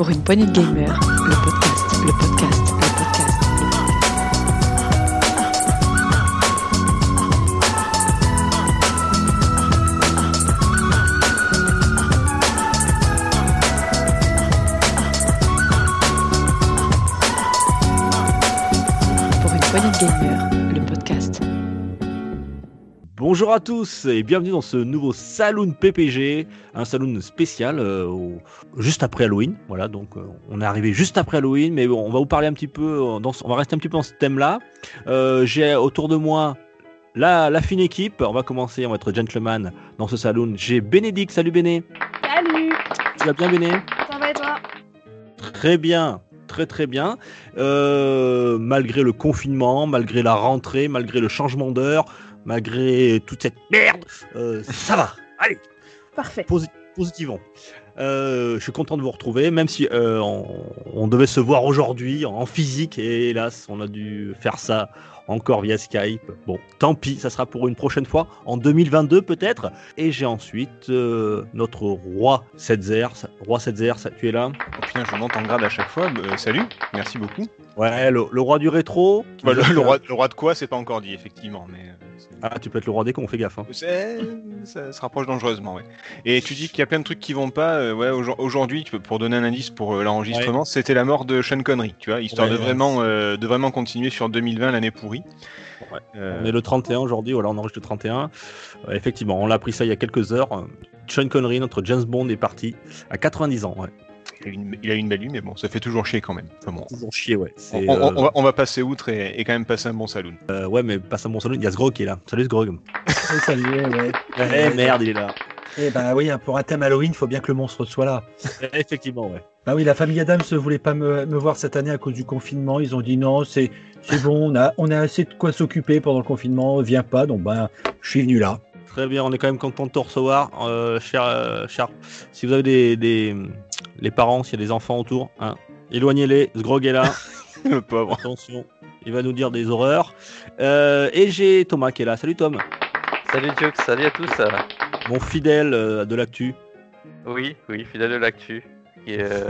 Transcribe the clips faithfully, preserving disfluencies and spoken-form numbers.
Pour une poignée de gamers, le podcast, le podcast, le podcast. Pour une poignée de gamers, le podcast. Bonjour à tous et bienvenue dans ce nouveau Saloon P P G, un saloon spécial euh, au, juste après Halloween. Voilà, donc euh, on est arrivé juste après Halloween, mais bon, on va vous parler un petit peu, euh, dans, on va rester un petit peu dans ce thème-là. Euh, j'ai autour de moi la, la fine équipe. On va commencer, on va être gentleman dans ce saloon. J'ai Bénédicte, salut Béné. Salut. Tu vas bien Béné? Ça va et toi? Très bien. Très très bien, euh, malgré le confinement, malgré la rentrée, malgré le changement d'heure, malgré toute cette merde, euh, ça va, allez. Parfait. Posi- positivons. Euh, je suis content de vous retrouver, même si euh, on, on devait se voir aujourd'hui en physique, et hélas, on a dû faire ça encore via Skype. Bon, tant pis, ça sera pour une prochaine fois, en deux mille vingt-deux peut-être. Et j'ai ensuite euh, notre roi Setzer. Roi Setzer, ça, tu es là? Oh putain, je monte en grade à chaque fois. Euh, salut, merci beaucoup. Ouais, le, le roi du rétro. Bah, le, le, roi, le roi de quoi, c'est pas encore dit, effectivement. Mais, euh, ah, tu peux être le roi des cons, fais gaffe. Hein. C'est, ça se rapproche dangereusement, ouais. Et tu dis qu'il y a plein de trucs qui vont pas. Euh, ouais, aujourd'hui, tu peux, pour donner un indice pour euh, l'enregistrement, ouais. C'était la mort de Sean Connery, tu vois, histoire ouais, de, vraiment, euh, de vraiment continuer sur deux mille vingt, l'année pourrie. Ouais. Euh... On est le trente et un aujourd'hui, voilà, on enregistre le trente et un. Euh, effectivement, on l'a appris ça il y a quelques heures. Sean Connery, notre James Bond, est parti à quatre-vingt-dix ans, ouais. Il a, une, il a une belle vue, mais bon, ça fait toujours chier quand même. Enfin, bon. Toujours chier, ouais. On, on, euh... on, va, on va passer outre et, et quand même passer un bon saloon. Euh, ouais, mais passer un bon saloon, il y a Sgrog qui est là. Salut Sgrog. Salut, ouais. Eh merde, il est là. Eh bah oui, pour un thème Halloween, il faut bien que le monstre soit là. Effectivement, ouais. Bah oui, la famille Adams ne voulait pas me, me voir cette année à cause du confinement. Ils ont dit non, c'est, c'est bon, on a, on a assez de quoi s'occuper pendant le confinement, viens pas, donc bah, je suis venu là. Très bien, on est quand même content de te recevoir, euh, cher, euh, cher. Si vous avez des, des les parents, s'il y a des enfants autour, hein, éloignez-les. Sgrog est là. Le pauvre. Attention, il va nous dire des horreurs. Euh, et j'ai Thomas qui est là. Salut Tom. Salut Jux, salut à tous. Mon fidèle euh, de l'actu. Oui, oui, fidèle de l'actu. Et, euh,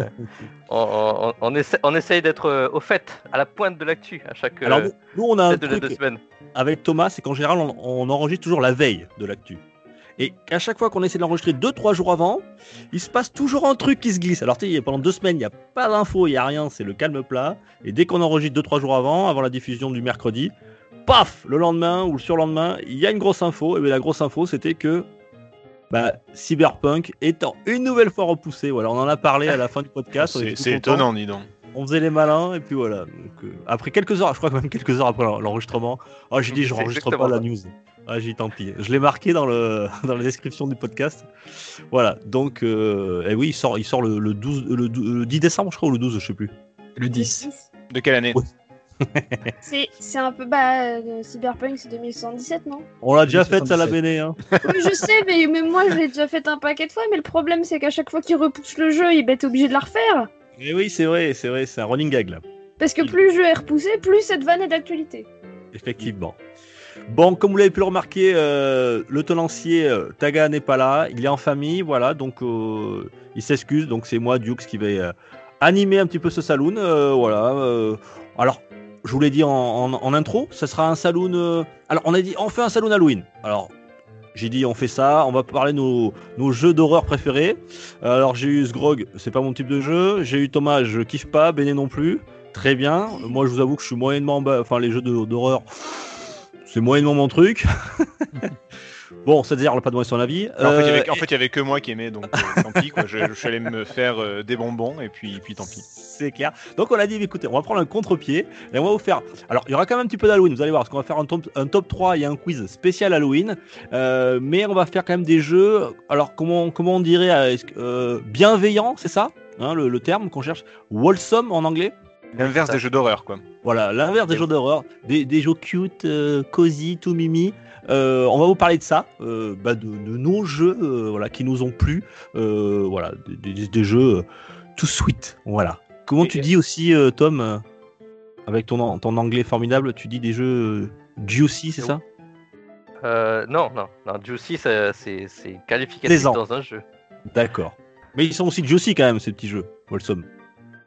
on, on, on, essaie, on essaye d'être euh, au fait, à la pointe de l'actu à chaque. Alors, nous, nous on a un de truc deux semaines. Avec Thomas, c'est qu'en général, on, on enregistre toujours la veille de l'actu. Et à chaque fois qu'on essaie de l'enregistrer deux trois jours avant, il se passe toujours un truc qui se glisse. Alors, tu sais, pendant deux semaines, il n'y a pas d'infos, il n'y a rien, c'est le calme plat. Et dès qu'on enregistre deux trois jours avant, avant la diffusion du mercredi, paf, le lendemain ou le surlendemain, il y a une grosse info. Et bien, la grosse info, c'était que bah, Cyberpunk étant une nouvelle fois repoussé. Voilà, on en a parlé à la fin du podcast. C'est, c'est étonnant, dis donc. On faisait les malins et puis voilà. Donc, euh, après quelques heures, je crois que même quelques heures après l'enregistrement, oh, j'ai dit je n'enregistre pas la news. Ah, j'ai dit tant pis. Je l'ai marqué dans le dans la description du podcast. Voilà. Donc, euh, et oui, il sort il sort le, le douze le, le dix décembre, je crois, ou le douze, je sais plus. Le dix. De quelle année? Ouais. c'est, c'est un peu bah euh, Cyberpunk, c'est deux mille soixante-dix-sept, non? On l'a déjà fait ça la Béné, hein. Oui, je sais, mais même moi je l'ai déjà fait un paquet de fois, mais le problème c'est qu'à chaque fois qu'il repousse le jeu, il est obligé de la refaire. Et oui, c'est vrai, c'est vrai, c'est un running gag là. Parce que plus le jeu est repoussé, plus cette vanne est d'actualité. Effectivement. Bon, comme vous l'avez pu le remarquer, euh, le tenancier euh, Taga n'est pas là, il est en famille, voilà, donc euh, il s'excuse, donc c'est moi, Dukes, qui vais euh, animer un petit peu ce saloon, euh, voilà. Euh, alors, je vous l'ai dit en, en, en intro, ça sera un saloon. Euh, alors, on a dit, on fait un saloon Halloween. Alors, j'ai dit, on fait ça, on va parler de nos, nos jeux d'horreur préférés. Alors, j'ai eu Sgrog, c'est pas mon type de jeu. J'ai eu Thomas, je kiffe pas, Béné non plus. Très bien. Moi, je vous avoue que je suis moyennement. Bas... Enfin, les jeux de, d'horreur, c'est moyennement mon truc. Bon, c'est-à-dire, on n'a pas demandé son avis. Alors, en fait, il euh, y avait, en fait, il y avait que moi qui aimais, donc euh, tant pis, quoi. Je, je suis allé me faire euh, des bonbons, et puis, puis tant pis. C'est clair. Donc, on a dit, écoutez, on va prendre un contre-pied, et on va vous faire... Alors, il y aura quand même un petit peu d'Halloween, vous allez voir, parce qu'on va faire un top, un top trois et un quiz spécial Halloween, euh, mais on va faire quand même des jeux, alors, comment, comment on dirait, euh, bienveillant, c'est ça, hein, le, le terme qu'on cherche, wholesome en anglais. L'inverse des jeux d'horreur, quoi. Voilà, l'inverse des jeux d'horreur, des, des jeux cute, euh, cozy, tout mimi. Euh, on va vous parler de ça, euh, bah de, de nos jeux, euh, voilà, qui nous ont plu, euh, voilà, des, des, des jeux euh, tout sweet, voilà. Comment et tu dis aussi, euh, Tom, euh, avec ton, ton anglais formidable, tu dis des jeux euh, juicy, c'est ça? euh, Non, non, non, juicy, c'est, c'est, c'est qualificatif Plaisant. Dans un jeu. D'accord. Mais ils sont aussi juicy quand même, ces petits jeux, wholesome.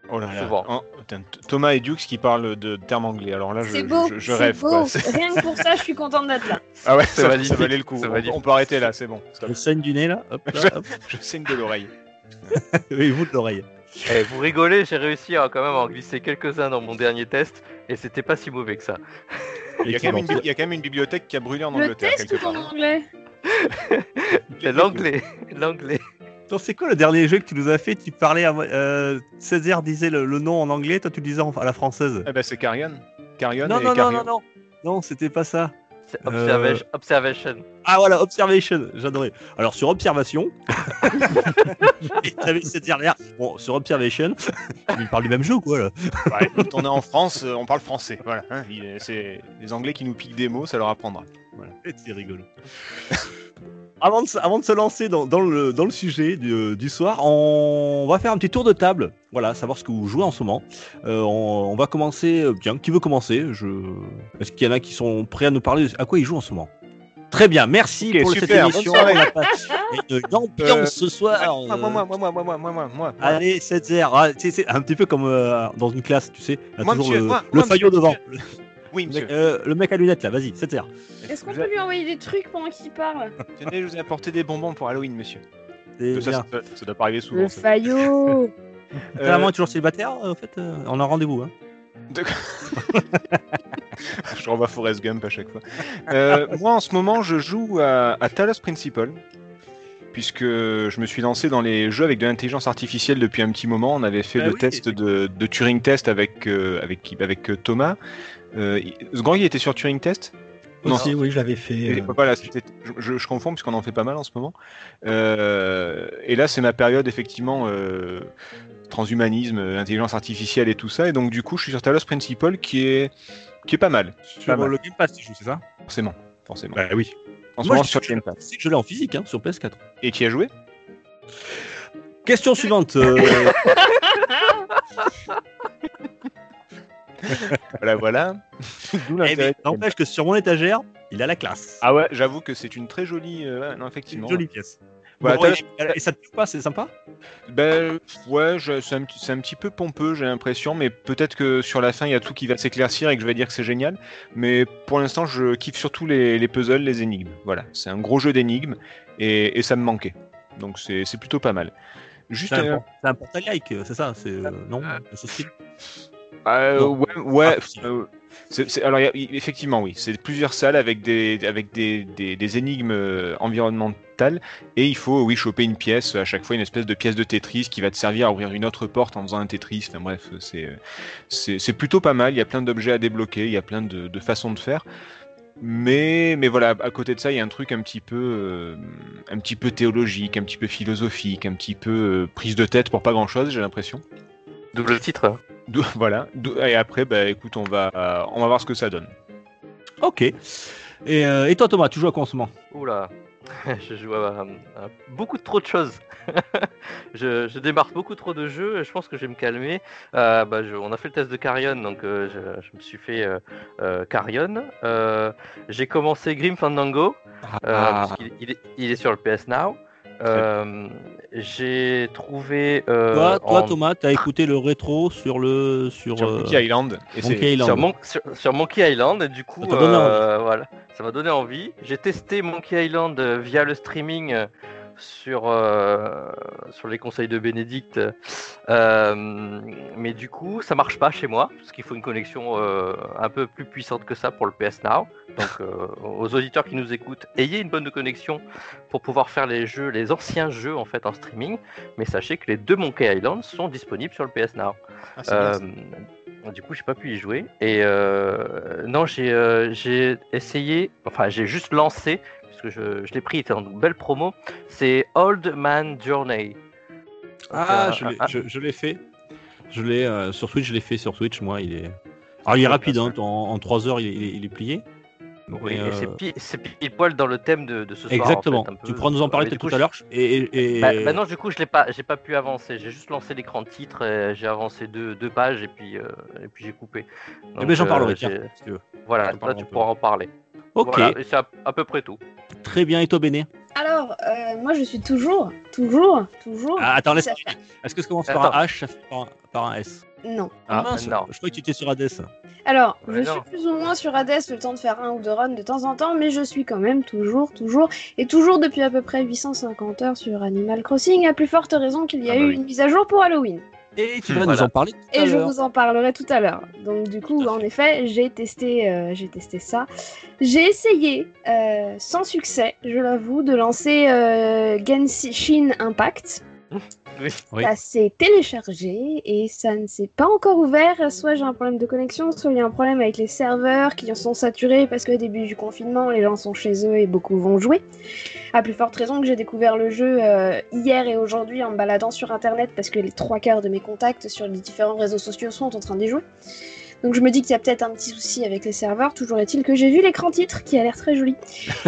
Oh là là. Souvent. Oh, putain, T- Thomas et Dukes qui parlent de termes anglais. Alors là, je, C'est beau, je, je c'est rêve. beau. Quoi. C'est- Rien que pour ça, je suis contente d'être là. Ah ouais, C'est ça, magnifique, ça valait le coup. c'est On, magnifique. on peut arrêter là, c'est bon. Stop. Le saigne du nez là. Hop, là, hop. Je saigne de l'oreille. Oui, vous de l'oreille. Eh, vous rigolez, j'ai réussi à quand même en glisser quelques-uns dans mon dernier test et c'était pas si mauvais que ça. Il y, a quand même une, bi- il y a quand même une bibliothèque qui a brûlé en Le Angleterre test quelque ou part. ton anglais? C'est l'anglais, l'anglais. Attends, c'est quoi le dernier jeu que tu nous as fait? Tu parlais à euh, Césaire disait le, le nom en anglais, toi tu le disais en- à la française. Eh ben c'est Carrion. Carrion Non, et non, non, Carrion. non, non. Non, c'était pas ça. C'est Euh, observation. observation. Ah voilà, Observation, j'adorais. Alors sur Observation, et t'avais cette dernière. Bon, sur Observation, il parle du même jeu quoi là. Ouais, quand on est en France, euh, on parle français. Voilà. Hein, il est- c'est les Anglais qui nous piquent des mots, ça leur apprendra. C'est rigolo. Avant de, se- avant de se lancer dans, dans le, dans le sujet du, du soir, on va faire un petit tour de table. Voilà, savoir ce que vous jouez en ce moment. Euh, on, on va commencer. euh, Tiens, qui veut commencer? Je... Est-ce qu'il y en a qui sont prêts à nous parler de à quoi ils jouent en ce moment? Très bien, merci Ok, pour super, cette bonne émission. soirée. On a pas- une ambiance ce soir. Moi, euh, moi, moi, moi, moi, moi, moi, moi, moi, moi. Allez, sept heures. Ah, tu sais, c'est un petit peu comme euh, dans une classe, tu sais. Il y a Moi, toujours monsieur, le, moi, le moi, faillot monsieur, devant. Oui, Le monsieur. mec, euh, le mec à lunettes là, vas-y, sept heures. Est-ce qu'on peut lui envoyer des trucs pendant qu'il parle? Tenez, je vous ai apporté des bonbons pour Halloween, monsieur. C'est Ça, bien. ça, ça doit pas arriver souvent. Le ça. faillot. Ta maman est toujours célibataire, euh, en fait. euh, on a un rendez-vous. Hein. Je revois Forrest Gump à chaque fois. Euh, moi, en ce moment, je joue à, à Talos Principle, puisque je me suis lancé dans les jeux avec de l'intelligence artificielle depuis un petit moment. On avait fait Ah le oui, test de, de Turing Test avec, euh, avec, avec euh, Thomas. Euh, Sgran, il était sur Turing Test? Non. Aussi, oui, je l'avais fait. Et euh, voilà, c'était- je, je, je confonds puisqu'on en fait pas mal en ce moment. Euh, et là, c'est ma période effectivement euh, transhumanisme, euh, intelligence artificielle et tout ça. Et donc du coup, je suis sur Talos Principle qui est qui est pas mal, Sur Pas mal. le Game Pass, tu joues, c'est ça? forcément, forcément. Bah oui. En ce Moi, moment, je sur sais Game Pass. je sais que je l'ai en physique, hein, sur P S quatre. Et qui a joué? Question suivante. euh, Voilà, voilà. D'où eh, l'intérêt. mais n'empêche que sur mon étagère, il a la classe. Ah ouais, j'avoue que c'est une très jolie. euh, ouais, non, C'est effectivement. une jolie pièce. Voilà, Bon, Talos- et, et ça te plaît pas, c'est sympa? Ben ouais, je- c'est un, petit- c'est un petit peu pompeux, j'ai l'impression, mais peut-être que sur la fin il y a tout qui va s'éclaircir et que je vais dire que c'est génial. Mais pour l'instant, je kiffe surtout les, les puzzles, les énigmes. Voilà, c'est un gros jeu d'énigmes et, et ça me manquait. Donc c'est c'est plutôt pas mal. Juste C'est un, euh, por- c'est un portail-like, c'est ça? C'est euh, non? C'est ce style. euh, non. ouais, ouais. Ah, si. euh, c'est- c'est- alors il y a- il- effectivement oui, c'est plusieurs salles avec des avec des, des, des énigmes euh, environnementales et il faut oui choper une pièce à chaque fois, une espèce de pièce de Tetris qui va te servir à ouvrir une autre porte en faisant un Tetris. Enfin bref, c'est c'est c'est plutôt pas mal. Il y a plein d'objets à débloquer, il y a plein de, de façons de faire. Mais, mais voilà, à côté de ça, il y a un truc un petit peu, euh, un petit peu théologique, un petit peu philosophique, un petit peu euh, prise de tête pour pas grand chose, j'ai l'impression. Double titre. D'où- Voilà. D'où- Et après, bah écoute, on va, on va voir ce que ça donne. Ok. Et, euh, et toi, Thomas, tu joues à quoi en ce moment? Oula, je joue à, à beaucoup trop de choses. je, je démarre beaucoup trop de jeux. Je pense que je vais me calmer. Euh, bah, je- on a fait le test de Carrion, donc euh, je, je me suis fait euh, euh, Carrion. Euh, j'ai commencé Grim Fandango, euh, parce qu'il- il, est, il est sur le P S Now. Euh, j'ai trouvé. euh, Toi, toi en- Thomas, t'as écouté le rétro sur le sur, Sur euh, Monkey Island. Et c'est- Monkey Island. Sur, Mon- sur- sur Monkey Island, et du coup, Ça t'a donné euh, voilà, ça m'a donné envie. J'ai testé Monkey Island euh, via le streaming euh, sur, euh, sur les conseils de Bénédicte, euh, mais du coup, ça marche pas chez moi, parce qu'il faut une connexion euh, un peu plus puissante que ça pour le P S Now. Donc, euh, aux auditeurs qui nous écoutent, ayez une bonne connexion pour pouvoir faire les jeux, les anciens jeux en fait en streaming. Mais sachez que les deux Monkey Island sont disponibles sur le P S Now. Ah, c'est bien, Euh, ça. du coup, j'ai pas pu y jouer. Et euh, non, j'ai euh, j'ai essayé, enfin, j'ai juste lancé, puisque je, je l'ai pris, il était en belle promo. C'est Old Man Journey. Ah, Donc, je un- l'ai, un- je, je l'ai fait. Je l'ai euh, sur Switch, je l'ai fait sur Switch. Moi, il est. Alors, il est rapide, hein, en, en trois heures, il est, il est- il est plié. Oui, Mais, et c'est euh, pi- c'est pile poil dans le thème de, de ce soir. Exactement. en fait, un peu. Tu pourras nous en parler Mais du peut-être coup, tout à l'heure. Et, et- et- Bah, bah non, du coup, je l'ai pas, j'ai pas pu avancer. J'ai juste lancé l'écran de titre, et j'ai avancé deux, deux pages et puis, euh, et puis j'ai coupé. Eh Donc, ben, j'en euh, parlerai. j'ai- Tiens, si tu veux. Voilà, j'en là parlerai tu un peu. pourras en parler. Ok, Voilà, et c'est à, à peu près tout. très bien. Et toi, Béné? Alors, euh, moi je suis toujours, toujours, toujours. Ah, attends, laisse. Ça fait- Est-ce que ça commence par Attends. un H, ça finit par un, par un S? Non. Ah, Ah, mince, non. je croyais que tu étais sur Hades. Alors, Ouais, je non. suis plus ou moins sur Hades, le temps de faire un ou deux runs de temps en temps, mais je suis quand même toujours, toujours, et toujours depuis à peu près huit cent cinquante heures sur Animal Crossing, à plus forte raison qu'il y a Ah bah eu oui. une mise à jour pour Halloween. Et tu Hmm, vas voilà. nous en parler tout à Et je l'heure. vous en parlerai tout à l'heure. Donc du coup, Tout à en effet, j'ai testé, euh, j'ai testé ça. J'ai essayé, euh, sans succès, je l'avoue, de lancer euh, Genshin Impact. Oui. Oui. Ça s'est téléchargé et ça ne s'est pas encore ouvert. Soit j'ai un problème de connexion, soit il y a un problème avec les serveurs qui sont saturés parce qu'au début du confinement, les gens sont chez eux et beaucoup vont jouer. À plus forte raison que j'ai découvert le jeu euh, hier et aujourd'hui en me baladant sur internet parce que les trois quarts de mes contacts sur les différents réseaux sociaux sont en train d'y jouer. Donc je me dis qu'il y a peut-être un petit souci avec les serveurs. Toujours est-il que j'ai vu l'écran titre qui a l'air très joli.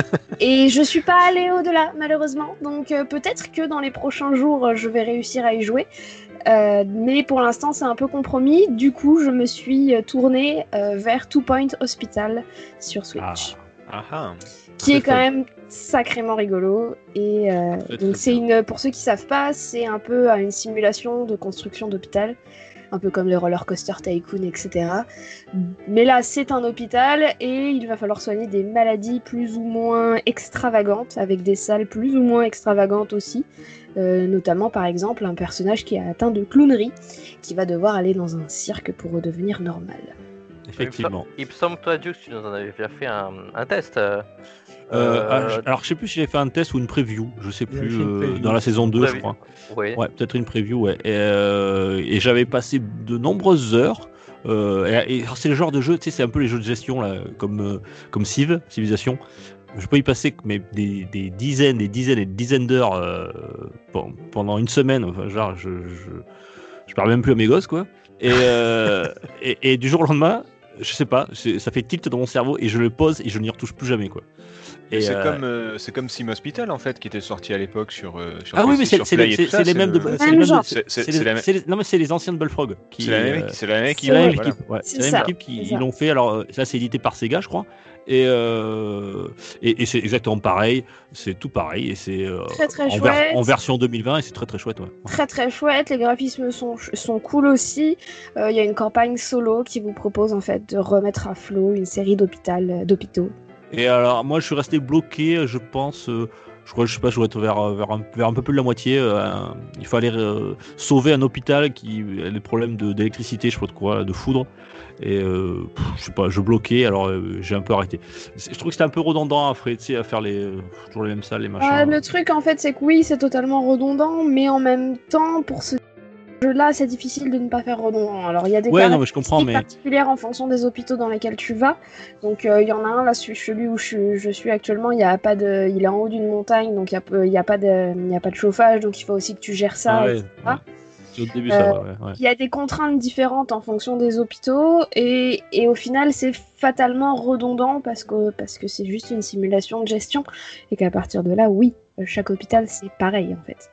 Et je suis pas allée au-delà malheureusement. Donc euh, peut-être que dans les prochains jours euh, je vais réussir à y jouer. Euh, mais pour l'instant c'est un peu compromis. Du coup je me suis euh, tournée euh, vers Two Point Hospital sur Switch. Ah. Ah ah. Qui est Très quand fun. même sacrément rigolo. Et euh, Très, très donc c'est bien. une, pour ceux qui savent pas, c'est un peu une simulation de construction d'hôpital, un peu comme les roller coaster tycoon, et cetera. Mais là, c'est un hôpital et il va falloir soigner des maladies plus ou moins extravagantes, avec des salles plus ou moins extravagantes aussi. Euh, notamment, par exemple, un personnage qui est atteint de clownerie, qui va devoir aller dans un cirque pour redevenir normal. Effectivement. Il me semble, toi, Jux, tu nous en avais déjà fait un, un test. euh, Euh, euh, ah, je- alors, je sais plus si j'ai fait un test ou une preview, je sais Il a plus, fait une euh, preview. dans la saison deux, je preview. crois. Oui. Ouais, peut-être une preview, ouais. Et, euh, et j'avais passé de nombreuses heures. Euh, et, et alors, c'est le genre de jeu, tu sais, c'est un peu les jeux de gestion, là, comme, euh, comme Civ, Civilisation. Je peux y passer mais des, des dizaines, des dizaines et des dizaines d'heures euh, pen- pendant une semaine. Enfin, genre, je, je, je parle même plus à mes gosses, quoi. Et, euh, et, et du jour au lendemain, je sais pas, c'est- ça fait tilt dans mon cerveau et je le pose et je n'y retouche plus jamais, quoi. Et c'est euh, comme euh, c'est comme Sim Hospital en fait qui était sorti à l'époque sur euh, sur Ah oui, P C, mais c'est sur c'est Play les, et c'est- tout ça, c'est les c'est mêmes le- de. Même c'est les mêmes genre. de- C'est- c'est- c'est c'est les- la même- c'est les- Non, mais c'est les anciens de Bullfrog. qui, C'est la même, euh, c'est la même équipe. C'est la même voilà. équipe, ouais. C'est C'est la même ça, équipe qui c'est ils ça. l'ont fait. Alors euh, ça, c'est édité par Sega, je crois. Et euh, et, et c'est exactement pareil. C'est tout pareil et c'est euh, Très, très en, ver- chouette. en version deux mille vingt et c'est très très chouette. Ouais. Très très chouette, les graphismes sont, sont cool aussi. Euh, Il y a une campagne solo qui vous propose en fait de remettre à flot une série d'hôpital- d'hôpitaux. Et alors moi, je suis resté bloqué. Je pense. euh, je crois, je sais pas, je dois être vers, vers, un, vers un peu plus de la moitié. euh, un- il fallait euh, sauver un hôpital qui a des problèmes de- d'électricité, je sais pas de quoi, de foudre. Et euh, pff, je sais pas, je bloquais, alors euh, j'ai un peu arrêté. C'est- Je trouve que c'était un peu redondant après, tu sais, à faire les, euh, toujours les mêmes salles, les machins. Euh, le truc en fait c'est que oui c'est totalement redondant, mais en même temps pour ce jeu-là c'est difficile de ne pas faire redondant. Alors il y a des Ouais, non, mais je comprends, mais- caractéristiques particulières en fonction des hôpitaux dans lesquels tu vas. Donc euh, il y en a un là, celui celui où je, suis- je suis actuellement, il y a pas de, il est en haut d'une montagne, donc il y a, peu- il y a pas de, il y a pas de chauffage, donc il faut aussi que tu gères ça. Ah ouais, et cetera. ouais. C'est au début ça, Euh, ouais, ouais, ouais. Il y a des contraintes différentes en fonction des hôpitaux et, et au final c'est fatalement redondant parce que parce que c'est juste une simulation de gestion et qu'à partir de là oui chaque hôpital c'est pareil en fait.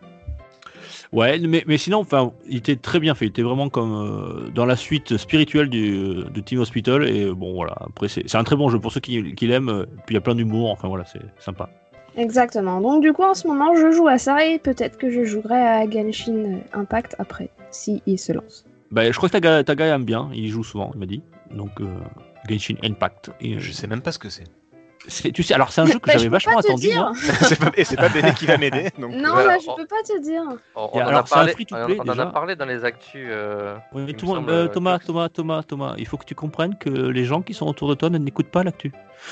Ouais, mais, mais sinon, enfin, il était très bien fait. Il était vraiment comme euh, dans la suite spirituelle du, de Team Hospital. Et bon, voilà. Après, c'est c'est un très bon jeu pour ceux qui, qui l'aiment. euh, Puis il y a plein d'humour. Enfin voilà, c'est sympa. Exactement. Donc du coup en ce moment je joue à ça et peut-être que je jouerai à Genshin Impact après si il se lance. Bah, je crois que ta gars, ta gars aime bien. Il y joue souvent, il m'a dit. Donc, euh, Genshin Impact. Et, Je sais même pas ce que c'est. c'est- tu sais, alors c'est un jeu que Bah, je j'avais peux vachement pas te attendu. dire. Moi. C'est pas- Et c'est pas Béné qui va m'aider. Donc, Non voilà, là je on- peux pas te dire. On, Et on en alors, a c'est un parlé, free-to-play, on en a déjà. parlé dans les actus. euh, Oui, mais il tout me le monde, semble, euh, euh, Thomas, Jux. Thomas, Thomas, Thomas, il faut que tu comprennes que les gens qui sont autour de toi ne n'écoutent pas l'actu.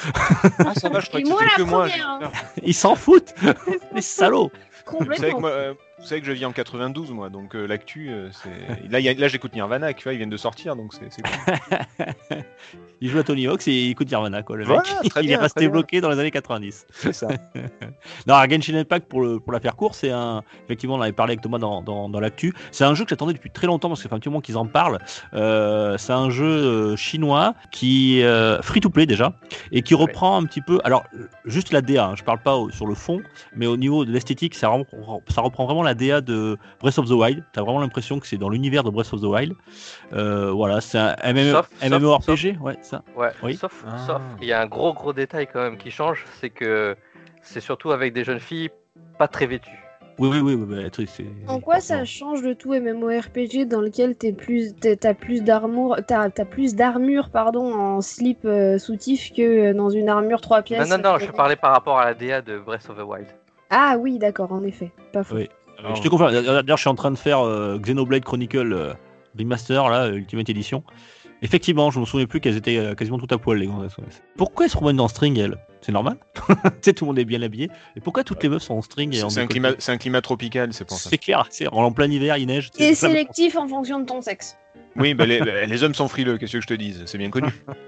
Ah, ça va, je crois Et que moi c'était la que moi. première. hein. Ils s'en foutent, les salauds. Vous savez, que Complètement. moi, euh, vous savez que je vis en quatre-vingt-douze, moi, donc euh, l'actu, euh, c'est. Là, il y a- là j'écoute Nirvana, tu vois, ils viennent de sortir, donc c'est c'est cool. Il joue à Tony Hawk et il écoute Nirvana, quoi. Le Voilà, mec, très il bien, est resté très bien. bloqué dans les années quatre-vingt-dix. C'est ça. Non, alors, Genshin Impact, pour, le, pour la faire court, c'est un. Effectivement, on avait parlé avec Thomas dans, dans, dans l'actu. C'est un jeu que j'attendais depuis très longtemps parce que ça fait un petit moment qu'ils en parlent. Euh, c'est un jeu euh, chinois qui euh, free to play déjà et qui reprend un petit peu. Alors, euh, juste la D A, hein, je parle pas au- sur le fond, mais au niveau de l'esthétique, ça, rem- ça reprend vraiment la D A de Breath of the Wild. T'as vraiment l'impression que c'est dans l'univers de Breath of the Wild. Euh, voilà, c'est un M M O, Sauf- sauf- MMORPG, ouais, ça. Ouais, Oui. sauf, Ah. sauf, il y a un gros gros détail quand même qui change, c'est que c'est surtout avec des jeunes filles pas très vêtues. Oui, oui, oui, oui, bah, le truc, c'est. En quoi ça change de tout MMORPG dans lequel t'es plus, t'es- t'as plus d'armure, t'as, t'as plus d'armure pardon en slip euh, soutif que dans une armure trois pièces. Non, non, non, je euh, parlais par rapport à la D A de Breath of the Wild. Ah oui, d'accord, en effet, pas faux. Oui. Euh, Alors, je te confirme. D'ailleurs, je suis en train de faire euh, Xenoblade Chronicle euh, Remaster, là, euh, Ultimate Edition. Effectivement, je me souviens plus qu'elles étaient euh, quasiment tout à poil, les gonzesses. Ouais. Pourquoi elles se promènent en string, elles? C'est normal. Tu sais, tout le monde est bien habillé. Et pourquoi toutes les meufs sont en string et en C'est un, décolleté climat, c'est un climat tropical, c'est pour ça. C'est clair, c'est en plein hiver, il neige. Et c'est- sélectif en fonction de ton sexe. Oui, bah, les, bah, les hommes sont frileux, qu'est-ce que je te dise, c'est bien connu.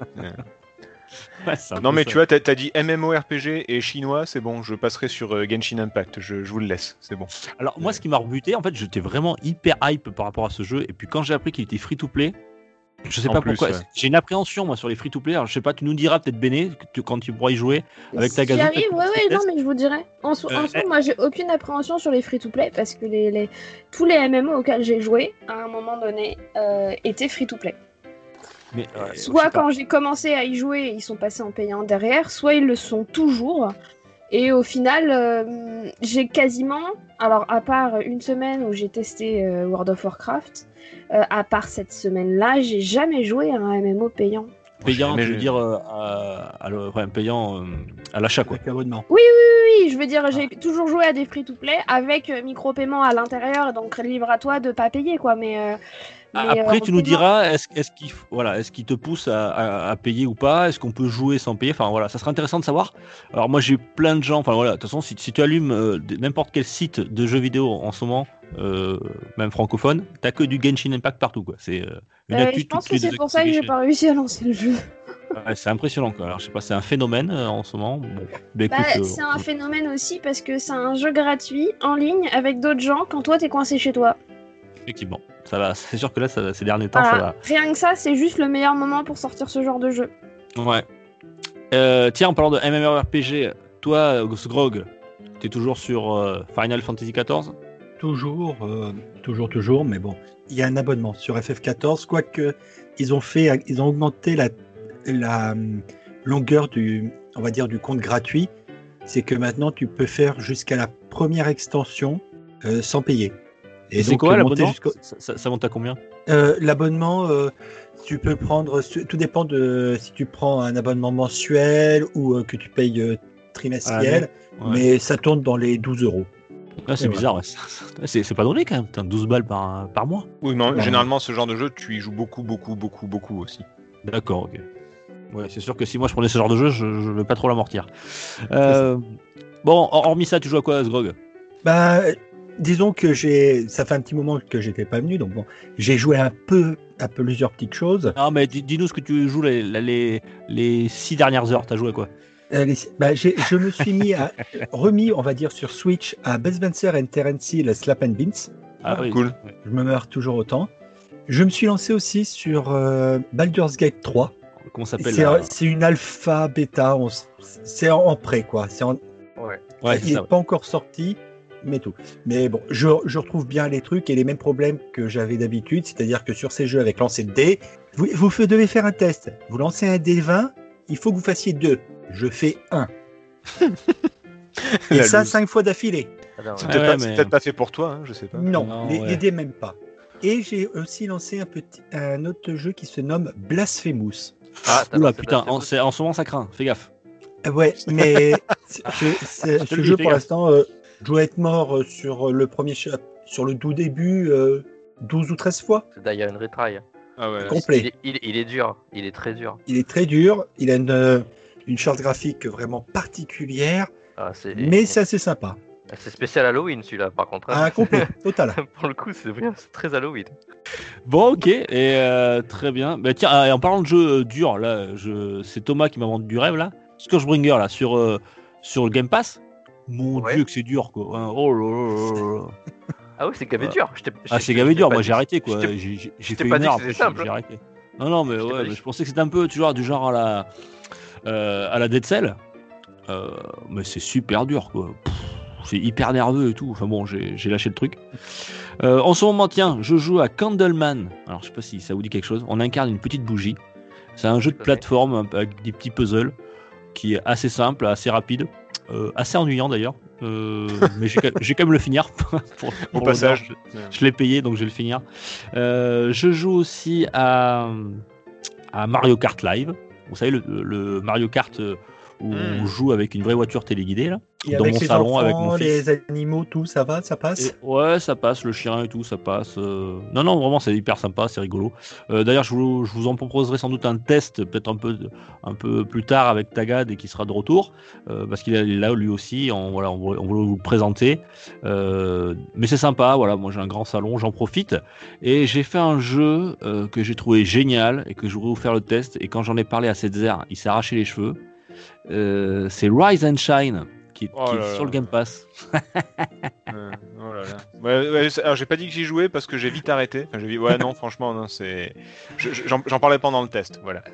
Ouais, c'est un Non peu mais ça. tu vois, t'as, t'as dit MMORPG et chinois, c'est bon, je passerai sur euh, Genshin Impact, je, je vous le laisse, c'est bon. Alors, moi, ce qui m'a rebuté, en fait, j'étais vraiment hyper hype par rapport à ce jeu. Et puis, quand j'ai appris qu'il était free to play, je sais En pas plus, pourquoi. ouais. J'ai une appréhension, moi, sur les free to play. Alors, je sais pas, tu nous diras peut-être, Béné, que tu- quand tu pourras y jouer avec ta Si gazette. j'y arrive, ouais, ouais, non, mais je vous dirai. En, so- en Euh, soi, moi, j'ai aucune appréhension sur les free-to-play parce que les, les- tous les M M O auxquels j'ai joué, à un moment donné, euh, étaient free-to-play. Mais, euh, je Soit sais pas. quand j'ai commencé à y jouer, ils sont passés en payant derrière, soit ils le sont toujours. Et au final, euh, j'ai quasiment, alors à part une semaine où j'ai testé euh, World of Warcraft, euh, à part cette semaine-là, j'ai jamais joué à un M M O payant. Payant, Mais tu veux je- dire, euh, à, à le- ouais, payant euh, à l'achat, quoi. Avec abonnement. Oui, je veux dire, j'ai toujours joué à des free-to-play avec euh, micro-paiement à l'intérieur, donc libre à toi de pas payer, quoi. Mais, euh, mais, Après, euh, tu nous en paiement- diras, est-ce est-ce qu'il f- voilà, est-ce qu'il te pousse à, à- à payer ou pas? Est-ce qu'on peut jouer sans payer? Enfin, voilà, ça serait intéressant de savoir. Alors, moi, j'ai plein de gens. Enfin, voilà, de toute façon, si, si tu allumes euh, d- n'importe quel site de jeux vidéo en ce moment, euh, même francophone, t'as que du Genshin Impact partout, quoi. C'est euh, une Euh, actu je pense toutes que les c'est deux- pour ça que j'ai les pas réussi à lancer le jeu. chaînes. Ouais, c'est impressionnant, quoi. Alors, je sais pas, c'est un phénomène euh, en ce moment. Bon, bah, écoute, Bah, euh, c'est un phénomène aussi parce que c'est un jeu gratuit en ligne avec d'autres gens quand toi t'es coincé chez toi. effectivement, ça va. C'est sûr que là, ça- ces derniers temps, Voilà. ça va. Rien que ça, c'est juste le meilleur moment pour sortir ce genre de jeu. Ouais. Euh, tiens, en parlant de MMORPG, toi, euh, Sgrog, t'es toujours sur euh, Final Fantasy quatorze? Toujours, euh, toujours, toujours, mais bon, il y a un abonnement sur F F quatorze, quoique ils ont fait, ils ont augmenté la, la hum, longueur du, on va dire, du compte gratuit. C'est que maintenant tu peux faire jusqu'à la première extension euh, sans payer. Et c'est donc, quoi euh, monter l'abonnement jusqu'au- ça, ça- ça monte à combien? Euh, L'abonnement, euh, tu peux prendre, tout dépend de si tu prends un abonnement mensuel ou euh, que tu payes euh, trimestriel, Ouais. mais ça tourne dans les douze euros. Ah, c'est Et bizarre, ouais. c'est c'est pas donné quand même, putain, douze balles par, par mois. Oui, mais Non. généralement, ce genre de jeu, tu y joues beaucoup, beaucoup, beaucoup, beaucoup aussi. D'accord, ok. Ouais, c'est sûr que si moi je prenais ce genre de jeu, je, je vais pas trop l'amortir. Euh, bon, hor- hormis ça, tu joues à quoi, Sgrog? Bah, disons que j'ai, ça fait un petit moment que j'étais pas venu, donc bon, j'ai joué un peu à plusieurs petites choses. Non, mais dis- dis-nous ce que tu joues les, les, les six dernières heures, t'as joué à quoi? Euh, les- bah, j'ai- je me suis mis à, remis, on va dire, sur Switch à Best Spencer and Terence Hill Slap and Beans. Ah, oui. cool. Je me meurs toujours autant. Je me suis lancé aussi sur euh, Baldur's Gate trois. Comment ça s'appelle C'est là c'est une alpha, bêta, on s- c'est en, en prêt, quoi. C'est en, Ouais. Ouais, il c'est n'est ça. pas encore sorti, mais tout. Mais bon, je, je retrouve bien les trucs et les mêmes problèmes que j'avais d'habitude, c'est-à-dire que sur ces jeux avec lancer de dés, vous, vous fe- devez faire un test. Vous lancez un dé vingt, il faut que vous fassiez deux. Je fais un. Et La ça, loose. cinq fois d'affilé. Ah, non, C'est ouais. peut-être Ouais, pas, mais- c'est peut-être pas fait pour toi, hein, je sais pas. Non, Non, les, ouais. les dés même pas. Et j'ai aussi lancé un, petit, un autre jeu qui se nomme Blasphemous. Ah, t'as Oula, lancé putain, Blasphemous. en, c'est- en ce moment ça craint, fais gaffe. Euh, Ouais, mais c'est- je- c'est- Je te ce le dis, jeu fais pour gaffe. l'instant, euh, je dois être mort euh, sur le premier cha- sur le tout début euh, douze ou treize fois. C'est d'ailleurs une retry. Ah ouais, Complet. Il est, il, est- il est dur, il est très dur. Il est très dur, il a une, euh, une charte graphique vraiment particulière, Ah, c'est mais c'est assez sympa. c'est spécial Halloween celui-là par contre. hein. Un complet, total. Pour le coup, c'est bien, c'est très Halloween. Bon, ok, et euh, très bien. Bah, tiens, ah, et en parlant de jeu euh, dur, là, je... c'est Thomas qui m'a vendu du rêve là. Scourgebringer là sur euh, sur le Game Pass. Mon Ouais. dieu que c'est dur quoi. Hein, oh là là là là. Ah oui, c'est gavé Ouais. dur. Je t'ai- Ah je- c'est je- gavé je t'ai dur. pas Moi dit- j'ai arrêté quoi. je t'ai- J'ai j'ai- j'ai t'ai fait pas une dit heure que après, c'était j'ai simple. j'ai arrêté. Non non mais Je t'ai ouais, pas dit mais que- je pensais que c'était un peu tu vois du genre à la euh, à la Dead Cell. Euh, mais c'est super dur quoi. Pff, c'est hyper nerveux et tout. Enfin bon, j'ai j'ai lâché le truc. Euh, en ce moment, tiens, je joue à Candleman. Alors, je sais pas si ça vous dit quelque chose. On incarne une petite bougie. C'est un jeu de Je connais. plateforme un peu avec des petits puzzles qui est assez simple, assez rapide. euh, assez ennuyant d'ailleurs, euh, mais j'ai, j'ai quand même le finir. pour, pour Au passage. Je, je l'ai payé, donc je vais le finir. Euh, je joue aussi à, à Mario Kart Live. Vous savez, le, le Mario Kart où mmh. on joue avec une vraie voiture téléguidée là. Et dans avec mon les salon, enfants, avec mon fils. les animaux, tout, ça va, ça passe. Et ouais, ça passe, le chien et tout, ça passe. Euh... Non, non, vraiment, c'est hyper sympa, c'est rigolo. Euh, d'ailleurs, je vous, je vous en proposerai sans doute un test, peut-être un peu, un peu plus tard avec Tagad et qui sera de retour, euh, parce qu'il est là lui aussi. On, voilà, on, on voulait vous le présenter. Euh, mais c'est sympa, voilà. Moi, j'ai un grand salon, j'en profite. Et j'ai fait un jeu euh, que j'ai trouvé génial et que je voudrais vous faire le test. Et quand j'en ai parlé à Setzer, il s'est arraché les cheveux. Euh, c'est Rise and Shine. Qui, oh qui est là sur là. le Game Pass. euh, oh là là. Ouais, ouais, alors j'ai pas dit que j'y jouais parce que j'ai vite arrêté. Enfin, j'ai dit, ouais non, franchement non, c'est. Je, j'en, j'en parlais pendant le test, voilà.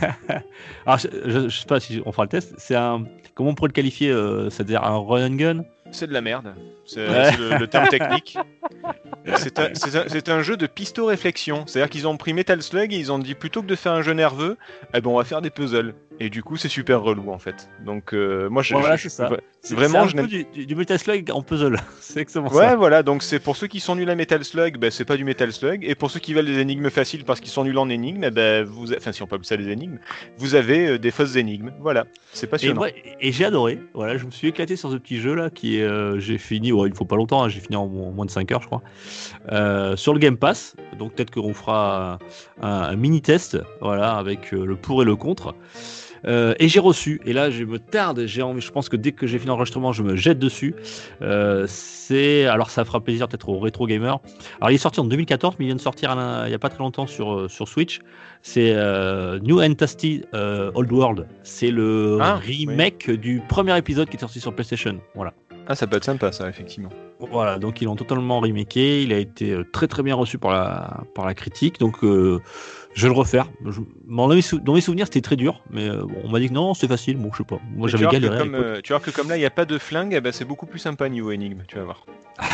Alors je, je, je sais pas si on fera le test. C'est un, comment on pourrait le qualifier, euh, c'est-à-dire un run and gun. C'est de la merde. C'est, ouais. c'est le, le terme technique. C'est un, c'est, un, c'est un jeu de pisto-réflexion. C'est-à-dire qu'ils ont pris Metal Slug et ils ont dit plutôt que de faire un jeu nerveux, eh ben on va faire des puzzles. Et du coup, c'est super relou en fait. Donc, euh, moi, je, voilà, je, c'est ça. C'est vraiment, c'est un je peu du, du, du Metal Slug en puzzle. C'est exactement ouais, ça. voilà. Donc, c'est pour ceux qui sont nuls à Metal Slug, ben c'est pas du Metal Slug. Et pour ceux qui veulent des énigmes faciles parce qu'ils sont nuls en énigmes, eh ben vous, enfin, si on peut appeler ça des énigmes, vous avez euh, des fausses énigmes. Voilà, c'est passionnant. Et, ouais, et j'ai adoré. Voilà, je me suis éclaté sur ce petit jeu là qui est, euh, j'ai fini. Ouais, il faut pas longtemps. Hein, j'ai fini en, en moins de cinq heures, je crois. Euh, sur le Game Pass. Donc peut-être qu'on fera un, un mini test. Voilà, avec euh, le pour et le contre. Euh, et j'ai reçu, et là je me tarde, j'ai envie, je pense que dès que j'ai fini l'enregistrement, je me jette dessus. Euh, c'est, alors ça fera plaisir peut-être aux rétro gamers. Alors il est sorti en deux mille quatorze, mais il vient de sortir un, il y a pas très longtemps sur sur Switch. C'est euh, New and Tasty euh, Old World. C'est le ah, remake oui. du premier épisode qui est sorti sur PlayStation. Voilà. Ah, ça peut être sympa, ça, effectivement. Voilà, donc ils l'ont totalement remaké. Il a été très très bien reçu par la par la critique. Donc euh, je vais le refaire. Je, dans, mes sou- dans mes souvenirs, c'était très dur, mais euh, bon, on m'a dit que non, c'était facile. Bon, je sais pas. Moi, et j'avais galéré. Comme, euh, tu vois que comme là, il n'y a pas de flingue, eh ben, c'est beaucoup plus sympa niveau énigme. Tu vas voir.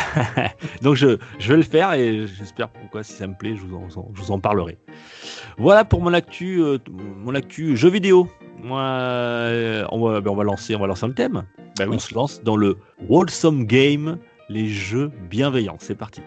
Donc je, je vais le faire et j'espère pourquoi si ça me plaît, je vous en, je vous en parlerai. Voilà pour mon actu, euh, mon actu jeu vidéo. Moi, euh, on va, ben on va lancer, on va lancer le thème. Bah oui. On se lance dans le Wholesome Game, les jeux bienveillants. C'est parti.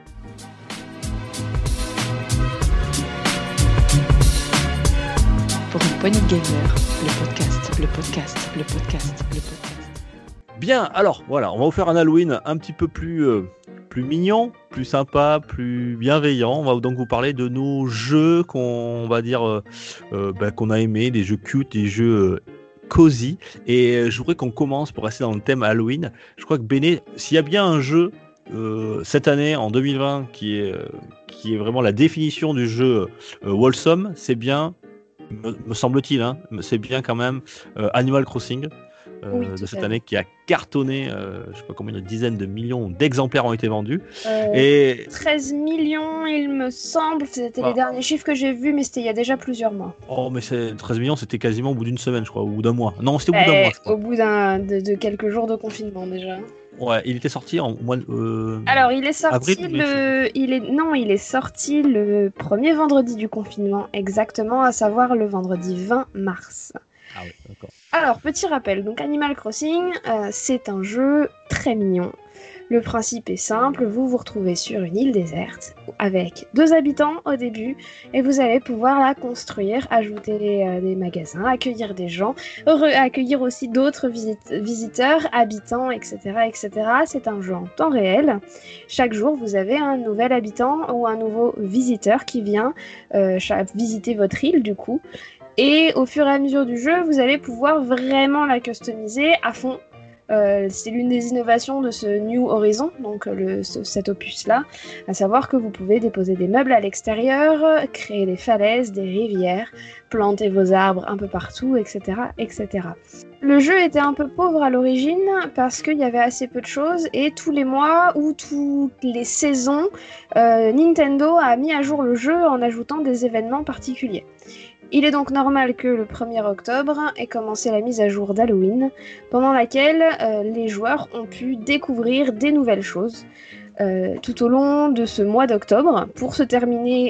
Pour une poignée de gamers, le podcast, le podcast, le podcast, le podcast. Bien, alors voilà, on va vous faire un Halloween un petit peu plus, euh, plus mignon, plus sympa, plus bienveillant. On va donc vous parler de nos jeux qu'on va dire euh, euh, bah, qu'on a aimés, des jeux cute, des jeux euh, cozy. Et euh, je voudrais qu'on commence pour rester dans le thème Halloween. Je crois que Béné, s'il y a bien un jeu euh, cette année, en deux mille vingt, qui est, euh, qui est vraiment la définition du jeu euh, wholesome, c'est bien, me, me semble-t-il, hein, c'est bien quand même euh, Animal Crossing. Euh, oui, de cette année qui a cartonné, euh, je sais pas combien de dizaines de millions d'exemplaires ont été vendus. Euh, et treize millions, il me semble, c'était ah. les derniers chiffres que j'ai vus, mais c'était il y a déjà plusieurs mois. Oh, mais c'est treize millions, c'était quasiment au bout d'une semaine, je crois, au bout d'un mois. Non, c'était au bout d'un euh, mois, je crois. Au bout d'un, de, de quelques jours de confinement déjà. Ouais, il était sorti en mois. Euh... Alors, il est sorti avril, le, il est non, il est sorti le premier vendredi du confinement, exactement, à savoir le vendredi vingt mars. Ah oui, d'accord. Alors, petit rappel, donc Animal Crossing, euh, c'est un jeu très mignon. Le principe est simple, vous vous retrouvez sur une île déserte avec deux habitants au début et vous allez pouvoir la construire, ajouter euh, des magasins, accueillir des gens, re- accueillir aussi d'autres visit- visiteurs, habitants, et cetera, et cetera. C'est un jeu en temps réel. Chaque jour, vous avez un nouvel habitant ou un nouveau visiteur qui vient euh, visiter votre île du coup. Et au fur et à mesure du jeu, vous allez pouvoir vraiment la customiser à fond. Euh, c'est l'une des innovations de ce New Horizon, donc le, ce, cet opus-là, à savoir que vous pouvez déposer des meubles à l'extérieur, créer des falaises, des rivières, planter vos arbres un peu partout, et cetera, et cetera. Le jeu était un peu pauvre à l'origine parce qu'il y avait assez peu de choses et tous les mois ou toutes les saisons, euh, Nintendo a mis à jour le jeu en ajoutant des événements particuliers. Il est donc normal que le premier octobre ait commencé la mise à jour d'Halloween, pendant laquelle euh, les joueurs ont pu découvrir des nouvelles choses euh, tout au long de ce mois d'octobre, pour se terminer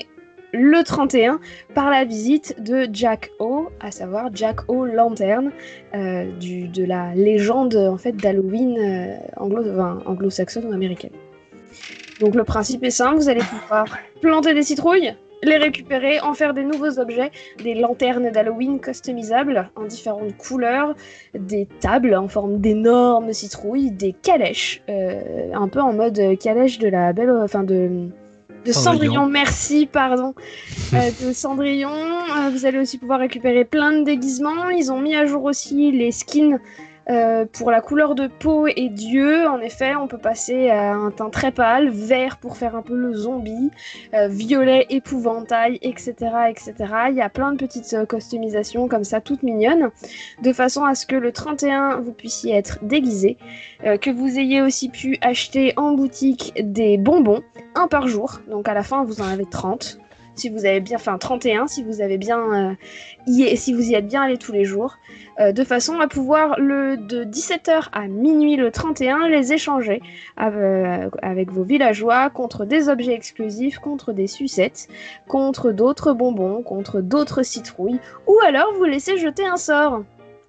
le trente et un par la visite de Jack O, à savoir Jack O' Lantern, euh, du, de la légende en fait d'Halloween euh, anglo, enfin, anglo-saxonne ou américaine. Donc le principe est simple, vous allez pouvoir planter des citrouilles, les récupérer, en faire des nouveaux objets, des lanternes d'Halloween customisables en différentes couleurs, des tables en forme d'énormes citrouilles, des calèches, euh, un peu en mode calèche de la belle, enfin de, de Cendrillon. Cendrillon, merci, pardon, euh, de Cendrillon. Euh, vous allez aussi pouvoir récupérer plein de déguisements. Ils ont mis à jour aussi les skins. Euh, pour la couleur de peau et d'yeux, en effet, on peut passer à un teint très pâle, vert pour faire un peu le zombie, euh, violet épouvantail, et cetera, et cetera. Il y a plein de petites euh, customisations comme ça, toutes mignonnes, de façon à ce que le trente et un, vous puissiez être déguisé, euh, que vous ayez aussi pu acheter en boutique des bonbons, un par jour, donc à la fin vous en avez trente. Si vous avez bien, enfin trente et un, si vous avez bien, euh, y, si vous y êtes bien allé tous les jours, euh, de façon à pouvoir le de dix-sept heures à minuit le trente et un les échanger avec, avec vos villageois contre des objets exclusifs, contre des sucettes, contre d'autres bonbons, contre d'autres citrouilles, ou alors vous laissez jeter un sort.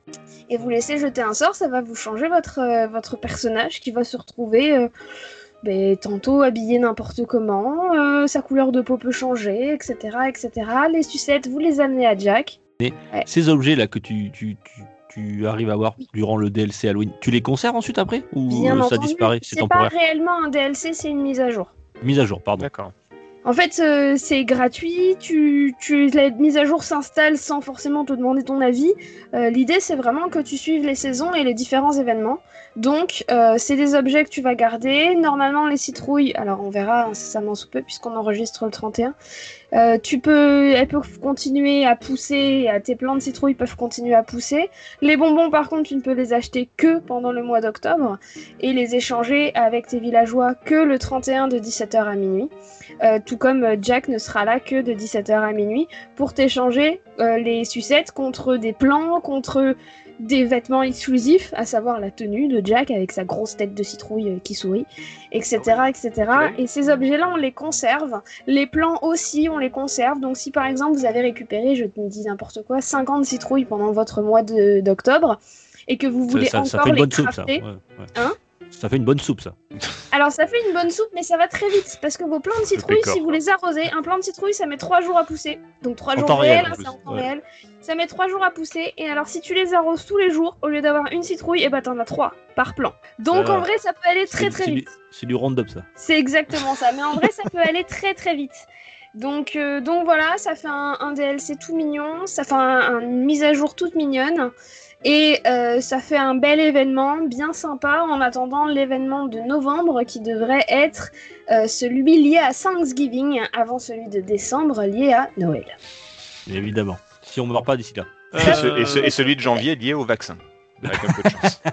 Et vous laissez jeter un sort, ça va vous changer votre euh, votre personnage qui va se retrouver euh, Ben, tantôt habillé n'importe comment, euh, sa couleur de peau peut changer, et cetera, et cetera. Les sucettes, vous les amenez à Jack. Et ouais. Ces objets-là que tu, tu, tu, tu arrives à avoir durant le D L C Halloween, tu les conserves ensuite après ou Bien ça entendu, disparaît, c'est, c'est temporaire? pas réellement un D L C, c'est une mise à jour. Mise à jour, pardon. D'accord. En fait, euh, c'est gratuit, tu, tu, la mise à jour s'installe sans forcément te demander ton avis. Euh, l'idée, c'est vraiment que tu suives les saisons et les différents événements. Donc, euh, c'est des objets que tu vas garder. Normalement, les citrouilles, alors on verra incessamment sous peu puisqu'on enregistre le trente et un. Euh, tu peux, elles peuvent continuer à pousser, tes plants de citrouilles peuvent continuer à pousser. Les bonbons, par contre, tu ne peux les acheter que pendant le mois d'octobre et les échanger avec tes villageois que le trente et un de dix-sept heures à minuit. Euh, tout comme Jack ne sera là que de dix-sept heures à minuit pour t'échanger euh, les sucettes contre des plans, contre des vêtements exclusifs, à savoir la tenue de Jack avec sa grosse tête de citrouille euh, qui sourit, et cetera, et cetera. Okay. Et ces objets-là, on les conserve. Les plans aussi, on les conserve. Donc si par exemple vous avez récupéré, je te dis n'importe quoi, cinquante citrouilles pendant votre mois de, d'octobre, et que vous voulez ça, ça, encore ça fait une les bonne crafter, soupe, ça. Ouais, ouais. Hein Ça fait une bonne soupe, ça. Alors, ça fait une bonne soupe, mais ça va très vite. Parce que vos plants de citrouille, si vous les arrosez, un plant de citrouille, ça met trois jours à pousser. Donc, trois jours réels, hein, c'est en temps ouais. réel. Ça met trois jours à pousser. Et alors, si tu les arroses tous les jours, au lieu d'avoir une citrouille, eh ben, t'en as trois par plant. Donc, euh, en vrai, ça peut aller très, très c'est vite. Du, c'est du round-up, ça. C'est exactement ça. Mais en vrai, ça peut aller très, très vite. Donc, euh, donc voilà, ça fait un, un D L C tout mignon. Ça fait un, un, une mise à jour toute mignonne. Et euh, ça fait un bel événement, bien sympa, en attendant l'événement de novembre qui devrait être euh, celui lié à Thanksgiving, avant celui de décembre lié à Noël. Évidemment, si on ne meurt pas d'ici là. Euh... Et, ce, et, ce, et celui de janvier lié au vaccin, avec un peu de chance.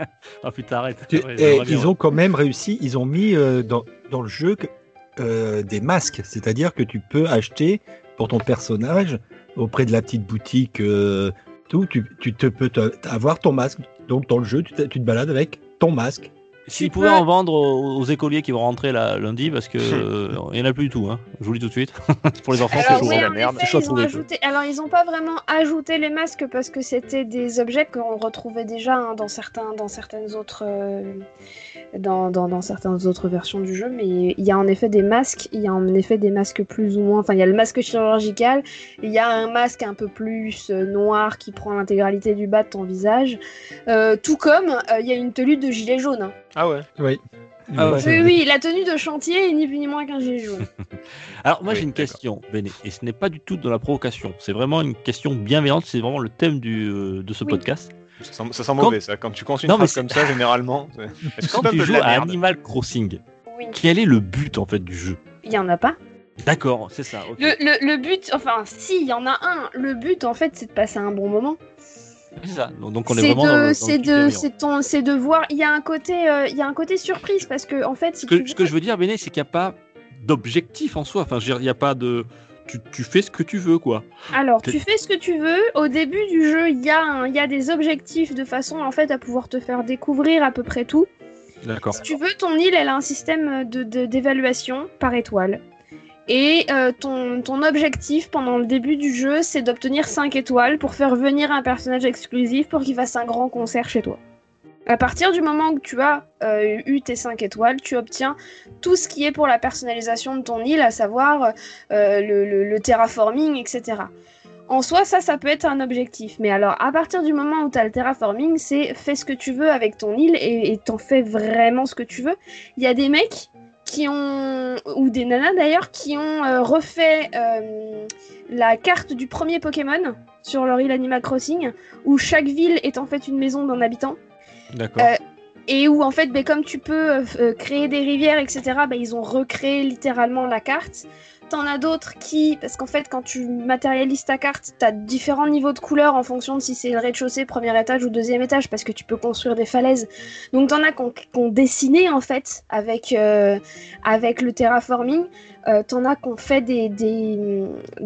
Ah putain, arrête. Tu, ouais, et ils ont quand même réussi, ils ont mis euh, dans, dans le jeu euh, des masques, c'est-à-dire que tu peux acheter pour ton personnage auprès de la petite boutique... Euh, Tout, tu, tu te peux te, avoir ton masque. Donc dans le jeu, tu te, tu te balades avec ton masque. S'ils pouvaient en vendre aux, aux écoliers qui vont rentrer là, lundi, parce que il euh, y en a plus du tout. Hein. Je vous le dis tout de suite. Pour les enfants, alors, c'est chaud. oui, la merde. Effet, ils ont ajouté... Alors ils n'ont pas vraiment ajouté les masques parce que c'était des objets qu'on retrouvait déjà hein, dans certains, dans certaines autres, euh, dans, dans, dans certaines autres versions du jeu. Mais il y a en effet des masques. Il y a en effet des masques plus ou moins. Enfin, il y a le masque chirurgical. Il y a un masque un peu plus euh, noir qui prend l'intégralité du bas de ton visage. Euh, tout comme il euh, y a une tenue de gilet jaune. Hein. Ah ouais. Oui. Ah ouais. Oui, oui, la tenue de chantier est ni plus ni moins qu'un gilet jaune. Alors moi oui, j'ai une d'accord. question, Béné, et ce n'est pas du tout de la provocation, c'est vraiment une question bienveillante, c'est vraiment le thème du, euh, de ce oui. podcast. Ça sent, ça sent mauvais quand... ça, quand tu consultes une phrase comme ça généralement. Est-ce que quand tu joues à Animal Crossing, oui. quel est le but en fait du jeu? Il y en a pas. D'accord, c'est ça. Okay. Le, le, le but, enfin si, il y en a un, le but en fait c'est de passer un bon moment. C'est ça. Donc on est, c'est vraiment de, dans le, dans c'est le de, c'est ton, c'est de voir. Il y a un côté, euh, il y a un côté surprise parce que en fait, si ce, que, tu veux... ce que je veux dire, Béné, c'est qu'il n'y a pas d'objectif en soi. Enfin, je veux dire, il n'y a pas de, tu, tu fais ce que tu veux, quoi. Alors, T'es... tu fais ce que tu veux. Au début du jeu, il y a, un, il y a des objectifs de façon en fait à pouvoir te faire découvrir à peu près tout. D'accord. Si tu veux, ton île, elle a un système de, de d'évaluation par étoile. Et euh, ton, ton objectif pendant le début du jeu, c'est d'obtenir cinq étoiles pour faire venir un personnage exclusif pour qu'il fasse un grand concert chez toi. À partir du moment où tu as euh, eu tes cinq étoiles, tu obtiens tout ce qui est pour la personnalisation de ton île, à savoir euh, le, le, le terraforming, et cetera. En soi, ça, ça peut être un objectif. Mais alors, à partir du moment où tu as le terraforming, c'est fais ce que tu veux avec ton île et t'en fais vraiment ce que tu veux. Il y a des mecs qui ont, ou des nanas d'ailleurs, qui ont euh, refait euh, la carte du premier Pokémon sur leur île Animal Crossing, où chaque ville est en fait une maison d'un habitant. D'accord. Euh, et où en fait, bah, comme tu peux euh, créer des rivières, et cetera, bah, ils ont recréé littéralement la carte. T'en as d'autres qui, parce qu'en fait, quand tu matérialises ta carte, t'as différents niveaux de couleurs en fonction de si c'est le rez-de-chaussée, premier étage ou deuxième étage, parce que tu peux construire des falaises. Donc t'en as qui ont, qui ont dessiné en fait avec, euh, avec le terraforming. Euh, t'en as qui ont fait des, des,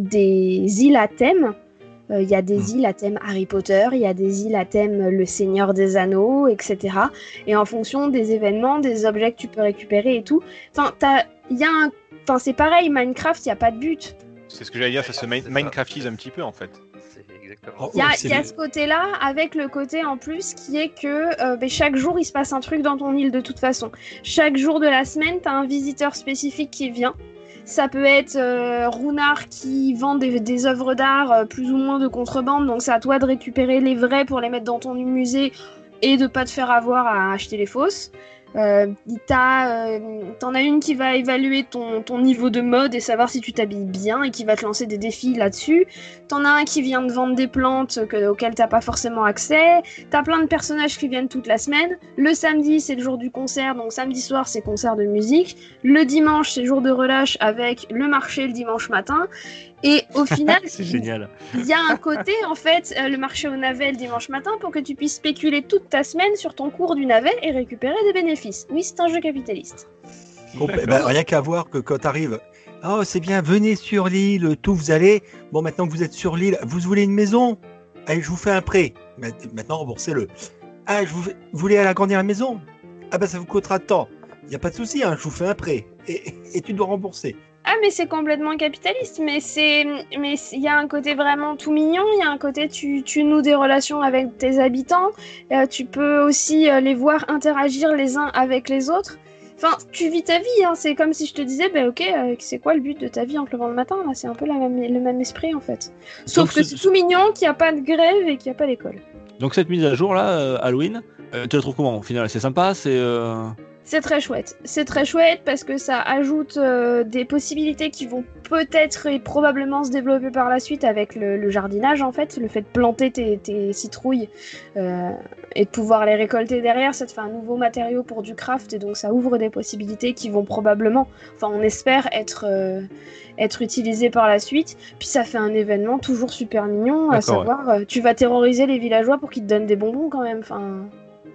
des îles à thème. Il euh, y a des mmh. îles à thème Harry Potter, il y a des îles à thème Le Seigneur des Anneaux, et cetera. Et en fonction des événements, des objets que tu peux récupérer et tout. Enfin, il y a un Enfin, c'est pareil, Minecraft, il n'y a pas de but. C'est ce que j'allais dire, ça se mi- Minecraftise un petit peu en fait. C'est exactement. Il y a, y a ce côté-là, avec le côté en plus qui est que euh, bah, chaque jour il se passe un truc dans ton île de toute façon. Chaque jour de la semaine, tu as un visiteur spécifique qui vient. Ça peut être euh, Runar qui vend des, des œuvres d'art euh, plus ou moins de contrebande, donc c'est à toi de récupérer les vrais pour les mettre dans ton musée et de pas te faire avoir à acheter les fausses. Euh, t'as, euh, t'en as une qui va évaluer ton, ton niveau de mode et savoir si tu t'habilles bien et qui va te lancer des défis là-dessus. T'en as un qui vient de vendre des plantes que, auxquelles t'as pas forcément accès. T'as plein de personnages qui viennent toute la semaine. Le samedi, c'est le jour du concert, donc samedi soir, c'est concert de musique. Le dimanche, c'est jour de relâche avec le marché le dimanche matin. Et au final, c'est génial. Il y a un côté, en fait, euh, le marché au navet le dimanche matin pour que tu puisses spéculer toute ta semaine sur ton cours du navet et récupérer des bénéfices. Oui, c'est un jeu capitaliste. Bon, bah, rien qu'à voir que quand tu arrives, oh, c'est bien, venez sur l'île, tout vous allez. Bon, maintenant que vous êtes sur l'île, vous voulez une maison? Allez, je vous fais un prêt. Maintenant, remboursez-le. Ah, je vous, vous voulez agrandir la maison? Ah, bah, ça vous coûtera tant. Il n'y a pas de souci, hein, je vous fais un prêt. Et, et tu dois rembourser. Ah, mais c'est complètement capitaliste, mais c'est, mais il y a un côté vraiment tout mignon, il y a un côté tu, tu noues des relations avec tes habitants, euh, tu peux aussi euh, les voir interagir les uns avec les autres. Enfin, tu vis ta vie, hein. C'est comme si je te disais, bah ok, euh, c'est quoi le but de ta vie en te levant le matin, là? C'est un peu la même, le même esprit en fait. Sauf Donc, que c'est tout mignon, qu'il n'y a pas de grève et qu'il n'y a pas d'école. Donc cette mise à jour là, euh, Halloween, euh, tu la trouves comment au final? C'est sympa, c'est... Euh... C'est très chouette. C'est très chouette parce que ça ajoute euh, des possibilités qui vont peut-être et probablement se développer par la suite avec le, le jardinage en fait. Le fait de planter tes, tes citrouilles euh, et de pouvoir les récolter derrière, ça te fait un nouveau matériau pour du craft et donc ça ouvre des possibilités qui vont probablement, enfin on espère, être, euh, être utilisées par la suite. Puis ça fait un événement toujours super mignon, à D'accord, savoir ouais. euh, tu vas terroriser les villageois pour qu'ils te donnent des bonbons quand même. Enfin...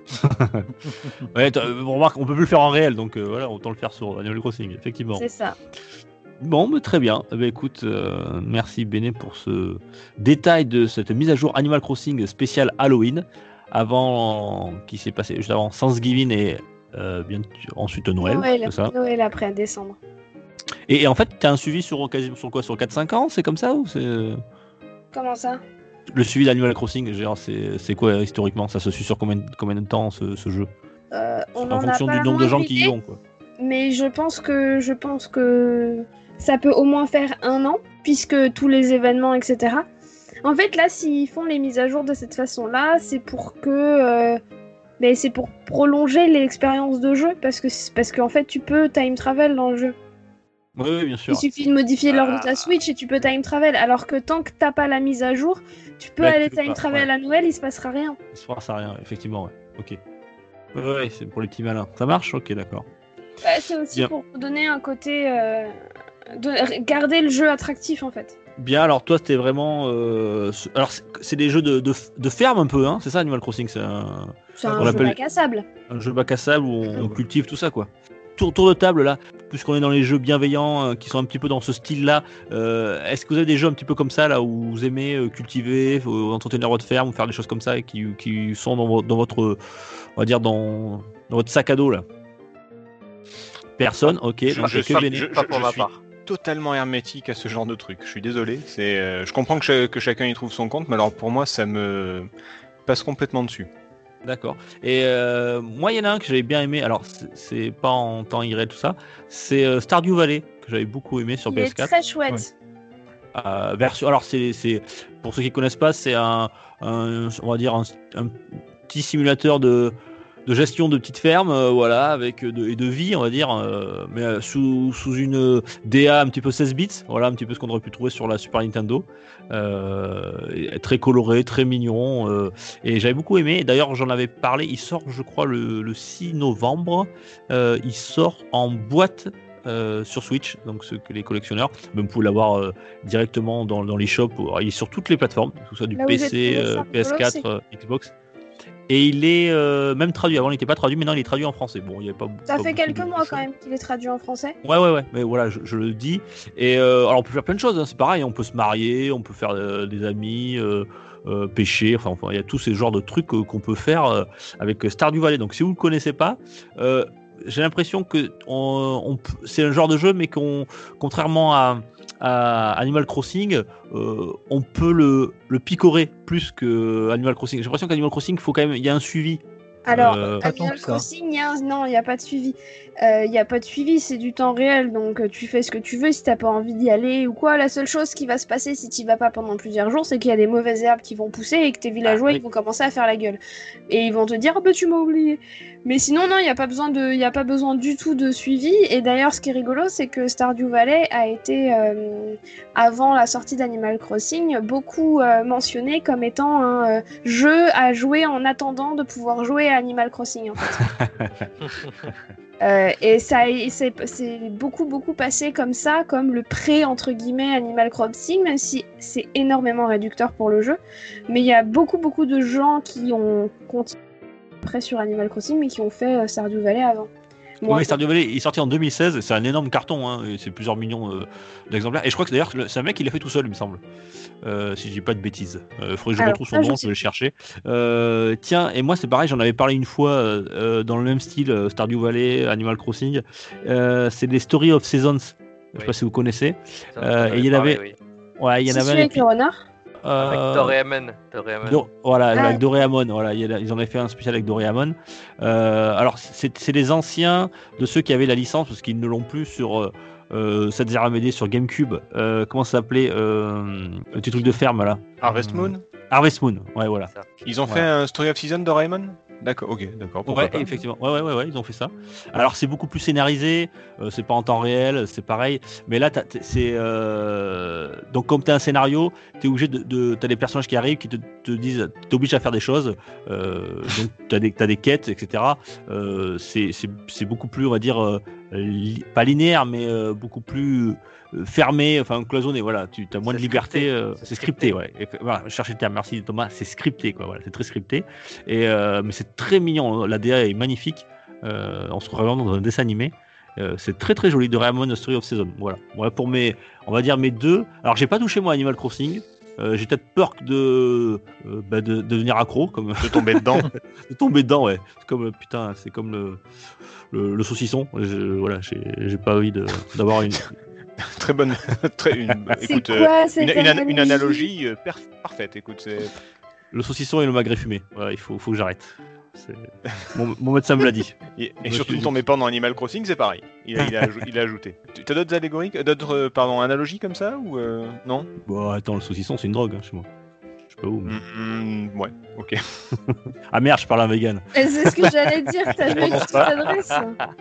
ouais, on remarque, on peut plus le faire en réel, donc euh, voilà, autant le faire sur Animal Crossing, effectivement. C'est ça. Bon, mais très bien. Eh bien, écoute, euh, merci Béné pour ce détail de cette mise à jour Animal Crossing spécial Halloween, avant qui s'est passé juste avant Thanksgiving et euh, bien ensuite Noël. Noël, c'est ça Noël après décembre. Et, et en fait, tu as un suivi sur, sur quoi, sur quatre cinq ans, c'est comme ça ou c'est Comment ça? Le suivi d'Animal Crossing, genre, c'est, c'est quoi historiquement? Ça se suit sur combien, combien de temps ce, ce jeu? euh, on En fonction du nombre de gens qui y vont, quoi. Mais je pense que je pense que ça peut au moins faire un an, puisque tous les événements, et cetera. En fait, là, s'ils font les mises à jour de cette façon-là, c'est pour que, euh, mais c'est pour prolonger l'expérience de jeu, parce que parce qu'en fait, tu peux time travel dans le jeu. Oui, oui, bien sûr. Il suffit de modifier l'ordre ah. de ta Switch et tu peux time travel. Alors que tant que t'as pas la mise à jour, tu peux ouais, aller tu peux time pas, travel ouais. à Noël, il se passera rien. Il se passera rien, effectivement, ouais. Ok. Ouais, ouais, c'est pour les petits malins. Ça marche? Ok, d'accord. Bah, c'est aussi Bien. Pour donner un côté, euh, de garder le jeu attractif en fait. Bien, alors toi, c'était vraiment, euh... alors c'est, c'est des jeux de, de, de ferme un peu, hein, c'est ça, Animal Crossing, c'est un, c'est un jeu bac à sable. Un jeu bac à sable où on, on cultive tout ça, quoi. Tour, tour de table là, puisqu'on est dans les jeux bienveillants euh, qui sont un petit peu dans ce style-là, euh, est-ce que vous avez des jeux un petit peu comme ça là où vous aimez euh, cultiver, euh, entretenir votre ferme ou faire des choses comme ça et qui, qui sont dans, vo- dans votre, on va dire dans, dans votre sac à dos là? Personne, ok. Je, donc, je, que suis, je, pas pour je ma suis part. totalement hermétique à ce genre de truc. Je suis désolé. C'est, euh, je comprends que, ch- que chacun y trouve son compte, mais alors pour moi, ça me passe complètement dessus. D'accord. Et euh, moi, il y en a un que j'avais bien aimé. Alors, c'est, c'est pas en temps irréel tout ça. C'est euh, Stardew Valley que j'avais beaucoup aimé sur Il P S est quatre. très chouette. Euh, version. Alors, c'est, c'est pour ceux qui connaissent pas, c'est un, un on va dire un, un petit simulateur de de gestion de petites fermes, euh, voilà, avec de, et de vie, on va dire, euh, mais euh, sous, sous une D A un petit peu seize bits, voilà, un petit peu ce qu'on aurait pu trouver sur la Super Nintendo, euh, et très coloré, très mignon, euh, et j'avais beaucoup aimé. D'ailleurs, j'en avais parlé. Il sort, je crois, le, le six novembre. Euh, il sort en boîte. Euh, sur Switch, donc ce que les collectionneurs, même vous pouvez l'avoir euh, directement dans, dans les shops. Il est sur toutes les plateformes, que ce soit du Là où P j'ai C, trouvé ça euh, P S quatre, rigolo, euh, Xbox. Et il est euh, même traduit. Avant, il n'était pas traduit. Maintenant, il est traduit en français. Bon, il y avait pas. Ça pas fait beaucoup quelques de mois choses. quand même qu'il est traduit en français. Ouais, ouais, ouais. Mais voilà, je, je le dis. Et euh, alors, on peut faire plein de choses. Hein. C'est pareil. On peut se marier, on peut faire euh, des amis, euh, euh, pêcher. Enfin, enfin, il y a tous ces genres de trucs euh, qu'on peut faire euh, avec Stardew Valley. Donc, si vous ne le connaissez pas. Euh, j'ai l'impression que on, on, c'est un genre de jeu, mais qu'on, contrairement à, à Animal Crossing, euh, on peut le, le picorer plus que Animal Crossing. J'ai l'impression qu'Animal Crossing, il faut quand même, il y a un suivi. Alors, Euh, Pas tant Animal que ça. Crossing, il y a un- non, il n'y a pas de suivi. Euh, Il n'y a pas de suivi, c'est du temps réel, donc euh, tu fais ce que tu veux si t'as pas envie d'y aller ou quoi. La seule chose qui va se passer si tu vas pas pendant plusieurs jours, c'est qu'il y a des mauvaises herbes qui vont pousser et que tes villageois Ah, oui. ils vont commencer à faire la gueule. Et ils vont te dire, ah bah tu m'as oublié. Mais sinon, non, il n'y a pas besoin de, il y a pas besoin du tout de suivi. Et d'ailleurs, ce qui est rigolo, c'est que Stardew Valley a été, euh, avant la sortie d'Animal Crossing, beaucoup euh, mentionné comme étant un euh, jeu à jouer en attendant de pouvoir jouer à Animal Crossing. En fait. Euh, et ça, et c'est, c'est beaucoup beaucoup passé comme ça, comme le pré entre guillemets Animal Crossing, même si c'est énormément réducteur pour le jeu. Mais il y a beaucoup beaucoup de gens qui ont continué après sur Animal Crossing, mais qui ont fait euh, Stardew Valley avant. Moi, Oui, Stardew Valley, il est sorti en deux mille seize, c'est un énorme carton, hein, et c'est plusieurs millions euh, d'exemplaires. Et je crois que d'ailleurs, le- c'est un mec qui l'a fait tout seul, il me semble, euh, si je dis pas de bêtises. Il faudrait que je Alors, retrouve ça, son je nom, sais je vais le chercher. Euh, tiens, et moi c'est pareil, j'en avais parlé une fois euh, euh, dans le même style, euh, Stardew Valley, Animal Crossing. Euh, c'est des Story of Seasons, je sais Oui. pas si vous connaissez. Ça, Euh, on et il y en parlé, avait- oui. Ouais, il y en c'est avait celui un avec le renard. Avec euh, Doraemon. Doraemon. Do- voilà, Ah. avec Doraemon, voilà, il y a- ils en avaient fait un spécial avec Doraemon. Euh, alors, c'est c'est les anciens de ceux qui avaient la licence, parce qu'ils ne l'ont plus sur euh, euh, sept zéro M D sur GameCube. Euh, comment ça s'appelait euh, le petit truc de ferme là Harvest Moon. Harvest Moon, ouais, voilà. Ça. Ils ont Voilà. fait un Story of Season Doraemon. D'accord, ok, d'accord. Pourquoi Ouais, pas. effectivement. Ouais, ouais, ouais, ouais, ils ont fait ça. Alors, c'est beaucoup plus scénarisé, euh, c'est pas en temps réel, c'est pareil. Mais là, t'as- t'es- c'est. euh, Donc, comme tu as un scénario, tu es obligé de. de... Tu as des personnages qui arrivent qui te, te disent. Tu obligé à faire des choses. Euh, donc, tu as des, t'as des quêtes, et cetera. Euh, c'est c'est- c'est beaucoup plus, on va dire, euh, li- pas linéaire, mais euh, beaucoup plus euh, fermé, enfin cloisonné. Voilà, tu as moins C'est de liberté. scripté. euh, C'est c'est scripté, scripté. ouais. Et, voilà, je cherchais le terme, merci Thomas. C'est scripté, quoi. Voilà, c'est très scripté. Et, euh, mais c'est très mignon, la D A est magnifique. Euh, on se retrouve vraiment dans un dessin animé. Euh, c'est très très joli, Doraemon Story of Season. Voilà. Voilà pour mes, on va dire mes deux. Alors j'ai pas touché moi à Animal Crossing. Euh, j'ai peut-être peur que de, euh, bah, de, de devenir accro, comme De tomber dedans. de tomber dedans, ouais. C'est comme euh, putain, c'est comme le, le, le saucisson. Je, voilà, j'ai, j'ai pas envie de, d'avoir une. Très bonne. Très, une, C'est écoute, euh, quoi une, cette une, an- une analogie analogie euh, perf- parfaite. Écoute, c'est. Le saucisson et le magret fumé. Voilà, il faut, faut que j'arrête. C'est... Mon, mon médecin me l'a dit. Et, et Moi, surtout je ne suis- tombez pas dans Animal Crossing, c'est pareil. Il a, il a, aj- il a ajouté. Tu as d'autres allégories, d'autres euh, pardon, analogies comme ça ou euh, non? Bon, attends, le saucisson, c'est une drogue hein, chez moi. Je sais pas où. Mais... Mm, mm, Ouais, ok. Ah merde, je parle à un vegan. Et c'est ce que j'allais dire, t'as vu prononce qui tu pas. t'adresses.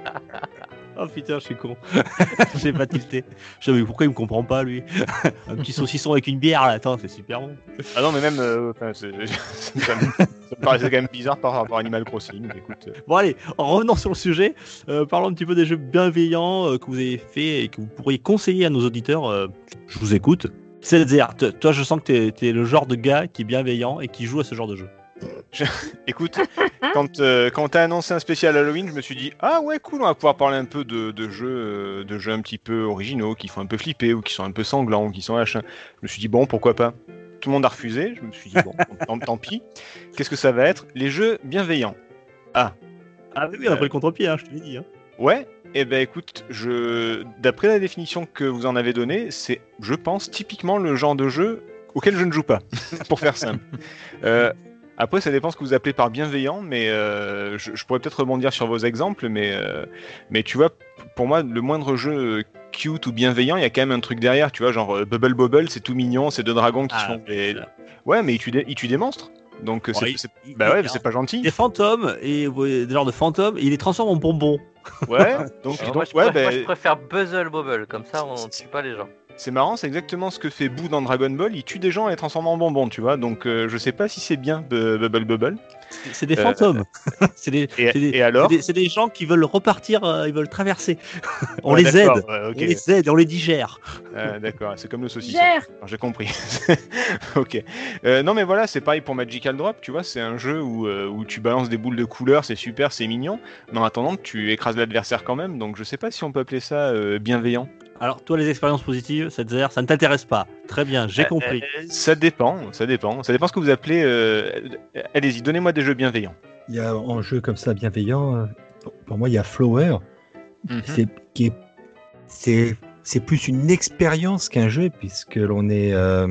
Oh putain, je suis con. J'ai pas tilté. Je sais, mais pourquoi il me comprend pas, lui? Un petit saucisson avec une bière, là. Attends, c'est super bon. Ah non, mais même, euh, enfin, c'est- ça, me, ça me paraissait quand même bizarre par rapport à Animal Crossing. mais Écoute, euh, Bon, allez, en revenant sur le sujet, euh, parlons un petit peu des jeux bienveillants euh, que vous avez fait et que vous pourriez conseiller à nos auditeurs. Euh, je vous écoute. Césaire, t- toi, je sens que t'es, t'es le genre de gars qui est bienveillant et qui joue à ce genre de jeu. écoute, quand, euh, quand t'as annoncé un spécial Halloween, je me suis dit ah ouais cool, on va pouvoir parler un peu de, de jeux, euh, de jeux un petit peu originaux, qui font un peu flipper ou qui sont un peu sanglants ou qui sont machin. Je me suis dit bon pourquoi pas. Tout le monde a refusé. Je me suis dit bon tant, tant pis. Qu'est-ce que ça va être? Les jeux bienveillants. Ah oui, oui, on a pris le contre-pied, hein, je te l'ai dit. Hein. Ouais, Eh ben écoute, je... d'après la définition que vous en avez donnée, c'est, je pense, typiquement le genre de jeu auquel je ne joue pas, pour faire simple. Euh, après, ça dépend ce que vous appelez par bienveillant, mais euh, je, je pourrais peut-être rebondir sur vos exemples, mais, euh, mais tu vois, pour moi, le moindre jeu cute ou bienveillant, il y a quand même un truc derrière, tu vois, genre euh, Bubble Bobble, c'est tout mignon, c'est deux dragons qui Ah, font des... Ouais, mais ils tuent des, ils tuent des monstres. Donc, Bon, c'est, il- c'est... il- bah ouais, il- mais c'est pas gentil. Des fantômes, et ouais, des genres de fantômes, et il les transforme en bonbons. Ouais, donc, Alors, donc moi, je ouais, préfère, moi, bah, je préfère Puzzle Bobble, comme ça on tue pas les gens. c'est marrant, c'est exactement ce que fait Boo dans Dragon Ball, il tue des gens et les transforme en bonbons, tu vois, donc euh, je sais pas si c'est bien Bu- Bubble Bubble. C'est- C'est des Euh, fantômes. c'est des, et- c'est des- et alors c'est des, c'est des gens qui veulent repartir, euh, ils veulent traverser. on Ouais, les d'accord, aide. ouais, ok. On les aide et on les digère. Euh, d'accord, c'est comme le saucisson. Gère. Alors, j'ai compris. Ok. Euh, non mais voilà, c'est pareil pour Magical Drop, tu vois, c'est un jeu où, euh, où tu balances des boules de couleurs, c'est super, c'est mignon, mais en attendant tu écrases l'adversaire quand même, donc je sais pas si on peut appeler ça euh, bienveillant. Alors, toi, les expériences positives, cette zère, ça ne t'intéresse pas. Très bien, j'ai Euh, compris. euh, ça dépend, ça dépend. Ça dépend ce que vous appelez... euh, euh, Allez-y, donnez-moi des jeux bienveillants. Il y a en jeu comme ça bienveillant, euh, pour moi il y a Flower, Mhm. c'est, qui est, c'est, c'est plus une expérience qu'un jeu puisque l'on est... euh,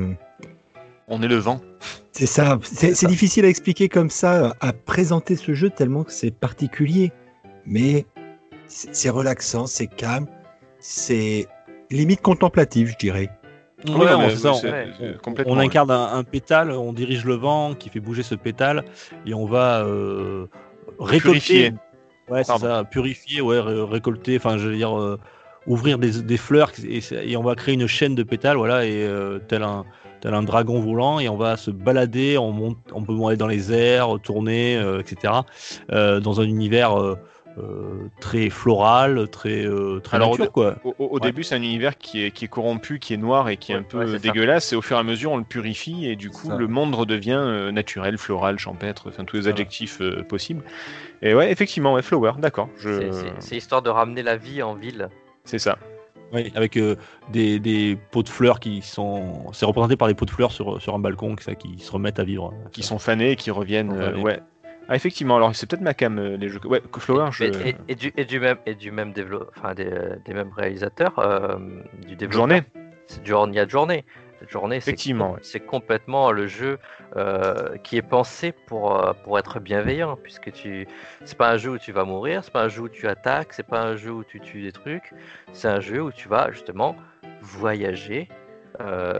On est le vent. c'est ça, c'est, c'est difficile à expliquer comme ça, à présenter ce jeu tellement que c'est particulier, mais c'est, c'est relaxant, c'est calme, c'est limite contemplatif je dirais. Ouais, Ouais, on, mais c'est ça, c'est- on- ouais, c'est on- complètement, on ouais. incarne un, un pétale, on dirige le vent qui fait bouger ce pétale et on va euh, récolter. Purifier. Ouais, c'est Pardon. ça, purifier, ouais, ré- récolter, enfin, je veux dire, euh, ouvrir des, des fleurs et, c'est- et on va créer une chaîne de pétales, voilà, et euh, tel un tel un dragon volant et on va se balader, on monte, on peut aller dans les airs, tourner, euh, et cetera. euh, dans un univers euh, euh, très floral, très euh, très Alors, nature, quoi. Au, au- au Ouais. début, c'est un univers qui est, qui est corrompu, qui est noir et qui est Ouais, un peu ouais, c'est ça. dégueulasse. Et au fur et à mesure, on le purifie et du coup, Ça. le monde redevient euh, naturel, floral, champêtre, enfin tous les Voilà. adjectifs euh, possibles. Et ouais, effectivement, ouais, Flower, d'accord. Je... C'est- C'est c'est histoire de ramener la vie en ville. C'est ça. Oui, avec euh, des, des pots de fleurs qui sont. C'est représenté par des pots de fleurs sur, sur un balcon ça, qui se remettent à vivre. Qui sont fanés et qui reviennent. euh, Ouais. ouais. Ah, effectivement, alors c'est peut-être ma cam, euh, les jeux. Ouais, Flower, je. Et, et- et du, et du même, et du même dévelop, enfin des, des mêmes réalisateurs, euh, du développeur. Journée. C'est du il y a de journée. Journée, c'est Effectivement, com- ouais. c'est complètement le jeu euh, qui est pensé pour euh, pour être bienveillant, puisque tu, c'est pas un jeu où tu vas mourir, c'est pas un jeu où tu attaques, c'est pas un jeu où tu tues des trucs, c'est un jeu où tu vas justement voyager. Euh,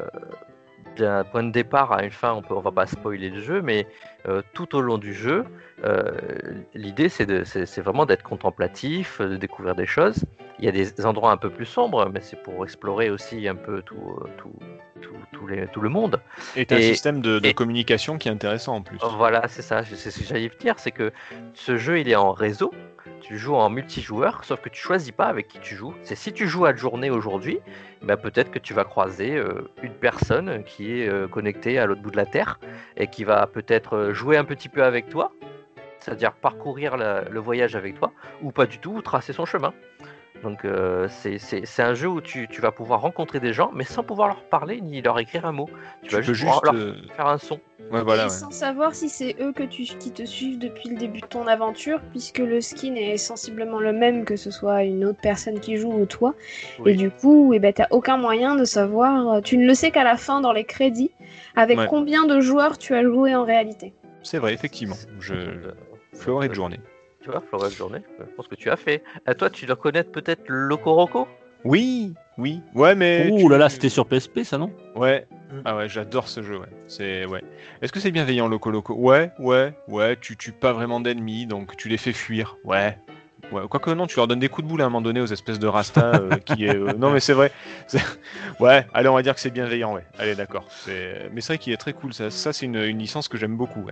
d'un point de départ à une fin, on peut, on va pas spoiler le jeu, mais euh, tout au long du jeu, euh, l'idée c'est de, c'est, c'est vraiment d'être contemplatif, de découvrir des choses. Il y a des endroits un peu plus sombres, mais c'est pour explorer aussi un peu tout, tout, tout, tout, les, tout le monde. Et t'as un et- système de, de et- communication qui est intéressant en plus. Voilà, c'est ça, c'est ce que j'allais te dire, c'est que ce jeu il est en réseau. Tu joues en multijoueur, sauf que tu choisis pas avec qui tu joues. C'est si tu joues à journée aujourd'hui, bah peut-être que tu vas croiser euh, une personne qui est euh, connectée à l'autre bout de la Terre et qui va peut-être euh, jouer un petit peu avec toi, c'est-à-dire parcourir la- le voyage avec toi, ou pas du tout, ou tracer son chemin. Donc euh, c'est, c'est, c'est un jeu où tu, tu vas pouvoir rencontrer des gens, mais sans pouvoir leur parler ni leur écrire un mot. Tu, Tu vas peux juste, pouvoir juste, leur euh, faire un son. Ouais, voilà. et ouais. sans savoir si c'est eux que tu, qui te suivent depuis le début de ton aventure, puisque le skin est sensiblement le même que ce soit une autre personne qui joue ou toi. Oui. Et du coup, eh ben, t'as aucun moyen de savoir, tu ne le sais qu'à la fin dans les crédits, avec Ouais. combien de joueurs tu as joué en réalité. C'est vrai, effectivement. Je... Euh, Flower et euh, de journée. Tu vois, Florent de journée, je pense que tu as fait. À toi, tu dois connaître peut-être Locoroco. Oui, oui. Ouais, mais. Ouh tu- là là, c'était sur P S P, ça, non? Ouais. Mm. Ah ouais, j'adore ce jeu, ouais. C'est ouais. Est-ce que c'est bienveillant, Loco Loco? Ouais, ouais, ouais. Tu tues pas vraiment d'ennemis, donc tu les fais fuir. Ouais. Ouais. Quoique non, tu leur donnes des coups de boule à un moment donné aux espèces de Rasta euh, qui est. euh, Non mais c'est vrai. C'est- Ouais. Allez, on va dire que c'est bienveillant, ouais. Allez, d'accord. C'est. Mais c'est vrai qu'il est très cool. Ça, ça c'est une, une licence que j'aime beaucoup, ouais.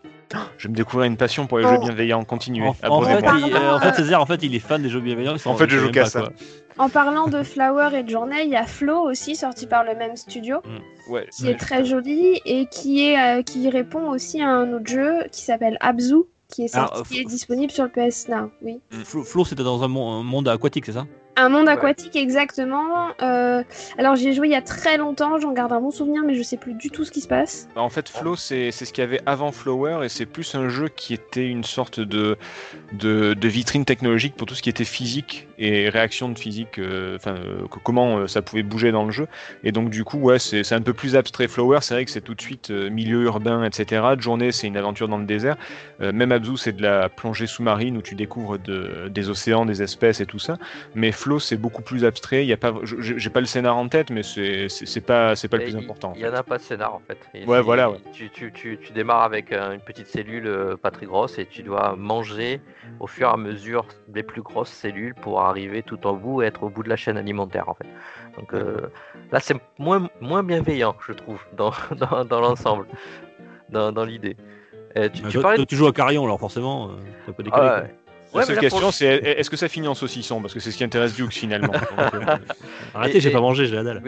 Je vais me découvrir une passion pour les Oh. jeux bienveillants. Continuez. En, en abreuvez-moi. fait, il, euh, en fait, Césaire, en fait, il est fan des jeux bienveillants. il s'en- En fait, il je sait joue même qu'à pas, ça. quoi. En parlant de Flower et de journée, il y a Flo aussi, sorti par le même studio, Ouais. qui est très joli et qui, est, euh, qui répond aussi à un autre jeu qui s'appelle Abzu, qui est, sorti, Alors, qui est disponible sur le P S Now. Oui. Flo, Flo, c'était dans un, mon- un monde aquatique, c'est ça? Un monde Ouais. aquatique, exactement. Euh, alors, j'ai joué il y a très longtemps, j'en garde un bon souvenir, mais je sais plus du tout ce qui se passe. Bah, en fait, Flow, c'est c'est ce qu'il y avait avant Flower, et c'est plus un jeu qui était une sorte de, de, de vitrine technologique pour tout ce qui était physique et réaction de physique, euh, enfin, euh, que- comment euh, ça pouvait bouger dans le jeu. Et donc, du coup, ouais, c'est c'est un peu plus abstrait. Flower, c'est vrai que c'est tout de suite euh, milieu urbain, et cetera. De journée, c'est une aventure dans le désert. Euh, même Abzu, c'est de la plongée sous-marine où tu découvres de, des océans, des espèces et tout ça. Mais Flow, c'est beaucoup plus abstrait. Il y a pas, je- je- j'ai pas le scénar en tête, mais c'est c'est c'est pas c'est pas le Et plus il- important. en Il n'y en fait. a pas de scénar en fait. Et Ouais, c'est- voilà, ouais. Tu, tu, tu, tu démarres avec euh, une petite cellule euh, pas très grosse et tu dois manger au fur et à mesure les plus grosses cellules pour arriver tout en bout et être au bout de la chaîne alimentaire en fait. Donc euh, là c'est moins, moins bienveillant je trouve dans, dans, dans l'ensemble, dans, dans l'idée. Euh, tu, Bah, tu toi, parlais toi, de- tu joues à Carillon, alors forcément, euh, t'as pas décalé. Ah, quoi. ouais. La Ouais, seule mais là, pour question, le- c'est est-ce que ça finit en saucisson? Parce que c'est ce qui intéresse Dukes finalement. Donc, euh, Arrêtez, Et- j'ai et- pas mangé, j'ai la dalle. Oui.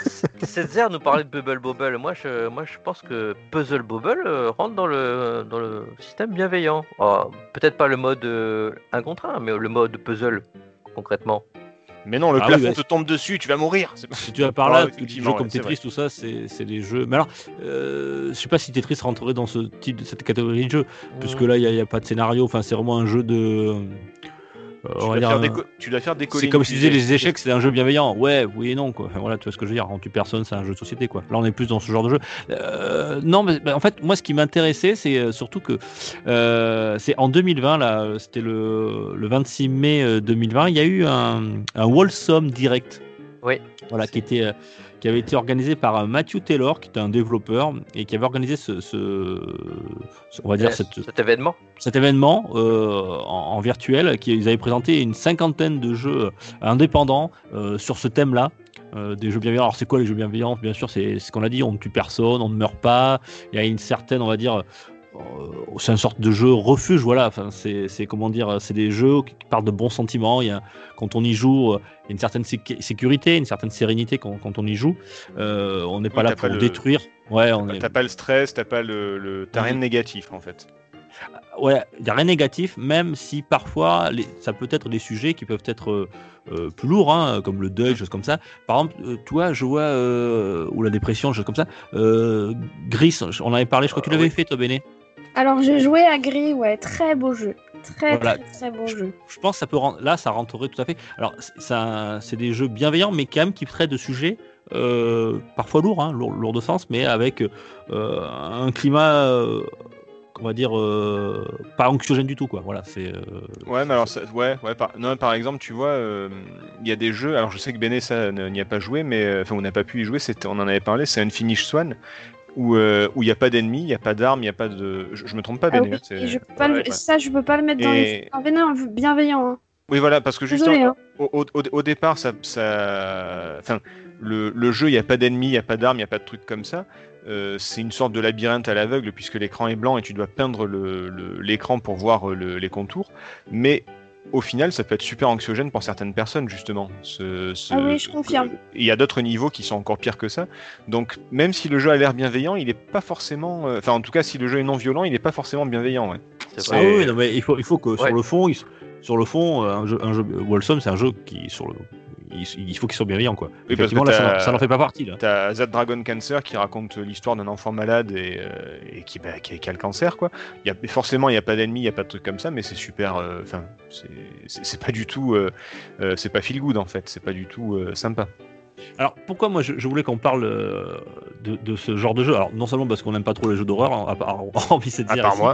Setzer nous parlait de Bubble Bobble. Moi, je, moi, je pense que Puzzle Bobble euh, rentre dans le, dans le système bienveillant. Oh, peut-être pas le mode euh, un contre un, mais le mode puzzle, concrètement. Mais non, le Ah oui, plafond bah, te tombe dessus, tu vas mourir. C'est pas- Si tu vas par Ah, là, tous les effectivement, jeux comme ouais, c'est Tetris, tout ça, c'est c'est les jeux. Mais alors, euh, je sais pas si Tetris rentrerait dans ce type de cette catégorie de jeu, puisque là, il n'y a, il y a pas de scénario. Enfin, c'est vraiment un jeu de. euh, Tu on va dois, dire, faire un- déco- tu dois faire décoller. c'est une comme si tu disais fusée. les échecs, c'est un jeu bienveillant. Ouais, oui et non, quoi. Enfin, voilà, tu vois ce que je veux dire. On tue personne, c'est un jeu de société, quoi. Là, on est plus dans ce genre de jeu. Euh, non, mais bah, en fait, moi, ce qui m'intéressait, c'est euh, surtout que euh, c'est en deux mille vingt, là, c'était le, le vingt-six mai euh, deux mille vingt, il y a eu un, un Wholesome Direct. Oui. Voilà, qui était. euh, qui avait été organisé par euh, Matthew Taylor, qui était un développeur, et qui avait organisé ce, ce- ce- on va dire Euh, cette, Cet événement. cet événement euh, en, en virtuel, qui ils avaient présenté une cinquantaine de jeux indépendants euh, sur ce thème-là, euh, des jeux bienveillants. Alors c'est quoi les jeux bienveillants? Bien sûr, c'est ce qu'on a dit, on ne tue personne, on ne meurt pas. Il y a une certaine, on va dire, euh, c'est une sorte de jeu refuge, voilà. Enfin, c'est c'est comment dire, c'est des jeux qui parlent de bons sentiments. Il y a, quand on y joue, euh, il y a une certaine sécu- sécurité, une certaine sérénité quand, quand on y joue. Euh, on n'est pas Oui, là t'as pour pas le- détruire. Ouais, on T'as est. t'as pas le stress, t'as pas le, le- t'as rien de négatif en fait. Ouais, il n'y a rien de négatif, même si parfois les- ça peut être des sujets qui peuvent être euh, euh, plus lourds, hein, comme le deuil, choses comme ça. Par exemple, euh, toi, je vois, euh, ou la dépression, choses comme ça. Euh, Gris, on en avait parlé, je crois que tu Euh, l'avais oui. fait, toi, Béné. Alors, j'ai joué à Gris, ouais, très beau jeu. Très, Voilà. très, très beau jeu. Je pense que ça peut rent- là, ça rentrerait tout à fait. Alors, c'est- ça, c'est des jeux bienveillants, mais quand même qui traitent de sujets euh, parfois lourds, hein, lourds, lourds de sens, mais avec euh, un climat, euh, on va dire, euh, pas anxiogène du tout, quoi. Voilà, c'est. euh, Ouais, mais alors, ça- ouais, ouais, par, non, par exemple, tu vois, euh, il y a des jeux. Alors, je sais que Béné ça ne- n'y a pas joué, mais euh, enfin, on n'a pas pu y jouer. C'était, on en avait parlé. C'est Unfinished Swan où euh, où il n'y a pas d'ennemis, il n'y a pas d'armes, il n'y a pas de. Je, je me trompe pas, Ah Béné. oui, hein, c'est- et je peux pas ouais, le- ouais. ça, je peux pas le mettre dans Et- les. En vénin, bienveillant. Hein. Oui, voilà, parce que Désolé, justement, hein. au, au, au départ, ça, ça, enfin, le, le jeu, il n'y a pas d'ennemis, il n'y a pas d'armes, il n'y a pas de trucs comme ça. Euh, c'est une sorte de labyrinthe à l'aveugle puisque l'écran est blanc et tu dois peindre le- le- l'écran pour voir euh, le- les contours. Mais au final, ça peut être super anxiogène pour certaines personnes, justement. Ce- ce- Ah oui, je confirme. Il y a d'autres niveaux qui sont encore pires que ça. Donc, même si le jeu a l'air bienveillant, il n'est pas forcément. euh, Enfin, en tout cas, si le jeu est non violent, il n'est pas forcément bienveillant. Ouais. C'est C'est- Ah vrai. oui, non, mais il faut, il faut que Ouais. sur le fond, il- sur le fond, euh, un jeu, un jeu Wholesome, c'est un jeu qui, sur le, il, il faut qu'il soit bienveillant, quoi. Oui, parce Effectivement, que là, ça t'as- n'en- ça n'en fait pas partie, là. T'as That Dragon Cancer qui raconte l'histoire d'un enfant malade et, euh, et qui, bah, qui, qui a le cancer, quoi. Il y a, forcément, il n'y a pas d'ennemis, il n'y a pas de trucs comme ça, mais c'est super. Enfin, c'est c'est- c'est pas du tout. euh, euh, c'est pas feel good en fait, c'est pas du tout euh, sympa. Alors, pourquoi moi je, je voulais qu'on parle euh, de, de ce genre de jeu? Alors, non seulement parce qu'on n'aime pas trop les jeux d'horreur, hein, à part hormis cette À part moi.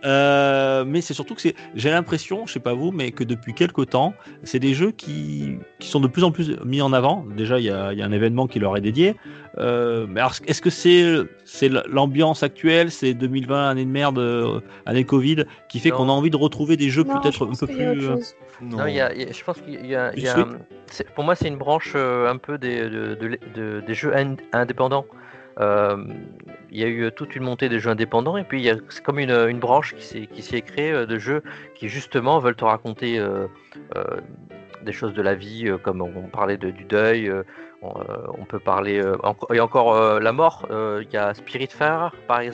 Euh, mais c'est surtout que c'est, j'ai l'impression, je sais pas vous, mais que depuis quelques temps, c'est des jeux qui, qui sont de plus en plus mis en avant. Déjà, il y a, il y a un événement qui leur est dédié. Euh, mais alors, est-ce que c'est, c'est l'ambiance actuelle, c'est deux mille vingt, année de merde, euh, année Covid, qui fait Non. qu'on a envie de retrouver des jeux Non, je peut-être un pense peu qu'il y a autre plus. euh, chose. Non. Non, il y a, il y a- je pense qu'il y a, il y a- Oui. c'est- pour moi, c'est une branche euh, un peu des, de- de- de- des jeux ind- indépendants. Euh, il y a eu toute une montée des jeux indépendants et puis il y a, c'est comme une, une branche qui s'est, qui s'est créée euh, de jeux qui justement veulent te raconter euh, euh, des choses de la vie, euh, comme on parlait de, du deuil, euh, on, euh, on peut parler, euh, enco- et encore euh, la mort. Euh, Il y a Spiritfarer par exemple,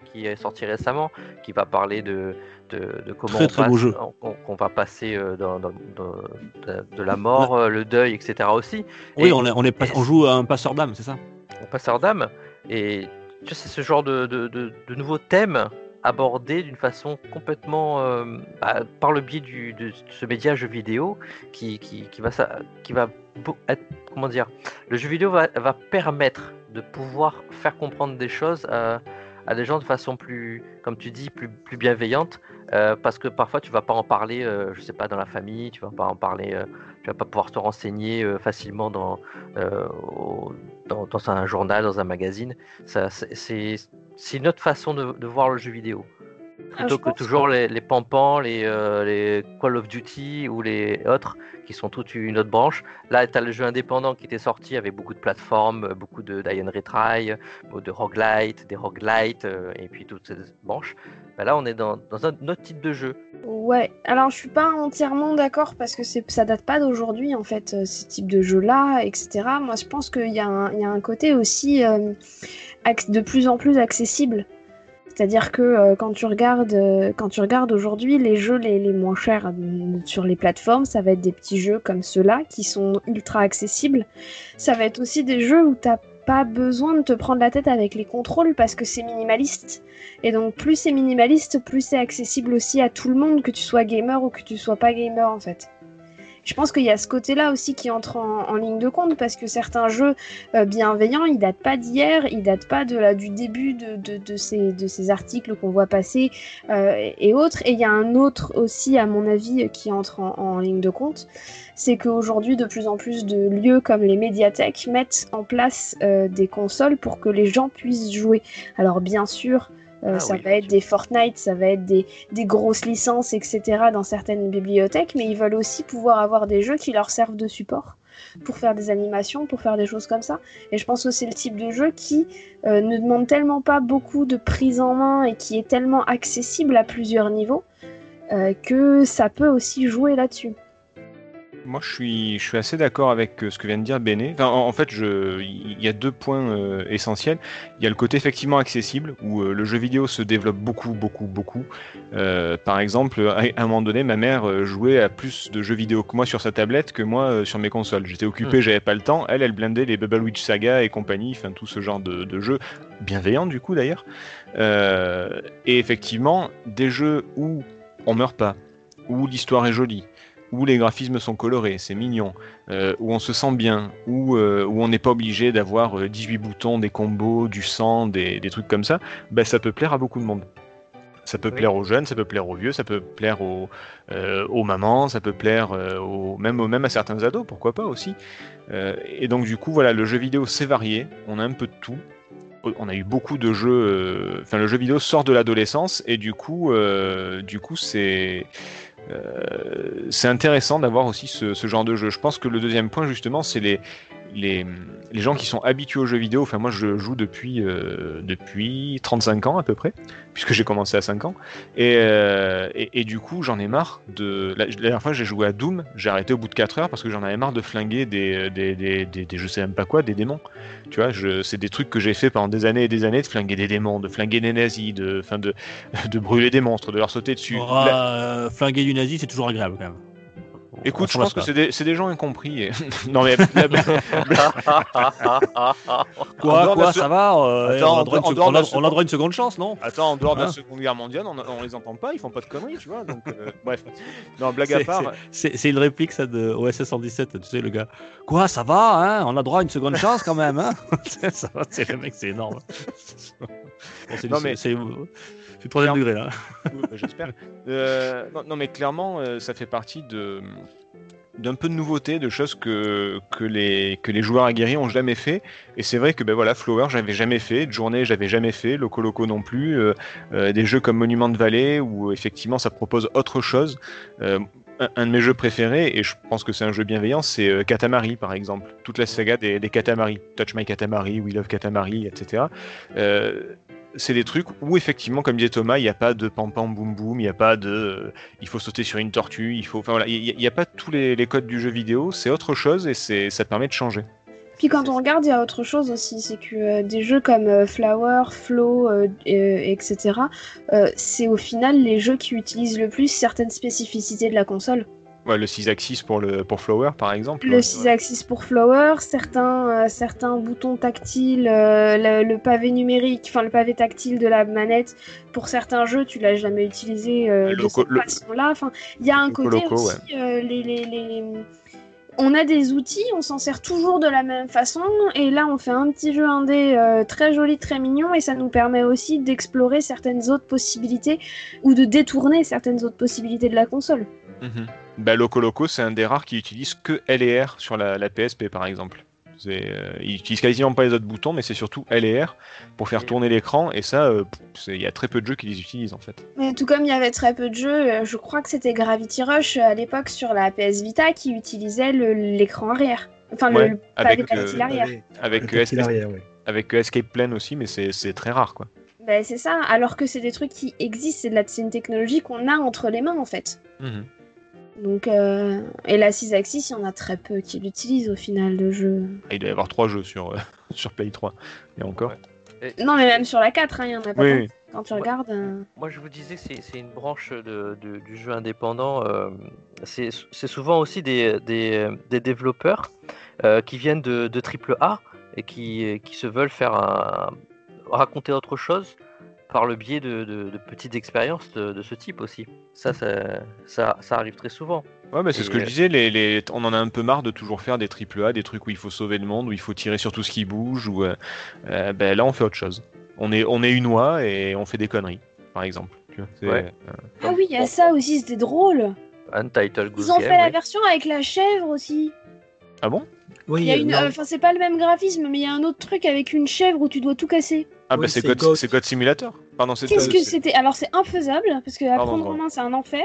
qui est sorti récemment, qui va parler de, de, de comment Très, on, très passe, beau jeu. on, qu'on va passer euh, dans, dans- dans- de, de la mort, euh, le deuil, et cetera aussi. Oui, Et- on, est, on, est pas- et on joue à un passeur d'âme, c'est ça? au passeur d'âme. Et tu sais, c'est ce genre de, de, de, de nouveaux thèmes abordés d'une façon complètement euh, bah, par le biais du, de ce média jeu vidéo qui, qui, qui va, ça, qui va beau- être, comment dire, le jeu vidéo va, va permettre de pouvoir faire comprendre des choses à, à des gens de façon plus, comme tu dis, plus, plus bienveillante, euh, parce que parfois tu vas pas en parler, euh, je sais pas, dans la famille, tu vas pas en parler, euh, tu vas pas pouvoir te renseigner euh, facilement dans, euh, au- dans, dans un journal, dans un magazine. Ça, c'est, c'est c'est une autre façon de, de voir le jeu vidéo. Ah, Plutôt je que pense toujours les, les pampans, les, euh, les Call of Duty ou les autres qui sont toute une autre branche. Là, tu as le jeu indépendant qui était sorti avec beaucoup de plateformes, beaucoup de d'Ion Retry, de roguelite, des roguelites, euh, et puis toutes ces branches. Ben là, on est dans, dans un autre type de jeu. Ouais, alors je suis pas entièrement d'accord parce que c'est, ça date pas d'aujourd'hui en fait, euh, ce type de jeu-là, et cetera. Moi je pense qu'il y a un, il y a un côté aussi euh, acc- de plus en plus accessible. C'est-à-dire que euh, quand tu regardes, euh, quand tu regardes aujourd'hui les jeux les, les moins chers euh, sur les plateformes, ça va être des petits jeux comme ceux-là qui sont ultra accessibles. Ça va être aussi des jeux où t'as pas besoin de te prendre la tête avec les contrôles parce que c'est minimaliste. Et donc plus c'est minimaliste, plus c'est accessible aussi à tout le monde, que tu sois gamer ou que tu sois pas gamer en fait. Je pense qu'il y a ce côté-là aussi qui entre en, en ligne de compte parce que certains jeux euh, bienveillants, ils datent pas d'hier, ils datent pas de la, du début de, de, de, ces, de ces articles qu'on voit passer euh, et autres. Et il y a un autre aussi, à mon avis, qui entre en, en ligne de compte, c'est qu'aujourd'hui, de plus en plus de lieux comme les médiathèques mettent en place euh, des consoles pour que les gens puissent jouer. Alors bien sûr, Euh, Ah ça oui, va être des Fortnite, ça va être des, des grosses licences, et cetera dans certaines bibliothèques, mais ils veulent aussi pouvoir avoir des jeux qui leur servent de support pour faire des animations, pour faire des choses comme ça. Et je pense que c'est le type de jeu qui euh, ne demande tellement pas beaucoup de prise en main et qui est tellement accessible à plusieurs niveaux euh, que ça peut aussi jouer là-dessus. Moi, je suis, je suis assez d'accord avec euh, ce que vient de dire Béné. Enfin, en, en fait, je, il y a deux points euh, essentiels. Il y a le côté effectivement accessible, où euh, le jeu vidéo se développe beaucoup, beaucoup, beaucoup. Euh, par exemple, à, à un moment donné, ma mère euh, jouait à plus de jeux vidéo que moi sur sa tablette que moi euh, sur mes consoles. J'étais occupé, Mm. j'avais pas le temps. Elle, elle blindait les Bubble Witch Saga et compagnie, enfin tout ce genre de, de jeux, bienveillants du coup d'ailleurs. Euh, et effectivement, des jeux où on meurt pas, où l'histoire est jolie, où les graphismes sont colorés, c'est mignon, euh, où on se sent bien, où, euh, où on n'est pas obligé d'avoir euh, dix-huit boutons, des combos, du sang, des, des trucs comme ça, ben, ça peut plaire à beaucoup de monde. Ça peut Oui. plaire aux jeunes, ça peut plaire aux vieux, ça peut plaire aux, euh, aux mamans, ça peut plaire euh, aux, même, même à certains ados, pourquoi pas aussi. Euh, et donc du coup, voilà, le jeu vidéo c'est varié, on a un peu de tout. On a eu beaucoup de jeux, enfin euh, le jeu vidéo sort de l'adolescence et du coup, euh, du coup c'est euh, c'est intéressant d'avoir aussi ce, ce genre de jeu. Je pense que le deuxième point justement, c'est les les, les gens qui sont habitués aux jeux vidéo. Enfin moi je joue depuis euh, depuis trente-cinq ans à peu près, puisque j'ai commencé à cinq ans. Et, euh, et, et du coup j'en ai marre de. La, la dernière fois j'ai joué à Doom, j'ai arrêté au bout de quatre heures parce que j'en avais marre de flinguer des des, des, des, des je sais même pas quoi, des démons. Tu vois, je, c'est des trucs que j'ai fait pendant des années et des années, de flinguer des démons, de flinguer des nazis, de, fin de, de brûler des monstres, de leur sauter dessus. Oh, La... euh, flinguer du nazi, c'est toujours agréable quand même. Écoute, On je pense que c'est des, c'est des gens incompris. Et... non mais la... quoi, quoi, se... ça va euh, Attends, on, a droit en une dehors on, a, de on a droit une seconde chance, non? Attends, en dehors de hein la Seconde Guerre mondiale, on, on les entend pas, ils font pas de conneries, tu vois. Donc, euh, bref. Non, blague c'est, à part. C'est, c'est, c'est une réplique ça de O S S cent dix-sept, tu sais le gars. Quoi, ça va, hein? On a droit à une seconde chance quand même, hein? Ça va, c'est le mec, c'est énorme. Bon, c'est, non du, mais. C'est, c'est le troisième degré là. Oui, bah, j'espère. Euh, non, non, mais clairement, euh, ça fait partie de d'un peu de nouveauté, de choses que, que, les, que les joueurs aguerris ont jamais fait. Et c'est vrai que ben voilà, Flower, j'avais jamais fait, de journée, j'avais jamais fait, Loco Loco non plus, euh, euh, des jeux comme Monument de Vallée où effectivement ça propose autre chose. Euh, un, un de mes jeux préférés, et je pense que c'est un jeu bienveillant, c'est euh, Katamari par exemple. Toute la saga des, des Katamari, Touch My Katamari, We Love Katamari, et cetera. Euh, c'est des trucs où effectivement, comme disait Thomas, il n'y a pas de pam pam boum boum, il n'y a pas de euh, il faut sauter sur une tortue, il faut, enfin voilà, il n'y a, a pas tous les, les codes du jeu vidéo, c'est autre chose et c'est, ça permet de changer. Puis quand on regarde, il y a autre chose aussi, c'est que euh, des jeux comme euh, Flower, Flow, euh, euh, et cetera, euh, c'est au final les jeux qui utilisent le plus certaines spécificités de la console. Ouais, le six axis pour, le, pour Flower, par exemple. Le ouais. six axis pour Flower, certains, euh, certains boutons tactiles, euh, le, le pavé numérique, enfin le pavé tactile de la manette, pour certains jeux, tu l'as jamais utilisé euh, Le de loco- cette le- façon-là. Enfin, il y a un Loco côté Loco, aussi, euh, les, les, les... on a des outils, on s'en sert toujours de la même façon, et là on fait un petit jeu indé euh, très joli, très mignon, et ça nous permet aussi d'explorer certaines autres possibilités, ou de détourner certaines autres possibilités de la console. Mhm. Bah, Loco Loco, c'est un des rares qui utilise que L et R sur la, la P S P, par exemple. C'est, euh, il utilise quasiment pas les autres boutons, mais c'est surtout L et R pour faire tourner l'écran, et ça, euh, il y a très peu de jeux qui les utilisent en fait. Mais tout comme il y avait très peu de jeux, euh, je crois que c'était Gravity Rush euh, à l'époque sur la P S Vita qui utilisait le- l'écran arrière. Enfin, Ouais, le, le pavé avec, tactile euh, arrière. Avec, Le euh, tactile Es- arrière, oui. avec euh, Escape Plan aussi, mais c'est, c'est très rare quoi. Ben, c'est ça, alors que c'est des trucs qui existent, c'est, de la, c'est une technologie qu'on a entre les mains en fait. Mhm. Donc, euh, et la six axis, il y en a très peu qui l'utilisent au final de jeu. Ah, il doit y avoir trois jeux sur, euh, sur Play trois, et encore. Ouais. Non, mais même sur la quatre, hein, il y en a pas Oui, tant. oui. Quand tu Ouais. regardes. euh, Moi, je vous disais que c'est, c'est une branche de, de- du jeu indépendant. euh, c'est, c'est souvent aussi des, des, des développeurs euh, qui viennent de, de triple A et qui, qui se veulent faire un, raconter autre chose par le biais de, de- de petites expériences de, de ce type aussi. Ça, ça, ça, ça arrive très souvent. Ouais, mais c'est ce Et, que je euh, disais, les, les... on en a un peu marre de toujours faire des triple A, des trucs où il faut sauver le monde, où il faut tirer sur tout ce qui bouge, ou euh, euh, ben là on fait autre chose. On est, on est une oie et on fait des conneries, par exemple. Tu vois, c'est, Ouais. euh, Ah oui, il y a ça aussi, c'était drôle. Untitled Goose Ils ont Game, fait la ouais. version avec la chèvre aussi. Ah bon? Oui, Il y a euh, une, non, enfin c'est pas le même graphisme, mais il y a un autre truc avec une chèvre où tu dois tout casser. Ah Oui, bah c'est c'est God, God. c'est God Simulator. Pardon, c'est Qu'est-ce euh, que c'est- c'était? Alors c'est infaisable parce que à Pardon, prendre en pardon. main c'est un enfer,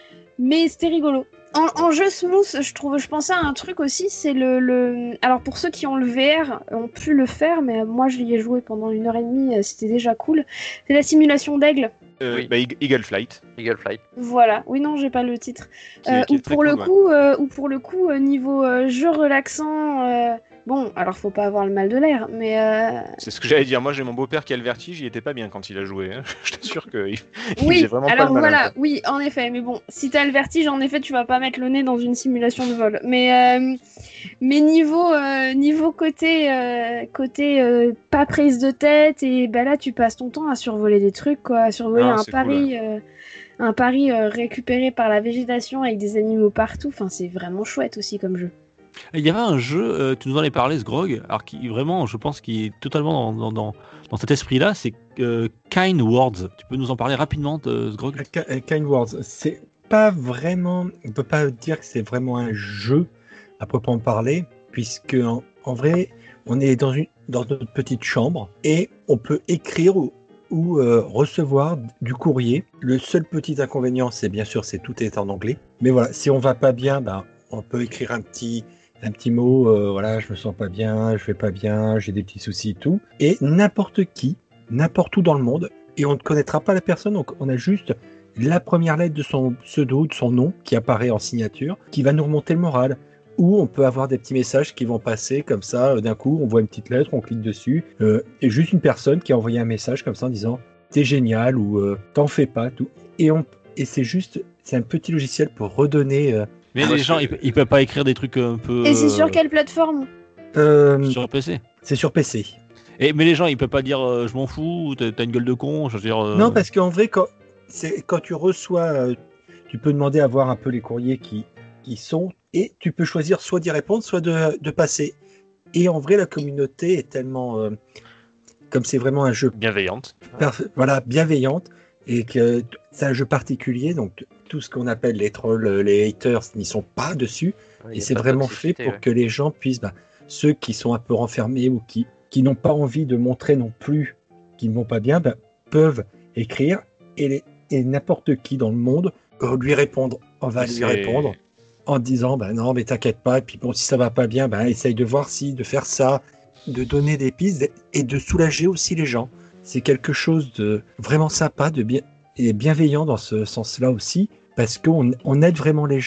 mais c'était rigolo. En, en jeu smooth, je trouve, je pensais à un truc aussi, c'est le, le. Alors pour ceux qui ont le V R, ont pu le faire, mais moi je l'y ai joué pendant une heure et demie, euh, c'était déjà cool. C'est la simulation d'aigle. euh, Oui. bah, Eagle Eagle Flight. Eagle Flight. Voilà. Oui non, j'ai pas le titre. Qui est- Euh, qui est ou très pour le cool, ouais. coup, euh, ou pour le coup, euh, niveau euh, jeu relaxant. euh, Bon, alors faut pas avoir le mal de l'air, mais euh, C'est ce que j'allais dire. Moi j'ai mon beau-père qui a le vertige, il était pas bien quand il a joué. Hein. Je t'assure qu'il il oui. faisait vraiment Alors pas le malin. voilà, oui, en effet. Mais bon, si t'as le vertige, en effet, tu vas pas mettre le nez dans une simulation de vol. Mais euh, mais niveau euh, niveau côté euh, côté euh, pas prise de tête et bah là tu passes ton temps à survoler des trucs quoi, à survoler Ah, un c'est Paris. euh, Un Paris euh, récupéré par la végétation avec des animaux partout. Enfin, c'est vraiment chouette aussi comme jeu. Il y avait un jeu, euh, tu nous en avais parlé, ce Grog, alors qui vraiment, je pense, qui est totalement dans, dans, dans, dans cet esprit-là, c'est euh, Kind Words. Tu peux nous en parler rapidement de ce Grog? Euh, Ki- euh, Kind Words, c'est pas vraiment, on peut pas dire que c'est vraiment un jeu à proprement parler, puisque en, en vrai, on est dans une dans notre petite chambre et on peut écrire ou, ou euh, recevoir du courrier. Le seul petit inconvénient, c'est bien sûr, c'est tout est en anglais. Mais voilà, si on va pas bien, ben on peut écrire un petit un petit mot, euh, voilà, je me sens pas bien, je vais pas bien, j'ai des petits soucis et tout. Et n'importe qui, n'importe où dans le monde, et on ne connaîtra pas la personne, donc on a juste la première lettre de son pseudo, de son nom, qui apparaît en signature, qui va nous remonter le moral. Ou on peut avoir des petits messages qui vont passer comme ça, euh, d'un coup, on voit une petite lettre, on clique dessus, euh, et juste une personne qui a envoyé un message comme ça en disant « t'es génial » ou euh, « t'en fais pas », tout. Et, on, et c'est juste, c'est un petit logiciel pour redonner... Euh, Mais Moi, les je- gens, ils, ils peuvent pas écrire des trucs un peu. Et c'est sur euh, quelle plateforme? euh, Sur P C. c'est sur P C. Et, mais les gens, ils peuvent pas dire euh, je m'en fous, ou t'as t'as une gueule de con, je veux dire. euh, Non, parce qu'en vrai, quand, c'est, quand tu reçois, euh, tu peux demander à voir un peu les courriers qui, qui sont, et tu peux choisir soit d'y répondre, soit de, de passer. Et en vrai, la communauté est tellement, euh, comme c'est vraiment un jeu, Bienveillante. perf- voilà, bienveillante, et que t- c'est un jeu particulier, donc t- tout ce qu'on appelle les trolls, euh, les haters, n'y sont pas dessus. Ouais, y Et a c'est pas de vraiment fait toxicité, pour ouais. que les gens puissent, bah, ceux qui sont un peu renfermés ou qui, qui n'ont pas envie de montrer non plus qu'ils ne vont pas bien, bah, peuvent écrire et, les- et n'importe qui dans le monde euh, lui répondre. On va Mais lui c'est- répondre en disant bah, non, mais t'inquiète pas. Et puis bon, si ça va pas bien, bah, essaye de voir si, de faire ça, de donner des pistes et de soulager aussi les gens. C'est quelque chose de vraiment sympa de bien, et bienveillant dans ce sens-là aussi, parce qu'on on aide vraiment les gens.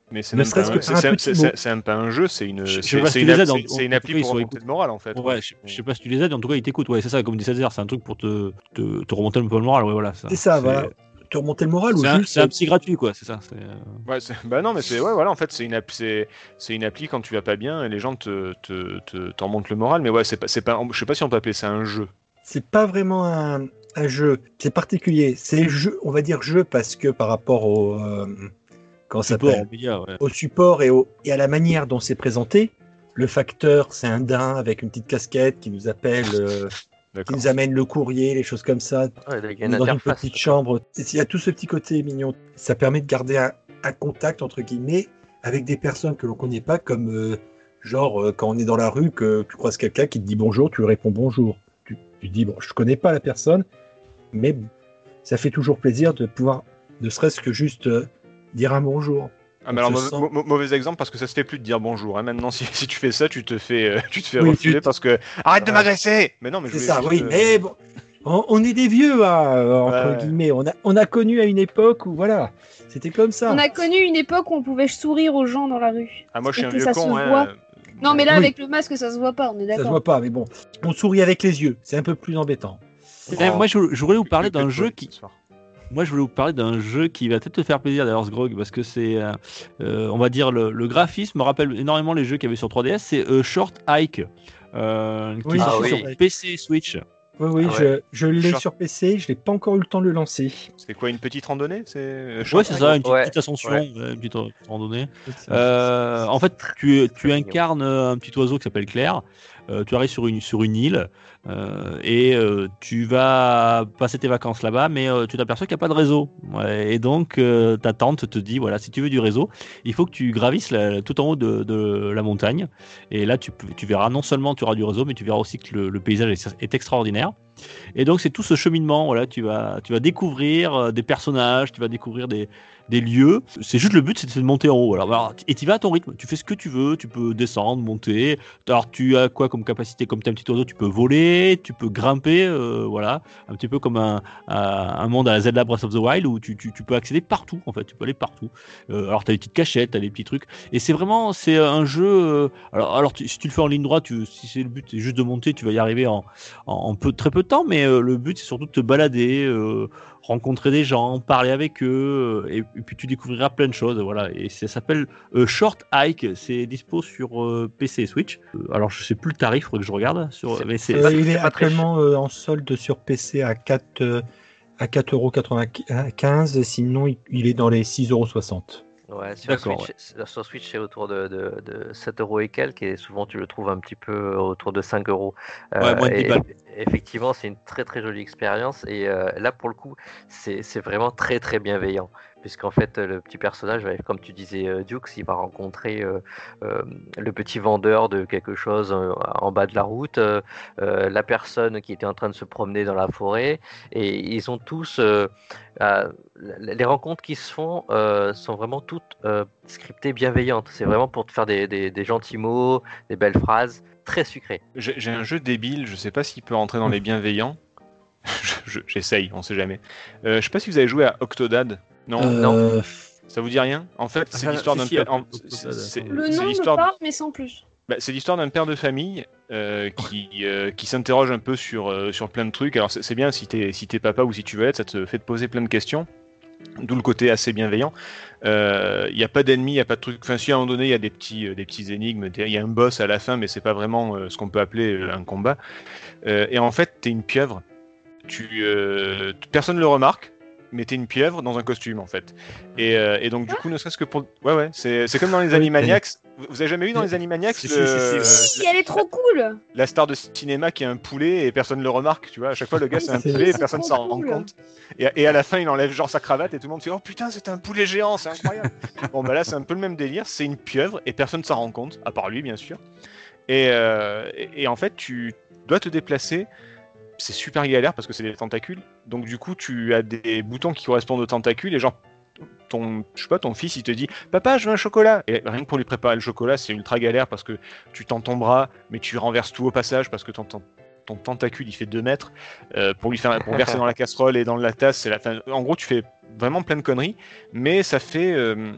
Mais c'est Ne même serait-ce pas un- que c'est- par un c'est- petit c'est- mot. c'est- c'est même pas un jeu, c'est une, Je- je c'est- sais pas c'est si une, tu les app- aides, en- c'est- c'est une en appli tout cas, pour ils sont remonter le moral en fait. Ouais, je, je sais pas si tu les aides, en tout cas, ils t'écoutent. Ouais, c'est ça, comme disait Césaire, c'est un truc pour te, te, te remonter un peu le moral. Ouais, voilà, ça. C'est ça, C'est- voilà. Te remonter le moral ou C'est un, juste. c'est un psy gratuit, quoi, c'est ça. c'est, euh, Ouais, c'est- bah non, mais c'est ouais, voilà, en fait, c'est une app, c'est c'est une appli quand tu vas pas bien et les gens te te te, te remontent le moral. Mais ouais, c'est pas c'est pas, je sais pas si on peut appeler ça un jeu. C'est pas vraiment un, un jeu. C'est particulier. C'est jeu, on va dire jeu parce que par rapport au. Euh, comment ça support, s'appelle média, ouais. Au support et, au, et à la manière dont c'est présenté. Le facteur, c'est un daim avec une petite casquette qui nous appelle, euh, qui D'accord. nous amène le courrier, les choses comme ça. Ouais, il y a On une est dans une interface. petite chambre. Il y a tout ce petit côté mignon. Ça permet de garder un, un contact, entre guillemets, avec des personnes que l'on ne connaît pas, comme euh, genre euh, quand on est dans la rue, que tu croises quelqu'un qui te dit bonjour, tu lui réponds bonjour. Tu, tu dis, bon, je ne connais pas la personne, mais ça fait toujours plaisir de pouvoir, ne serait-ce que juste euh, dire un bonjour. Ah, mais alors, On se mauvais, sent- mau- mauvais exemple parce que ça se fait plus de dire bonjour. Hein. Maintenant, si, si tu fais ça, tu te fais, euh, tu te fais Oui, refuser tu- parce que arrête de Ouais. m'agresser. Mais non, mais je C'est voulais ça, juste, oui, euh, mais bon, on, on est des vieux, hein, entre Ouais. guillemets. On a, on a connu à une époque où, voilà, c'était comme ça. On a connu une époque où on pouvait sourire aux gens dans la rue. Ah, moi, je suis Et un que vieux ça se con. voit. Hein. Non, mais là, Oui. avec le masque, ça se voit pas, on est Ça se d'accord. voit pas, mais bon, on sourit avec les yeux. C'est un peu plus embêtant. Eh, moi, je, je voulais vous parler Que- que d'un de jeu toi, qui, ce soir. Moi, je voulais vous parler d'un jeu qui va peut-être te faire plaisir d'ailleurs, Sgrog, parce que c'est, euh, euh, on va dire, le, le graphisme me rappelle énormément les jeux qu'il y avait sur trois D S. C'est euh, Short Hike, euh, qui Oui, est ah sorti oui. sur P C et Switch. Oui, oui, Ah ouais. je, je l'ai Short- sur P C, je n'ai pas encore eu le temps de le lancer. C'est quoi, une petite randonnée? C'est euh, Ouais, Short c'est Hike ça, une petite, Ouais, petite ascension, ouais. ouais, une petite euh, randonnée. C'est- Euh, en fait, tu, tu mignon. incarnes un petit oiseau qui s'appelle Claire. Euh, tu arrives sur une, sur une île euh, et euh, tu vas passer tes vacances là-bas, mais euh, tu t'aperçois qu'il n'y a pas de réseau. Ouais, et donc, euh, ta tante te dit, voilà, si tu veux du réseau, il faut que tu gravisses la- tout en haut de, de la montagne. Et là, tu, peux- tu verras, non seulement tu auras du réseau, mais tu verras aussi que le, le paysage est, est extraordinaire. Et donc, c'est tout ce cheminement. Voilà, tu vas, tu vas découvrir euh, des personnages, tu vas découvrir des, des lieux. C'est juste le but, c'est de monter en haut. Alors, alors, et tu vas à ton rythme. Tu fais ce que tu veux. Tu peux descendre, monter. Alors, tu as quoi comme capacité? Comme tu es un petit oiseau, tu peux voler, tu peux grimper. euh, voilà, un petit peu comme un, un, un monde à la Zelda Breath of the Wild où tu, tu, tu peux accéder partout. En fait, tu peux aller partout. Euh, alors, tu as des petites cachettes, tu as des petits trucs. Et c'est vraiment, c'est un jeu. euh, alors, alors tu- si tu le fais en ligne droite, tu, si c'est le but, c'est juste de monter, tu vas y arriver en, en, en peu, très peu de temps. Mais euh, le but, c'est surtout de te balader. Euh, rencontrer des gens, parler avec eux, euh, et, et puis tu découvriras plein de choses, voilà. Et ça s'appelle euh, Short Hike, c'est dispo sur euh, P C et Switch. Euh, alors je sais plus le tarif, faudrait que je regarde, sur, C'est- mais c'est, Euh, pas- il c'est est pas très actuellement euh, en solde sur P C à quatre euh, à quatre euros quatre-vingt-quinze, sinon il, il est dans les six euros soixante. Ouais, sur D'accord, Switch, sur- sur Switch, c'est autour de, de, de sept euros et quelques, et souvent tu le trouves un petit peu autour de cinq euros. Ouais, moins de dix et balles. effectivement, c'est une très très jolie expérience, et euh, là pour le coup, c'est c'est vraiment très très bienveillant, puisqu'en fait, le petit personnage, ouais, comme tu disais, euh, Dukes, il va rencontrer euh, euh, le petit vendeur de quelque chose euh, en bas de la route, euh, euh, la personne qui était en train de se promener dans la forêt, et ils ont tous. Euh, euh, les rencontres qui se font euh, sont vraiment toutes euh, scriptées, bienveillantes. C'est vraiment pour te faire des, des, des gentils mots, des belles phrases, très sucrées. J'ai j'ai un jeu débile, je sais pas s'il peut rentrer dans les bienveillants. Je- je- J'essaye, on sait jamais. Euh, je sais pas si vous avez joué à Octodad. Non, Euh, ça vous dit rien? En fait, c'est Ah, l'histoire si, d'un si, père- en- Octodad, c'est- attends. c'est- Le c'est nom me l'histoire- parle, mais sans plus. bah, c'est l'histoire d'un père de famille euh, qui, euh, qui s'interroge un peu sur, euh, sur plein de trucs. Alors c'est c'est bien si t'es si t'es papa ou si tu veux être, ça te fait te poser plein de questions. D'où le côté assez bienveillant. Il euh, n'y a pas d'ennemis, il n'y a pas de trucs. Enfin, si à un moment donné, il y a des petits, euh, des petits énigmes, il y a un boss à la fin, mais c'est pas vraiment euh, ce qu'on peut appeler euh, un combat. Euh, et en fait, t'es une pieuvre. Tu, euh, personne ne le remarque, mais t'es une pieuvre dans un costume en fait. Et, euh, et donc du coup, ne serait-ce que pour, ouais ouais, c'est c'est comme dans les Oui, Animaniacs. Vous avez jamais eu dans les Animaniacs Si, si, le- si, si, Si, elle est trop cool. la star de cinéma qui est un poulet et personne ne le remarque, tu vois. À chaque fois, le gars c'est un C'est- poulet et c'est personne trop s'en rend cool. compte. Et, et à la fin, il enlève genre sa cravate et tout le monde fait oh putain, c'est un poulet géant, c'est incroyable. Bon bah là, c'est un peu le même délire. C'est une pieuvre et personne s'en rend compte, à part lui bien sûr. Et, euh, et, et en fait, tu dois te déplacer. C'est super galère parce que c'est des tentacules. Donc du coup, tu as des boutons qui correspondent aux tentacules et genre ton, je sais pas, ton fils il te dit papa je veux un chocolat et rien que pour lui préparer le chocolat c'est ultra galère parce que tu tends ton bras mais tu renverses tout au passage parce que ton, ton, ton tentacule il fait deux mètres euh, pour lui faire pour verser dans la casserole et dans la tasse c'est la fin. En gros tu fais vraiment plein de conneries mais ça fait euh,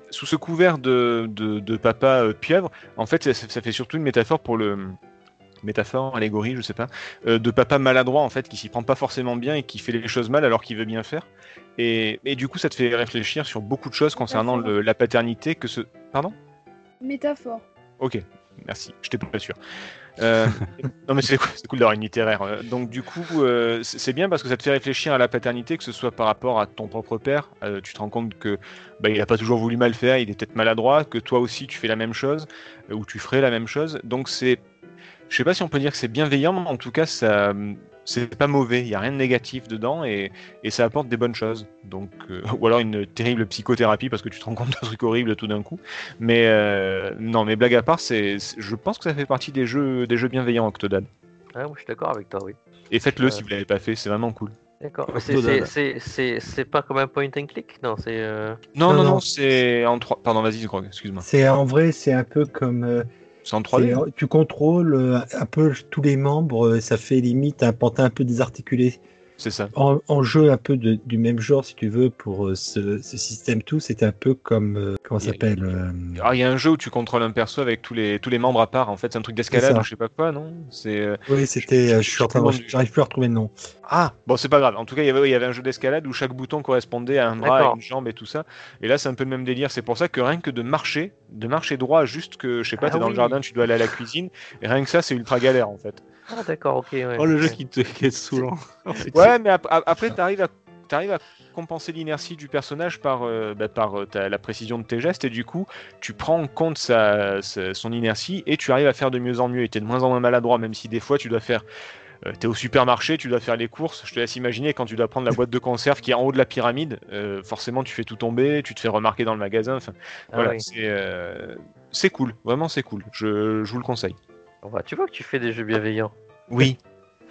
sous ce couvert de, de, de papa euh, pieuvre, en fait, ça, ça fait surtout une métaphore pour le métaphore, allégorie, je sais pas, euh, de papa maladroit en fait, qui s'y prend pas forcément bien et qui fait les choses mal alors qu'il veut bien faire. Et, et du coup, ça te fait réfléchir sur beaucoup de choses concernant le, la paternité que ce. Pardon ? Métaphore. Ok, merci. Je n'étais pas sûr. Euh, non mais c'est cool, c'est cool d'avoir une littéraire. Donc du coup, euh, c'est bien parce que ça te fait réfléchir à la paternité, que ce soit par rapport à ton propre père. Euh, tu te rends compte que bah, il a pas toujours voulu mal faire, il est peut-être maladroit, que toi aussi tu fais la même chose euh, ou tu ferais la même chose. Donc c'est, je sais pas si on peut dire que c'est bienveillant, mais en tout cas ça, c'est pas mauvais. Il y a rien de négatif dedans et, et ça apporte des bonnes choses. Donc euh, ou alors une terrible psychothérapie parce que tu te rends compte d'un truc horrible tout d'un coup. Mais euh, non, mais blague à part, c'est, c'est, je pense que ça fait partie des jeux, des jeux bienveillants Octodad. Ah, moi, je suis d'accord avec toi, oui. Et faites-le Euh, si vous l'avez pas fait, c'est vraiment cool. D'accord. Mais c'est, c'est, c'est, c'est, c'est pas comme un point and click ? Non, c'est. Euh... Non, non, Non, non, non. c'est en trois. Pardon, vas-y, Grog, excuse-moi. C'est en vrai, c'est un peu comme euh, C'est en trois D. c'est- tu contrôles euh, un peu tous les membres, euh, ça fait limite un pantin un peu désarticulé. C'est ça. En, en jeu un peu de- du même genre, si tu veux, pour euh, ce, ce système tout, c'est un peu comme euh, comment ça Il y a- s'appelle euh, Alors, il y a un jeu où tu contrôles un perso avec tous les, tous les membres à part. En fait, c'est un truc d'escalade C'est ça. ou je sais pas quoi, non? C'est. euh, Oui, c'était. euh, je suis en train de- je- j'arrive plus à retrouver le nom. Ah, bon, c'est pas grave. En tout cas, il y avait, il y avait un jeu d'escalade où chaque bouton correspondait à un bras, à D'accord. une jambe et tout ça. Et là, c'est un peu le même délire. C'est pour ça que rien que de marcher, de marcher droit, juste que, je sais pas, Ah t'es dans oui. le jardin, tu dois aller à la cuisine. Et rien que ça, c'est ultra galère, en fait. Ah, d'accord, ok. Ouais, Oh, le ok. jeu qui te qui est saoulant. Ouais, mais ap- ap- après, t'arrives à, t'arrives à compenser l'inertie du personnage par, euh, bah, par euh, ta- la précision de tes gestes, et du coup, tu prends en compte sa, sa- son inertie, et tu arrives à faire de mieux en mieux, et t'es de moins en moins maladroit, même si des fois, tu dois faire... euh, t'es au supermarché, tu dois faire les courses, je te laisse imaginer, quand tu dois prendre la boîte de conserve qui est en haut de la pyramide, euh, forcément, tu fais tout tomber, tu te fais remarquer dans le magasin, enfin, Ah voilà, oui. c'est, euh, c'est cool, vraiment, c'est cool, je, je vous le conseille. Bon, bah, tu vois que tu fais des jeux bienveillants. Oui,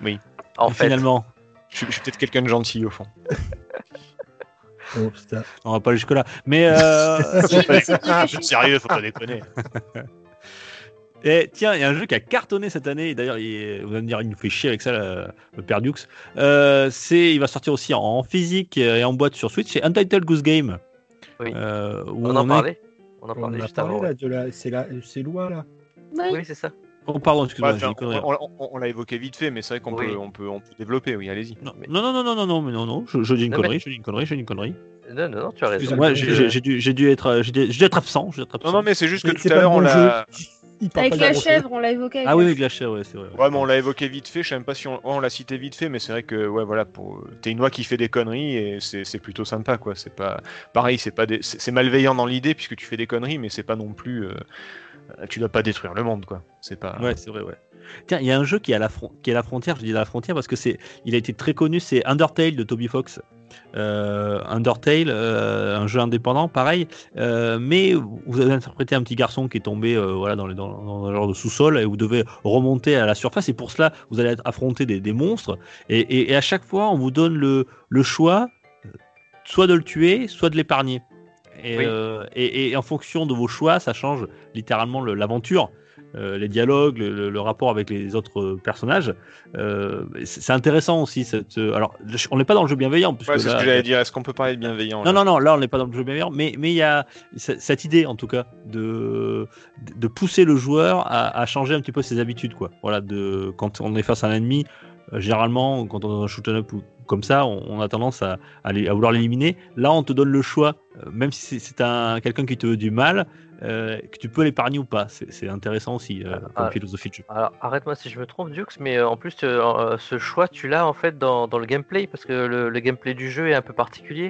En Et fait. finalement, je, je suis peut-être quelqu'un de gentil, au fond. Oh, putain. on va pas aller jusque-là. Mais euh... Sérieux, faut pas déconner. Et tiens, il y a un jeu qui a cartonné cette année. Et d'ailleurs, il est- vous allez me dire, il nous fait chier avec ça, le, le père Dux. Euh, c'est, il va sortir aussi en, en physique et en boîte sur Switch. C'est Untitled Goose Game. Oui. Euh, où On en est- parlait. On en On parlait a juste parlé avant. là ouais. de la, c'est la, c'est loi là. Ouais. Oui, c'est ça. Oh, pardon, excuse-moi, Ouais, j'ai enfin, une connerie. on, on- on- on l'a évoqué vite fait, mais c'est vrai qu'on Oui. peut, on peut, on peut développer. Oui, allez-y. Non, mais- non, non, non, non, non, non, mais non, non, je, je dis une Non, mais- connerie, je dis une connerie, je dis une connerie. Non, non, non, tu as raison. Excuse-moi, j'ai, Euh, j'ai- j'ai dû, j'ai dû être, euh, j'ai dû, j'ai dû être absent, j'ai dû être absent. Non, non, mais c'est juste que C'est- tout c'est à pas l'heure, le on bon l'a. jeu. Il parle Avec pas de la bon jeu. chèvre, on l'a évoqué. Avec Ah oui, la avec la chèvre, ouais, c'est vrai. Ouais, mais on l'a évoqué vite fait. Je sais même pas si on, ouais, on l'a cité vite fait, mais c'est vrai que, ouais, voilà, pour t'es une oie qui fait des conneries et c'est, c'est plutôt sympa, quoi. C'est pas pareil, c'est pas des... c'est, c'est malveillant dans l'idée puisque tu fais des conneries, mais c'est pas non plus. euh, Tu dois pas détruire le monde, quoi. C'est pas. Ouais, c'est vrai, ouais. Tiens, il y a un jeu qui est à la, fron- qui est à la frontière, je dis à la frontière parce que c'est, il a été très connu, c'est Undertale de Toby Fox. Euh, Undertale, euh, un jeu indépendant, pareil, euh, mais vous avez interprété un petit garçon qui est tombé euh, voilà, dans, les, dans, dans un genre de sous-sol et vous devez remonter à la surface et pour cela vous allez affronter des, des monstres et, et, et à chaque fois on vous donne le, le choix soit de le tuer, soit de l'épargner. Et, Oui. euh, et, et en fonction de vos choix, ça change littéralement le- l'aventure. Euh, les dialogues, le, le- le rapport avec les autres personnages. Euh, c'est c'est intéressant aussi. Cette, euh, alors, je- on n'est pas dans le jeu bienveillant. Puisque Ouais, c'est là, ce que j'allais dire. Est-ce qu'on peut parler de bienveillant Non, là non, non, là on n'est pas dans le jeu bienveillant, mais mais il y a c- cette idée en tout cas de de pousser le joueur à, à changer un petit peu ses habitudes, quoi. Voilà, de quand on est face à un ennemi, euh, généralement quand on est dans un shoot 'em up ou comme ça, on, on a tendance à, à, les- à vouloir l'éliminer. Là, on te donne le choix, euh, même si c'est- c'est un quelqu'un qui te veut du mal, euh, que tu peux l'épargner ou pas. C'est c'est intéressant aussi euh, comme Ah. philosophie de jeu. Alors, arrête-moi si je me trompe, Dux, mais euh, en plus, euh, euh, ce choix, tu l'as en fait dans, dans le gameplay, parce que le, le gameplay du jeu est un peu particulier.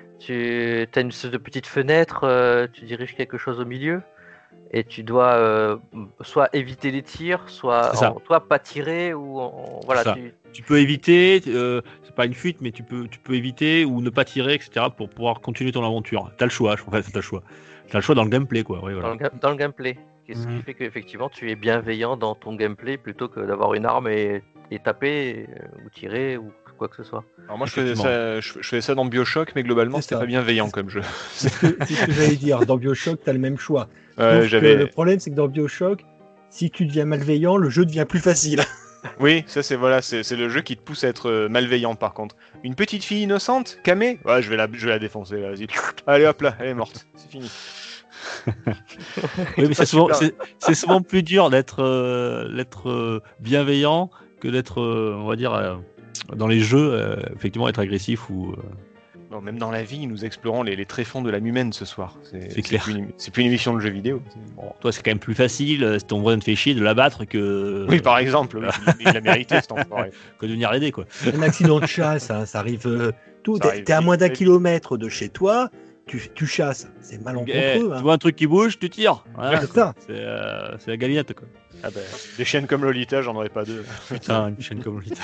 Tu as une sorte de petite fenêtre, euh, tu diriges quelque chose au milieu, et tu dois euh, soit éviter les tirs, soit C'est ça. en- toi pas tirer, ou en- voilà. ça. Tu... Tu peux éviter, euh, c'est pas une fuite, mais tu peux, tu peux éviter ou ne pas tirer, et cetera pour pouvoir continuer ton aventure. T'as le choix, en fait, t'as le choix. T'as le choix dans le gameplay, quoi. Oui, dans, voilà. le, ga- dans le gameplay. Ce qui Mhm. fait qu'effectivement, tu es bienveillant dans ton gameplay plutôt que d'avoir une arme et, et taper, euh, ou tirer, ou quoi que ce soit. Alors moi, je faisais, Effectivement. ça, je, je faisais ça dans Bioshock, mais globalement, C'est c'était ça. pas bienveillant comme jeu. C'est ce que, c'est ce que j'allais dire. Dans Bioshock, tu as le même choix. Ouais, Sauf que j'avais. le problème, c'est que dans Bioshock, si tu deviens malveillant, le jeu devient plus facile. Oui, ça c'est voilà, c'est c'est le jeu qui te pousse à être euh, malveillant par contre. Une petite fille innocente, Kamé, ouais, je vais la, je vais la défoncer, là, vas-y. Allez hop là, elle est morte, c'est fini. Oui, mais c'est souvent, c'est, c'est souvent plus dur d'être, euh, d'être euh, bienveillant que d'être, euh, on va dire, euh, dans les jeux, euh, effectivement, être agressif ou. Euh... Non, même dans la vie, nous explorons les, les tréfonds de l'âme humaine ce soir. C'est, c'est c'est clair. Plus une, c'est plus une émission de jeux vidéo. Bon, toi, c'est quand même plus facile, si ton voisin te fait chier, de l'abattre que. Oui, par exemple, oui, il l'a mérité, cet enfoiré. Que de venir l'aider, quoi. Un accident de chasse, hein, ça arrive euh, tout. Ça T'es, arrive t'es à vite, moins d'un vite. kilomètre de chez toi, tu, tu chasses. C'est malencontreux. Eh, Hein. Tu vois un truc qui bouge, tu tires. Voilà, C'est quoi. ça. C'est, euh, c'est la galinette, quoi. Ah ben, des chaînes comme Lolita, j'en aurais pas deux. Putain, une chaîne comme Lolita.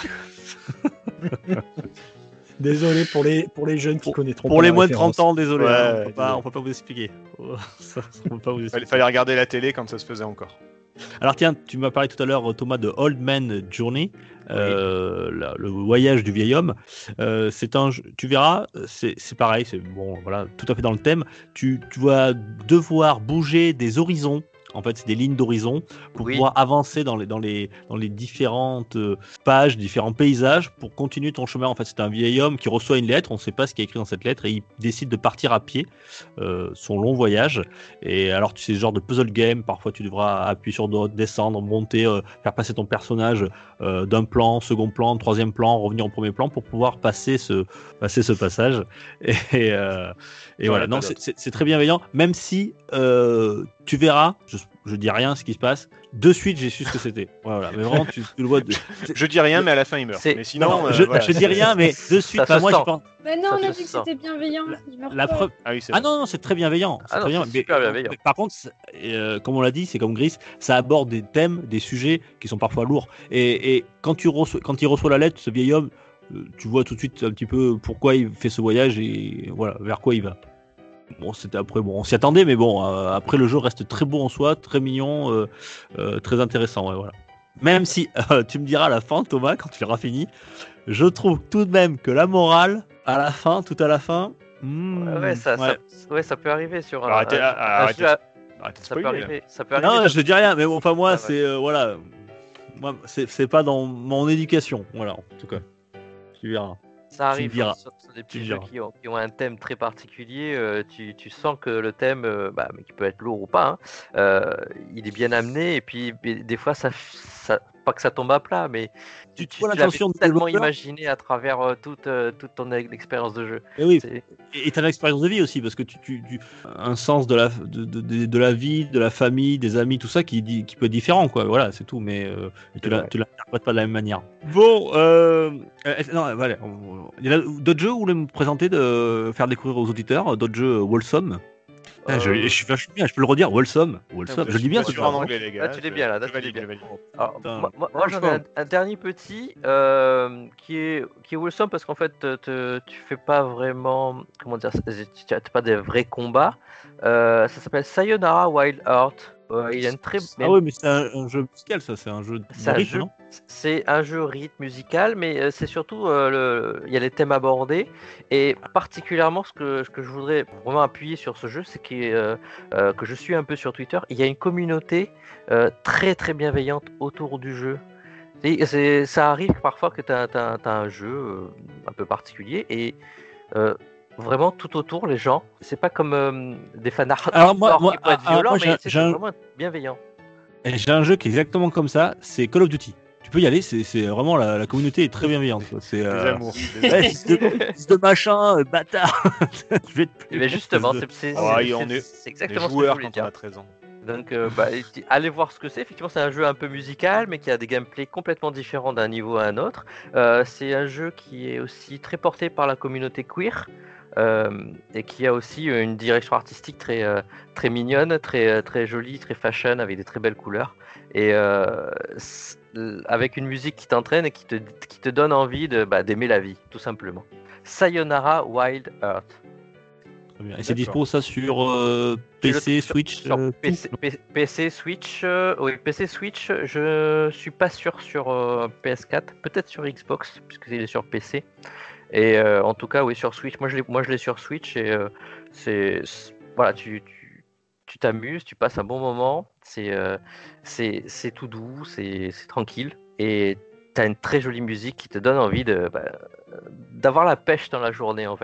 Désolé pour les, pour les jeunes qui Pour- connaîtront Pour pas les la moins de référence. trente ans, désolé, Ouais, hein, on, peut ouais, pas, désolé. on peut pas vous expliquer. Oh, ça, on peut pas vous Fallait, expliquer. fallait regarder la télé quand ça se faisait encore. Alors tiens, tu m'as parlé tout à l'heure, Thomas, de Old Man Journey, euh, la- le voyage du vieil homme. Euh, c'est un, jeu- tu verras, c'est, c'est pareil, c'est bon, voilà, tout à fait dans le thème. Tu, tu vas devoir bouger des horizons. En fait, c'est des lignes d'horizon pour Oui. pouvoir avancer dans les, dans les, dans les différentes euh, pages, différents paysages pour continuer ton chemin. En fait, c'est un vieil homme qui reçoit une lettre, on ne sait pas ce qui est écrit dans cette lettre et il décide de partir à pied euh, son long voyage. Et alors, tu sais, ce genre de puzzle game, parfois tu devras appuyer sur d'autres, descendre, monter, euh, faire passer ton personnage euh, d'un plan, second plan, troisième plan, revenir au premier plan pour pouvoir passer ce, passer ce passage. Et, euh, et Dans voilà, la non, période. c'est, c'est, c'est très bienveillant, même si euh, tu verras, je, je dis rien ce qui se passe, de suite j'ai su ce que c'était. Voilà, mais vraiment, tu, tu le vois. De... Je dis rien, mais à la fin il meurt. C'est- Mais sinon, Non, euh, je, voilà, je dis c'est- rien, mais de suite, Ça bah, se moi, sent. je pense. Mais non, Ça on a se dit que sent. c'était bienveillant. Il meurt La pas. preuve. Ah oui, c'est Ah vrai. non, non, c'est très bienveillant. C'est Ah non, très bien, c'est mais- super bienveillant. mais par contre, c'est- euh, comme on l'a dit, c'est comme Gris, ça aborde des thèmes, des sujets qui sont parfois lourds. Et, et quand, tu reçois, quand il reçoit la lettre, ce vieil homme, euh, tu vois tout de suite un petit peu pourquoi il fait ce voyage et voilà, vers quoi il va. Bon, c'était après, bon, on s'y attendait, mais bon, euh, après le jeu reste très beau en soi, très mignon, euh, euh, très intéressant. Ouais, voilà. Même si, euh, tu me diras à la fin, Thomas, quand tu l'auras fini, je trouve tout de même que la morale, à la fin, tout à la fin, hmm, Ouais, ouais, ça, ouais. Ça, ouais, ça peut arriver sur un, Arrêtez- un- un arrêtez- jeu à- Arrêtez de Ça peut spoiler, là. arriver. Ça peut arriver. Non, je dis rien, mais bon, enfin moi, Ah ouais. c'est euh, voilà, moi, c'est, c'est pas dans mon éducation, voilà, en tout cas. Tu verras. Ça arrive diras. sur, sur des Tu petits jeux diras. qui ont, qui ont un thème très particulier. euh, tu, tu sens que le thème, euh, bah, mais qui peut être lourd ou pas, hein, euh, il est bien amené. Et puis mais des fois, ça, ça, pas que ça tombe à plat, mais Tu tu, vois tu l'intention l'avais du tellement développeur. imaginé à travers euh, toute, euh, toute ton expérience de jeu. Et oui, C'est- et tu as l'expérience de vie aussi, parce que tu, tu, tu un sens de la, de, de, de, de la vie, de la famille, des amis, tout ça qui, dit- qui peut être différent, quoi. Voilà, c'est tout, mais euh, tu la- vrai. tu l'interprètes pas de la même manière. Bon, euh, euh, non, voilà. on- Il y a d'autres jeux où vous voulez me présenter, de faire découvrir aux auditeurs, d'autres jeux wholesome. Ah, je, Euh, je suis vachement bien, je peux le redire, wholesome. wholesome. Je le dis bien, Bien c'est sûr en pas anglais, les gars. Là, tu l'es bien, là, là, Je tu l'es valide, bien. je valide. Alors, Putain. moi, moi- moi, j'en ai un, un dernier petit euh, qui est qui est wholesome parce qu'en fait te- te- tu fais pas vraiment, comment dire, tu n'as pas des vrais combats. Euh, ça s'appelle Sayonara Wild Heart. Euh, il y a une très Ah oui, mais c'est un, un jeu musical, ça, c'est un jeu de C'est un rythme, jeu- non? c'est un jeu rythme musical, mais euh, c'est surtout euh, le, il y a les thèmes abordés et particulièrement ce que ce que je voudrais vraiment appuyer sur ce jeu, c'est qu'il, euh, euh, que je suis un peu sur Twitter, il y a une communauté euh, très très bienveillante autour du jeu. Et c'est, ça arrive parfois que tu as un jeu euh, un peu particulier et euh, vraiment tout autour les gens, c'est pas comme euh, des fanarts Alors, moi- moi- qui peuvent être alors, violents, moi, mais j'ai- c'est j'ai un- vraiment bienveillant. Et j'ai un jeu qui est exactement comme ça, c'est Call of Duty. Tu peux y aller, c'est, c'est vraiment la, la communauté est très bienveillante, quoi. C'est Des euh, amours. ouais, fils de, fils de machin, euh, bâtard. Je vais te- Et ben justement, espèce c'est c'est- Ah, c'est- et on c'est- est- c'est Des exactement ce que je joueurs voulais quand on dire. a treize ans. Donc, euh, bah, et- allez voir ce que c'est. Effectivement, c'est un jeu un peu musical, mais qui a des gameplays complètement différents d'un niveau à un autre. Euh, c'est un jeu qui est aussi très porté par la communauté queer. euh, et qui a aussi euh, une direction artistique très, euh, très mignonne, très, euh, très jolie, très fashion, avec des très belles couleurs. Et euh, c- avec une musique qui t'entraîne et qui te, qui te donne envie de, bah, d'aimer la vie, tout simplement. Sayonara Wild Heart. Très bien. Et c'est dispo ça sur euh, Tu P le C, trouves sur- Switch sur euh, P C, P- PC, Switch, euh, oui, P C, Switch, je suis pas sûr sur euh, P S quatre, peut-être sur Xbox, puisqu'il est sur P C. Et euh, en tout cas, oui, sur Switch. Moi, je l'ai, moi, je l'ai sur Switch et euh, c'est, c'est- voilà, tu, tu, tu t'amuses, tu passes un bon moment. C'est, euh, c'est, c'est tout doux, c'est, c'est tranquille et t'as une très jolie musique qui te donne envie de, bah, d'avoir la pêche dans la journée, en fait.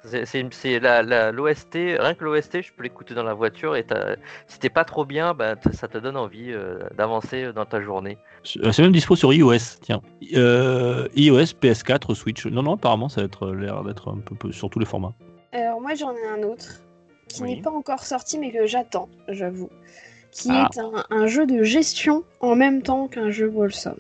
C'est, c'est, une- c'est la, la, l'O S T, rien que l'O S T, je peux l'écouter dans la voiture et t'as- si t'es pas trop bien, bah, t- ça te donne envie euh, d'avancer dans ta journée. Euh, C'est même dispo sur iOS, tiens. Euh, iOS, P S quatre, Switch. Non, non, apparemment, ça va être l'air d'être un peu, peu sur tous les formats. Alors moi j'en ai un autre qui Oui. n'est pas encore sorti mais que j'attends, j'avoue. Qui Ah. est un, un jeu de gestion en même temps qu'un jeu Wholesome.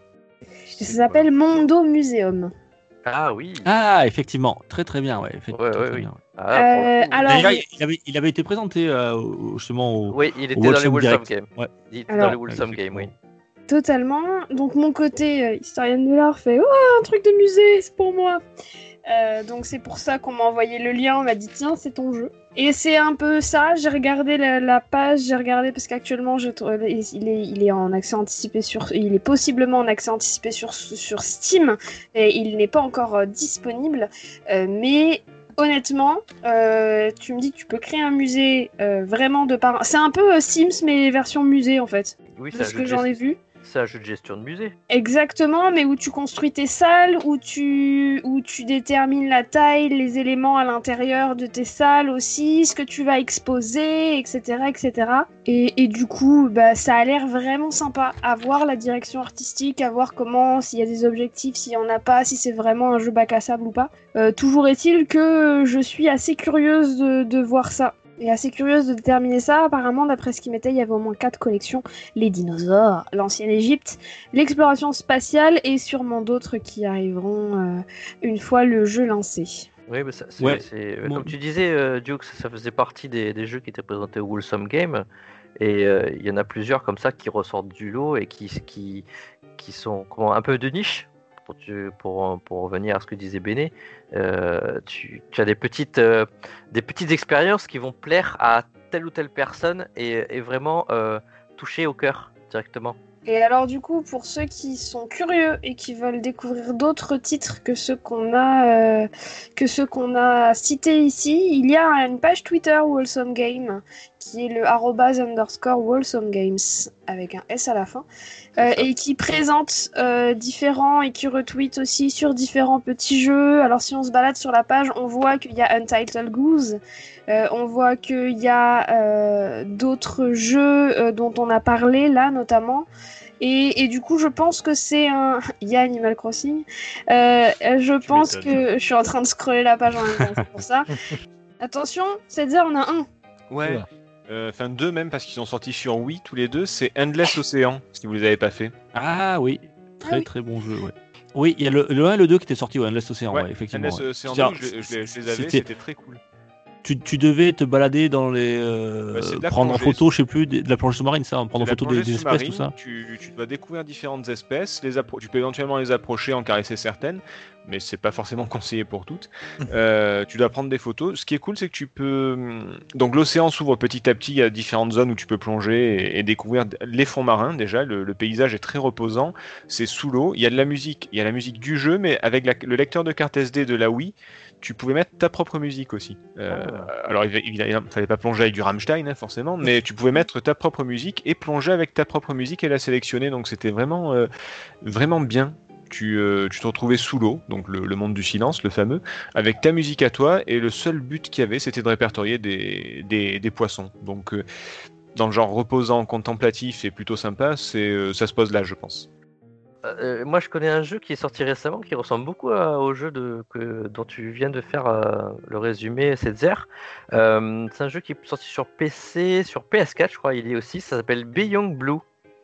Et ça s'appelle Mondo Museum. Ah oui. Ah, effectivement, très très bien, ouais. effectivement, Ouais, très, ouais, très oui. bien. Ah, pour Euh, le coup, alors- D'ailleurs, il avait, il avait été présenté euh, au- justement au. oui, il était au dans les Wholesome Wholesome Direct. Games. Ouais. Il était Alors- dans les Wholesome Ouais, Games, oui. Totalement. Donc mon côté euh, historienne de l'art fait oh un truc de musée, c'est pour moi. Euh, donc c'est pour ça qu'on m'a envoyé le lien, on m'a dit tiens c'est ton jeu. Et c'est un peu ça. J'ai regardé la, la page, j'ai regardé parce qu'actuellement je trouve il est il est en accès anticipé sur il est possiblement en accès anticipé sur sur Steam et il n'est pas encore euh, disponible. Euh, mais honnêtement, euh, tu me dis que tu peux créer un musée euh, vraiment de par. C'est un peu euh, Sims mais version musée en fait. Oui, De c'est un, ce jeu que de j'en ai gest- vu. c'est un jeu de gestion de musée. Exactement, mais où tu construis tes salles, où tu, où tu détermines la taille, les éléments à l'intérieur de tes salles aussi, ce que tu vas exposer, et cetera, et cetera. Et, et du coup, bah, ça a l'air vraiment sympa à voir la direction artistique, à voir comment, s'il y a des objectifs, s'il y en a pas, si c'est vraiment un jeu bac à sable ou pas. Euh, toujours est-il que je suis assez curieuse de, de voir ça. Et assez curieuse de déterminer ça. Apparemment, d'après ce qu'il mettait, il y avait au moins quatre collections. Les dinosaures, l'ancienne Égypte, l'exploration spatiale et sûrement d'autres qui arriveront euh, une fois le jeu lancé. Oui, mais ça, c'est, Ouais. c'est- Moi- comme tu disais, euh, Duke, ça, ça faisait partie des, des jeux qui étaient présentés au Wholesome Game. Et euh, il y en a plusieurs comme ça qui ressortent du lot et qui, qui, qui sont comment, un peu de niche. Pour, tu- pour, pour revenir à ce que disait Béné, euh, tu, tu as des petites, euh, des petites expériences qui vont plaire à telle ou telle personne et, et vraiment euh, toucher au cœur directement. Et alors du coup, pour ceux qui sont curieux et qui veulent découvrir d'autres titres que ceux qu'on a, euh, que ceux qu'on a cités ici, il y a une page Twitter Wholesome Game qui est le arrobase underscore Wholesome Games avec un S à la fin euh, et qui présente euh, différents et qui retweet aussi sur différents petits jeux. Alors si on se balade sur la page, on voit qu'il y a Untitled Goose, euh, on voit qu'il y a euh, d'autres jeux euh, dont on a parlé là notamment. Et, et du coup, je pense que c'est un. Il y a Animal Crossing. Euh, je Tu pense m'étonnes. que je suis en train de scroller la page en même temps, c'est pour ça. Attention, c'est-à-dire on a un. Ouais. Oula. Euh, Enfin, deux même, parce qu'ils sont sortis sur Wii tous les deux. C'est Endless Ocean, si vous les avez pas fait. Ah oui, très oui. très bon jeu, ouais. Oui, il y a le, le un et le deux qui étaient sortis, ouais, Endless Ocean, ouais, Ouais, effectivement. Endless ouais. Ocean C'est-à-dire, deux, je, les- je les- je les avais, c'était- c'était très cool. tu, tu devais te balader dans les. euh, Bah, c'est de la prendre en plongée, photo, je sais plus, de, de la plongée sous-marine, ça, prendre en C'est la photo des, plongée des espèces, tout sous-marine, ça. Tu, tu dois découvrir différentes espèces, les appro- tu peux éventuellement les approcher, en caresser certaines, mais c'est pas forcément conseillé pour toutes. Euh, tu dois prendre des photos. Ce qui est cool, c'est que tu peux. Donc l'océan s'ouvre petit à petit, il y a différentes zones où tu peux plonger et, et découvrir les fonds marins. Déjà, le, le paysage est très reposant, c'est sous l'eau. Il y a de la musique, il y a la musique du jeu, mais avec la- le lecteur de carte S D de la Wii, tu pouvais mettre ta propre musique aussi. Euh, Alors il ne fallait pas plonger avec du Rammstein, hein, forcément, mais tu pouvais mettre ta propre musique et plonger avec ta propre musique et la sélectionner. Donc c'était vraiment, euh, vraiment bien. Tu, euh, tu te retrouvais sous l'eau, donc le, le monde du silence, le fameux, avec ta musique à toi, et le seul but qu'il y avait, c'était de répertorier des, des, des poissons. Donc euh, dans le genre reposant, contemplatif et plutôt sympa, c'est, euh, ça se pose là, je pense. Euh, moi, je connais un jeu qui est sorti récemment qui ressemble beaucoup à- au jeu de, que, dont tu viens de faire euh, le résumé, c'est Zer. Euh, c'est un jeu qui est sorti sur P C, sur P S quatre, je crois, il y est aussi. Ça s'appelle Beyond Blue.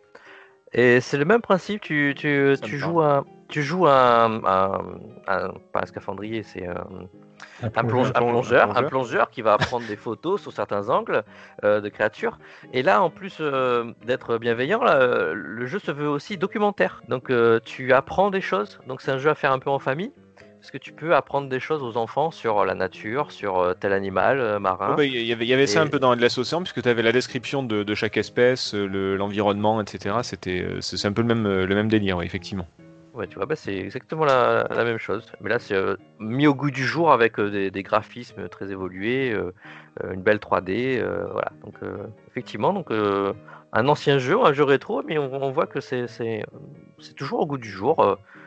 Et c'est le même principe. Tu, tu, Ça me tu, parle. joues un, tu joues un, un, un- pas un scaphandrier, c'est un, Un un, plonge- plongeur. un plongeur, plongeur. un plongeur qui va prendre des photos sous certains angles euh, de créatures. Et là, en plus euh, d'être bienveillant, là, euh, le jeu se veut aussi documentaire. Donc, euh, tu apprends des choses. Donc, c'est un jeu à faire un peu en famille. Parce que tu peux apprendre des choses aux enfants sur la nature, sur euh, tel animal euh, marin. Ouais, bah, il y avait, il y avait ça Et- un peu dans Endless Ocean, puisque tu avais la description de, de chaque espèce, euh, le- l'environnement, et cetera. C'était, euh, c'est c'est un peu le même, euh, le même délire, ouais, effectivement. Ouais, tu vois, bah, c'est exactement la, la même chose. Mais là, c'est euh, mis au goût du jour avec euh, des, des graphismes très évolués, euh, euh, une belle trois D, euh, voilà. Donc, euh, effectivement, donc euh, un ancien jeu, un jeu rétro, mais on, on voit que c'est c'est c'est toujours au goût du jour. euh,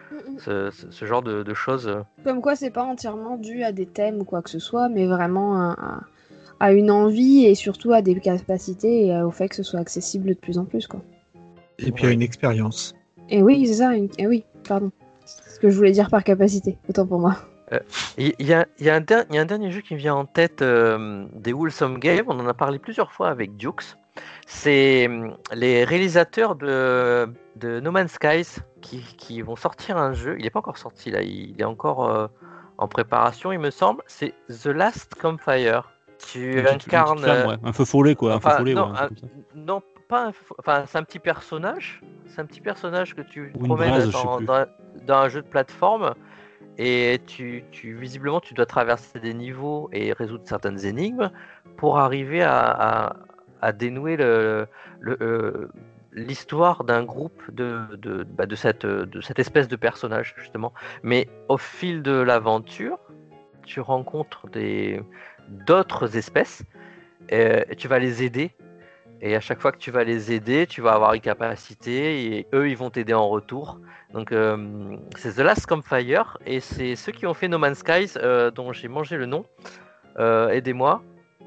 Mm, mm. ce, ce- ce genre de, de choses. Comme quoi, c'est pas entièrement dû à des thèmes ou quoi que ce soit, mais vraiment à, à- à une envie et surtout à des capacités et à- au fait que ce soit accessible de plus en plus, quoi. Et puis, il y a une expérience. Et oui, c'est ça. Une... Et oui, pardon. C'est ce que je voulais dire par capacité. Autant pour moi. Il y, a, il y a un der- il y a un dernier jeu qui me vient en tête euh, des Wholesome Games, on en a parlé plusieurs fois avec Dukes. C'est hum, les réalisateurs de, de No Man's Skies qui, qui vont sortir un jeu. Il n'est pas encore sorti là, il est encore euh, en préparation, il me semble. C'est The Last Campfire. Tu Une petite- une incarnes. petite flamme, ouais. Un feu follet, quoi. Un feu Enfin, follet, non, ouais, un- comme ça. non, pas un faux- enfin, c'est un petit personnage. C'est un petit personnage que tu Ou une promènes braise, je sais dans, plus. dans- dans un jeu de plateforme. Et tu, tu, visiblement, tu dois traverser des niveaux et résoudre certaines énigmes pour arriver à, à, à dénouer le, le, euh, l'histoire d'un groupe de, de, bah, de, cette, de cette espèce de personnage, justement. Mais au fil de l'aventure, tu rencontres des, d'autres espèces et, et tu vas les aider. Et à chaque fois que tu vas les aider, tu vas avoir une capacité et eux, ils vont t'aider en retour. Donc, euh, c'est The Last Campfire et c'est ceux qui ont fait No Man's Skies euh, dont j'ai mangé le nom. Euh, aidez-moi.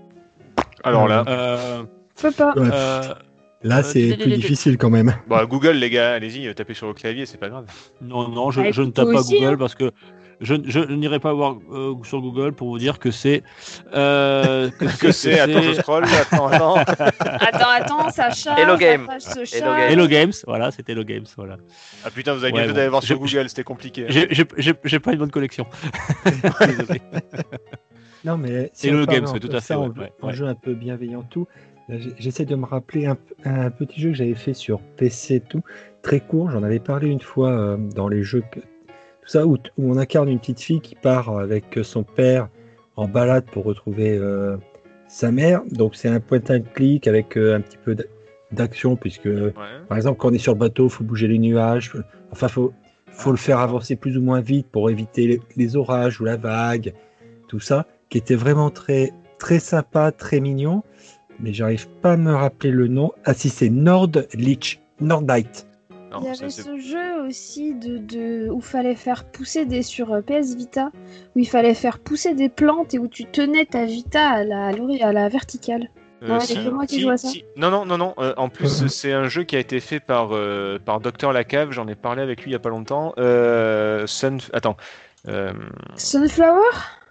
Alors là, Euh, Je peux pas. Ouais. euh, Là, Euh, c'est dis- dis- plus dis- difficile quand même. bah, Google, les gars, allez-y, euh, tapez sur le clavier, c'est pas grave. non, non, je, Bah, je ne écoute, tape toi pas aussi, Google hein. parce que je, je n'irai pas voir euh, sur Google pour vous dire que c'est. Euh, Que c'est, attends, je scroll, attends, attends. Attends, attends, ça charge. Hello la Game. page se Hello charge. Game. Hello Games, voilà, c'était Hello Games, voilà. Ah putain, vous avez Ouais, bien fait bon. d'aller voir sur Je- Google, c'était compliqué. hein. J'ai- J'ai j'ai- j'ai pas une bonne collection. Désolé. Non, mais si Et on le parle Games, un ouais, peu tout à de ça, fait, en, ouais, ouais, en ouais. jeu un peu bienveillant, tout. Là, j'ai- j'essaie de me rappeler un, un petit jeu que j'avais fait sur P C, tout très court. J'en avais parlé une fois euh, dans les jeux, que, tout ça où, où on incarne une petite fille qui part avec son père en balade pour retrouver euh, sa mère. Donc c'est un point and click avec euh, un petit peu d'a- d'action puisque Ouais. par exemple, quand on est sur le bateau, il faut bouger les nuages. Enfin, faut, faut le faire avancer plus ou moins vite pour éviter les, les orages ou la vague, tout ça, qui était vraiment très, très sympa, très mignon. Mais j'arrive pas à me rappeler le nom. Ah si, c'est Nordlich, Nordlight. Non, Il y ça, avait c'est- ce jeu aussi de, de où fallait faire pousser des sur euh, P S Vita, où il fallait faire pousser des plantes et où tu tenais ta Vita à la, à l'hori- à la verticale. Euh, Ouais, si, c'est moi qui si, joue à ça. si. Non, non, non, non. euh, en plus, Mhm. c'est un jeu qui a été fait par, euh, par Docteur Lacave. J'en ai parlé avec lui il y a pas longtemps. Euh, Sun... Attends. Euh, Sunflower.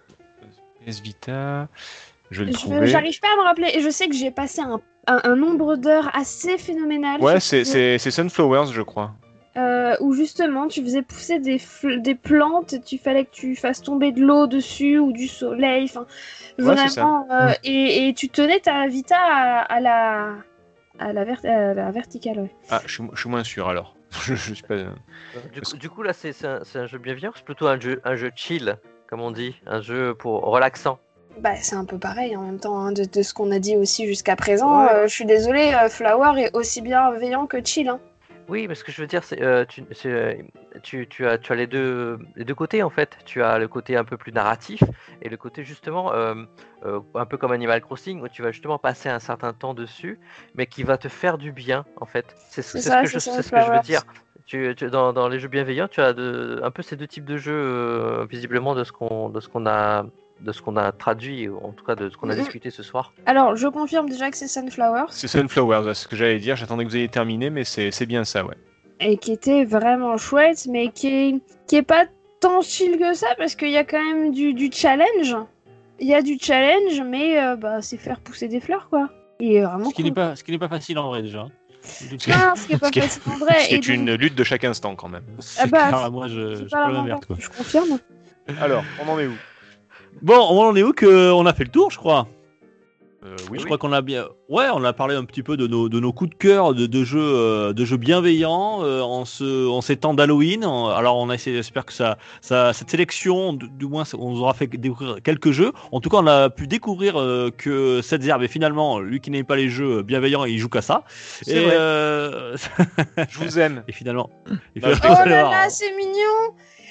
P S Vita. Je vais le Je- trouver. J'arrive pas à me rappeler. Et je sais que j'ai passé un, un- un nombre d'heures assez phénoménal. Ouais, sur c'est, ce jeu, c'est, c'est Sunflowers, je crois. euh, où justement tu faisais pousser des, fl- des plantes, et tu fallait que tu fasses tomber de l'eau dessus ou du soleil. Enfin, Ouais, c'est ça. vraiment. euh, Ouais. et, et tu tenais ta Vita à, à la à la, ver- à la verticale. Ouais. Ah, je suis, je suis moins sûr alors. je, je suis pas. Du coup, du coup, là, c'est c'est un, c'est un jeu bienveillant, c'est plutôt un jeu, un jeu chill, comme on dit, un jeu pour relaxant. Bah, c'est un peu pareil en même temps hein, de, de ce qu'on a dit aussi jusqu'à présent. Ouais. Euh, je suis désolée, euh, Flower est aussi bienveillant que chill. Hein. Oui, mais ce que je veux dire, c'est euh, tu, c'est, euh, tu, tu as, tu as les deux, les deux côtés en fait. Tu as le côté un peu plus narratif et le côté justement euh, euh, un peu comme Animal Crossing où tu vas justement passer un certain temps dessus, mais qui va te faire du bien en fait. C'est ce, C'est c'est ça, ce que je, c'est c'est ce que je veux Sunflowers. dire. Tu, tu- dans, dans les jeux bienveillants, tu as de, un peu ces deux types de jeux euh, visiblement de ce qu'on, de ce qu'on a, de ce qu'on a traduit, ou en tout cas de ce qu'on a Mhm. discuté ce soir. Alors, je confirme déjà que c'est Sunflowers C'est Sunflowers, c'est ce que j'allais dire. J'attendais que vous ayez terminé, mais c'est, c'est bien ça, ouais. et qui était vraiment chouette, mais qui est, qui est pas tant chill que ça parce qu'il y a quand même du, du challenge. Il y a du challenge, mais euh, bah, c'est faire pousser des fleurs quoi. Et vraiment Ce qui cool. n'est pas, ce qui n'est pas facile en vrai déjà. Non, ce qui est pas Ce qui est- facile en vrai. Ce qui et est donc- une lutte de chaque instant quand même. C'est Ah bah, clair, moi je, c'est je pas peux la la merde quoi. Je confirme. Alors, on en est où? Bon, on en est où que on a fait le tour, je crois. Euh, Je oui, crois qu'on a bien. Ouais, on a parlé un petit peu de nos, de nos coups de cœur, de, de jeux, euh, de jeux bienveillants euh, en ce, en ces temps d'Halloween. En- Alors, on a essayé, j'espère que ça, ça, cette sélection, du, du moins, on nous aura fait découvrir quelques jeux. En tout cas, on a pu découvrir euh, que cette zerbe, et finalement, lui qui n'aime pas les jeux bienveillants, il joue qu'à ça. C'est Et, vrai. euh, je vous aime. et finalement, et Non, je finalement, Oh vous allez là voir, là, hein. c'est mignon.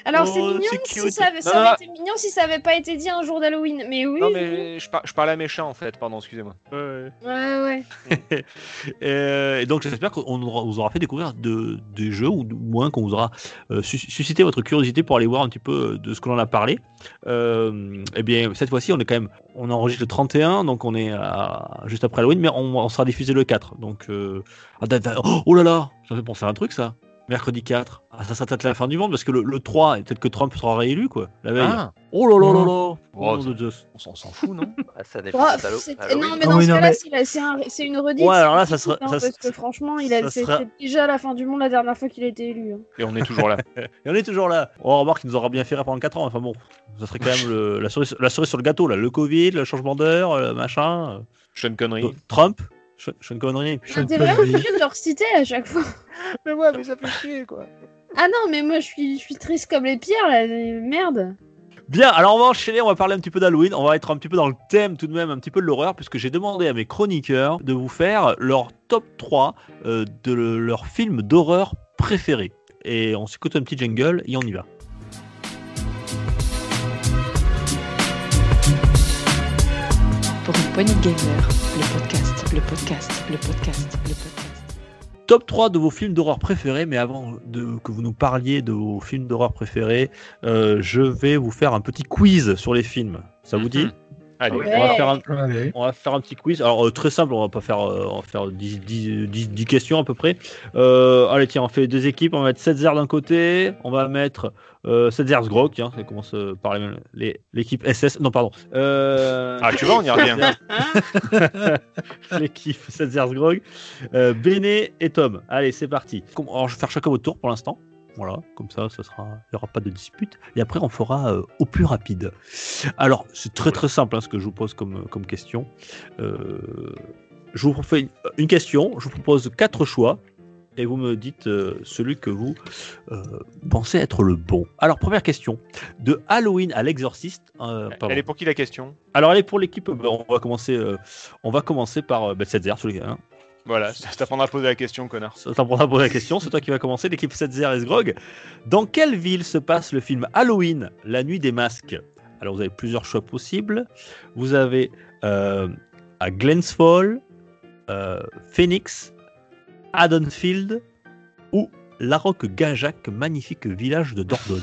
Alors Oh, c'est mignon c'est si cute. ça avait, ça Non, aurait non. été mignon si ça avait pas été dit un jour d'Halloween. Mais oui. Non, oui. mais je, par- je parlais à méchant en fait, pardon, excusez-moi. Ouais. Ouais, ouais. Euh, et donc j'espère qu'on aura- vous aura fait découvrir de, des jeux, ou du moins qu'on vous aura euh, sus- suscité votre curiosité pour aller voir un petit peu euh, de ce que l'on a parlé. Euh, et bien cette fois-ci on est quand même, on enregistre le trente et un, donc on est à, juste après Halloween, mais on, on sera diffusé le quatre. Donc euh, ah, da- da- oh, oh là là, ça me fait penser à un truc ça. Mercredi quatre. Ah, ça, ça tête la fin du monde parce que le, le trois, peut-être que Trump sera réélu quoi, la veille. Ah, Oh là là là là. Oh, Oh, nom de Zeus. on s'en s'en fout, non? Ah, ça dépend Oh, de Halo- c'est- Halloween. non, mais Ah dans oui, ce non, cas-là, mais- c'est la- c'est un- c'est une redite. Ouais, alors là, c'est ça sera- hein, ça- parce que franchement, il a ça c'était sera- déjà la fin du monde la dernière fois qu'il a été élu. hein. Et on est toujours là. Et on est toujours là. On remarque qu'il nous aura bien fait rire pendant quatre ans. Enfin bon, ça serait quand même le- la, cerise, la cerise sur le gâteau là. Le Covid, le changement d'heure, le machin. Sean euh, Connery. Trump, Sean Sean Connery. Sean T'es vraiment Connery. obligé de leur citer à chaque fois. Mais ouais, mais ça fait chier quoi. Ah non, mais moi je suis, je suis triste comme les pierres là. Merde. Bien, alors on va enchaîner, on va parler un petit peu d'Halloween. On va être un petit peu dans le thème tout de même, un petit peu de l'horreur, puisque j'ai demandé à mes chroniqueurs de vous faire leur top trois euh, de le- leurs films d'horreur préférés. Et on s'écoute un petit jingle et on y va. Pour une poignée de gamers, le podcast, le podcast, le podcast, le podcast. Top trois de vos films d'horreur préférés, mais avant de, que vous nous parliez de vos films d'horreur préférés, euh, je vais vous faire un petit quiz sur les films. Ça vous dit? Mhm. Allez, Ouais. on, va faire un, Allez. on va faire un petit quiz. Alors euh, très simple, on va pas faire, euh, on va faire dix, dix, dix, dix questions à peu près. Euh, allez tiens, on fait deux équipes, on va mettre Setzer d'un côté, on va mettre euh, Setzer's Grog, tiens, ça commence euh, par les- les- l'équipe S S, non pardon. Euh, Ah, tu vois, on y revient. l'équipe Setzer's Grog, euh, Béné et Tom. Allez, c'est parti. Com- Alors, je vais faire chacun votre tour pour l'instant. Voilà, comme ça, ça sera, il n'y aura pas de dispute. Et après, on fera euh, au plus rapide. Alors, c'est très très simple hein, ce que je vous pose comme, comme question. Euh, je vous fais une, une question, je vous propose quatre choix. Et vous me dites euh, celui que vous euh, pensez être le bon. Alors, première question. De Halloween à l'Exorciste. euh, pardon. Elle est pour qui la question? Alors, elle est pour l'équipe. bah, on va commencer. euh, on va commencer par euh, bah, Setzer, celui hein. Voilà, ça t'apprendra à poser la question, connard. Ça t'apprendra à poser la question. C'est toi qui va commencer. L'équipe Setzer et Sgrog. Dans quelle ville se passe le film Halloween, la nuit des masques? Alors, vous avez plusieurs choix possibles. Vous avez euh, à Glens Falls, euh, Phoenix, Haddonfield ou La Roque-Gageac, magnifique village de Dordogne.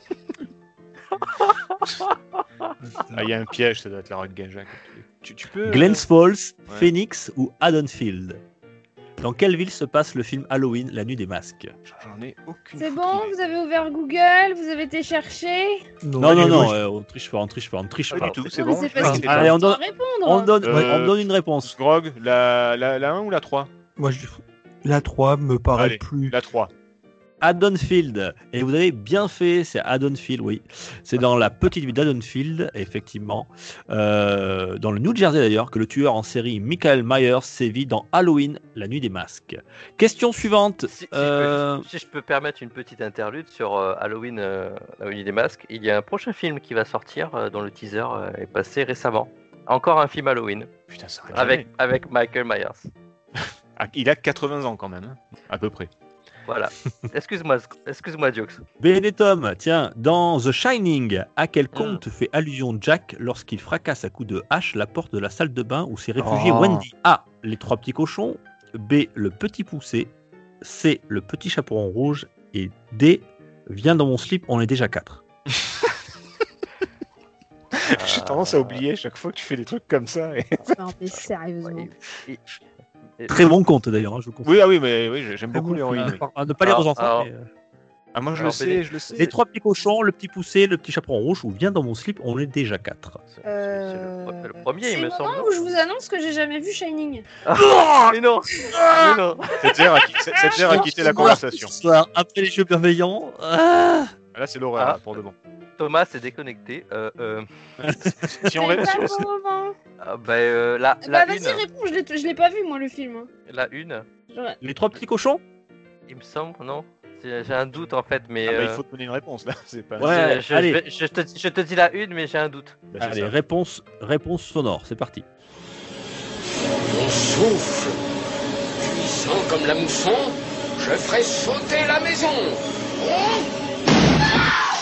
Ah, il y a un piège, ça doit être la Roque Gajac. Tu, tu peux. Glens Falls, ouais. Phoenix ou Haddonfield. Dans quelle ville se passe le film Halloween, la nuit des masques? J'en ai aucune. C'est foutre bon, idée. vous avez ouvert Google, vous avez été chercher. Non, non, mais non, moi, euh, on triche pas, on triche pas, on triche Pas pas. du tout, c'est Non, mais bon. c'est je parce pense que que Allez, tu on dois donne- répondre. On donne, Euh, ouais, on donne une réponse. Grog, la, la, la un ou la trois? Moi, je... la trois me paraît Allez, plus. La trois. Haddonfield. Et vous avez bien fait, c'est Haddonfield, oui. C'est dans la petite ville d'Haddonfield, effectivement. Euh, dans le New Jersey d'ailleurs, que le tueur en série Michael Myers sévit dans Halloween, la nuit des masques. Question suivante. Si, si Euh, je peux, si je peux permettre une petite interlude sur euh, Halloween, euh, la nuit des masques, il y a un prochain film qui va sortir euh, dont le teaser euh, est passé récemment. Encore un film Halloween Putain, ça arrête avec, jamais. avec Michael Myers. Ah, il a quatre-vingts ans quand même, hein, à peu près. Voilà. Excuse-moi, excuse-moi, Jokes. Benetton, tiens, dans The Shining, à quel conte fait allusion Jack lorsqu'il fracasse à coups de hache la porte de la salle de bain où s'est réfugiée Oh. Wendy? A. Les trois petits cochons. B. Le petit poussé. C. Le petit chaperon rouge. Et D. Viens dans mon slip, on est déjà quatre. J'ai tendance à oublier chaque fois que tu fais des trucs comme ça. et- Non, mais sérieusement. Ouais, et- et- Très bon conte d'ailleurs, hein, je vous conseille. Oui, ah oui, mais oui, j'aime beaucoup bon les film. héroïnes. oui. À ne pas lire Alors, aux enfants. alors, mais, euh, Ah, moi je Alors, le sais, Béné- je le sais. Les trois petits cochons, le petit poussé, le petit chaperon rouge, ou viens dans mon slip, on est déjà quatre. C'est c'est le, c'est le premier, C'est il me le semble. moment où je vous annonce que j'ai jamais vu Shining. Ah, mais non, mais non. Cette terre a, qui- cette- cette terre a quitté la conversation. Ce soir, après les jeux bienveillants. ah Là, c'est l'horreur, Ah. là, pour de bon. Thomas est déconnecté. Euh, euh, Si on C'est ré- pas si- le moment. ah, bah, euh, la, Bah la vas-y, une, réponds, je l'ai je l'ai pas vu moi le film. hein. la une, Genre, Les trois petits cochons il me semble, non? J'ai j'ai un doute en fait, mais. Ah, bah, il euh, faut te donner une réponse là. C'est pas. Ouais. je, je- allez. je vais- je te, je te dis la une, mais j'ai un doute. Bah, c'est Allez, ça. réponse, réponse sonore, c'est parti. Mon souffle, puissant comme la mousson, je ferai sauter la maison.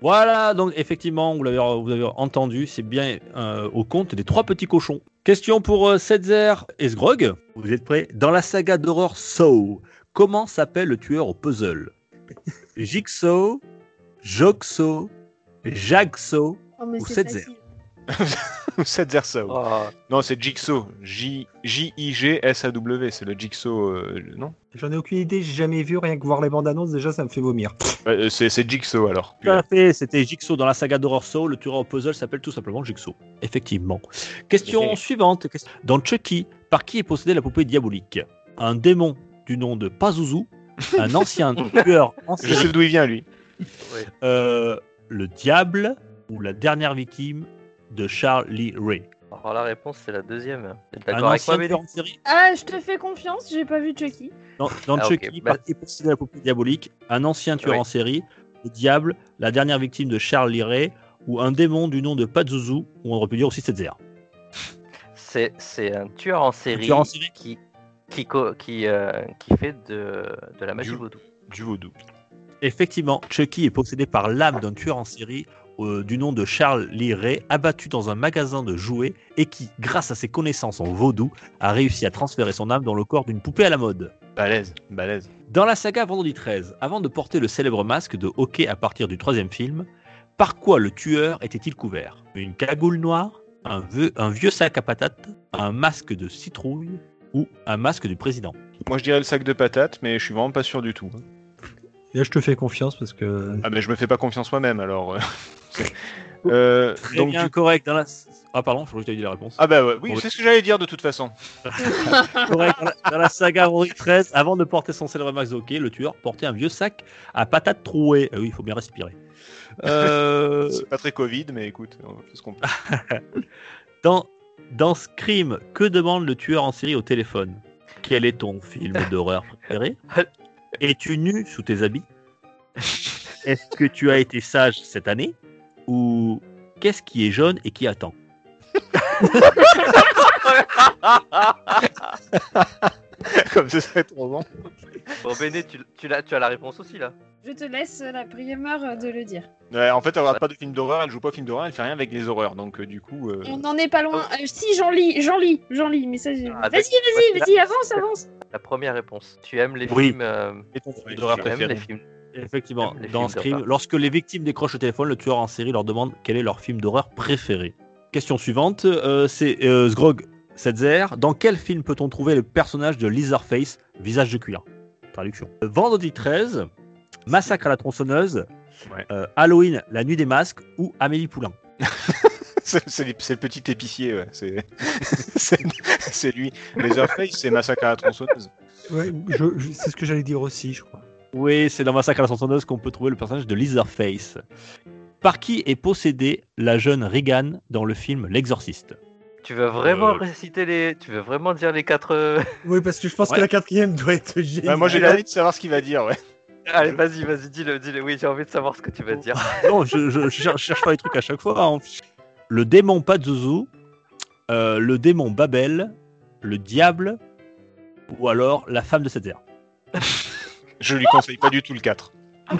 Voilà, donc effectivement, vous l'avez, vous avez entendu, c'est bien euh, au compte des trois petits cochons. Question pour euh, Setzer et Sgrog. Vous êtes prêts? Dans la saga d'horreur Saw, comment s'appelle le tueur au puzzle? Jigsaw, Jigsaw, Jagsaw Oh, mais ou c'est Setzer? facile. Setzer Saw. Oh, Non, c'est Jigsaw. J I G S A W. C'est le Jigsaw, euh, non? J'en ai aucune idée, j'ai jamais vu, rien que voir les bandes annonces, déjà ça me fait vomir. Ouais, c'est, c'est Jigsaw alors. Tout à fait, c'était Jigsaw dans la saga d'horreur Saw. Le tueur au puzzle s'appelle tout simplement Jigsaw. Effectivement. Question Ok. suivante. Dans Chucky, par qui est possédée la poupée diabolique? Un démon du nom de Pazuzu, un ancien tueur en Je sais série, d'où il vient lui. ouais. euh, le diable ou la dernière victime de Charlie Ray. Alors la réponse c'est la deuxième. T'es Un d'accord avec ancien moi, tueur Béné? en série. Ah, je te fais confiance, j'ai pas vu Chucky. Dans, dans Ah, ok, Chucky, bah- par qui est possédée la poupée diabolique, un ancien tueur Oui. en série, le diable, la dernière victime de Charlie Ray ou un démon du nom de Pazuzu, ou on aurait pu dire aussi Setzer. C'est c'est un tueur en série, tueur en série. qui qui co- qui, euh, qui fait de, de la magie Du- vaudou. Du vaudou. Effectivement, Chucky est possédé par l'âme d'un tueur en série euh, du nom de Charlie Ray, abattu dans un magasin de jouets et qui, grâce à ses connaissances en vaudou, a réussi à transférer son âme dans le corps d'une poupée à la mode. Balèze, balèze. Dans la saga Vendredi treize, avant de porter le célèbre masque de hockey à partir du troisième film, par quoi le tueur était-il couvert? Une cagoule noire, un vieux, un vieux sac à patates, un masque de citrouille ou un masque du président? Moi je dirais le sac de patates, mais je suis vraiment pas sûr du tout. Et là je te fais confiance parce que... Ah mais je me fais pas confiance moi-même alors. euh, c'est- euh, Très donc bien, du- correct. Dans la... Ah pardon, je crois que tu as dit la réponse. Ah bah ouais, oui, Bon, c'est ce que j'allais dire de toute façon. Correct. Dans la, dans la saga Vendredi treize, avant de porter son célèbre masque de hockey, le tueur portait un vieux sac à patates trouées. Ah oui, il faut bien respirer. Euh, C'est pas très Covid, mais écoute, on fait ce qu'on peut. dans, dans Scream, que demande le tueur en série au téléphone? Quel est ton film d'horreur préféré? Es-tu nu sous tes habits? Est-ce que tu as été sage cette année? Ou qu'est-ce qui est jaune et qui attend? Comme ce serait trop bon. Bon Béné, tu, tu, l'as- tu as la réponse aussi là. Je te laisse la primeur de le dire. Ouais, en fait, elle regarde pas de film d'horreur, elle joue pas au film d'horreur, elle fait rien avec les horreurs, donc euh, du coup. euh, On n'en est pas loin. Euh, si, j'en lis, j'en lis, j'en lis, mais ça, j'ai- Ah, vas-y, d'accord. vas-y, vas-y, avance, avance. La première réponse. Tu aimes les Oui. films euh, Et ton film tu d'horreur aimes préféré. les films. Effectivement, Les dans films Scream, d'horreur. lorsque les victimes décrochent le téléphone, le tueur en série leur demande quel est leur film d'horreur préféré. Question suivante, euh, c'est euh, Sgrog Setzer. Dans quel film peut-on trouver le personnage de Leatherface, visage de cuir? Traduction. Vendredi treize, Massacre à la tronçonneuse, Ouais. euh, Halloween, la nuit des masques ou Amélie Poulain. C'est, c'est les- c'est le petit épicier, ouais. C'est, c'est, c'est lui. Leatherface, c'est Massacre à la tronçonneuse. Ouais, je- je- c'est ce que j'allais dire aussi, je crois. Oui, c'est dans Massacre à la tronçonneuse qu'on peut trouver le personnage de Leatherface. Par qui est possédée la jeune Regan dans le film L'Exorciste? Tu veux vraiment Euh. réciter les. Tu veux vraiment dire les quatre. euh, Oui, parce que je pense Ouais. que la quatrième doit être géniale. Ouais, moi, j'ai envie de savoir ce qu'il va dire, ouais. Allez, vas-y, vas-y, dis-le, dis-le. Oui, j'ai envie de savoir ce que tu vas dire. Non, je, je, je cherche, je cherche pas les trucs à chaque fois. hein. Le démon Pazuzu, euh, le démon Babel, le diable, ou alors la femme de Setzer. Je lui conseille pas du tout le quatre.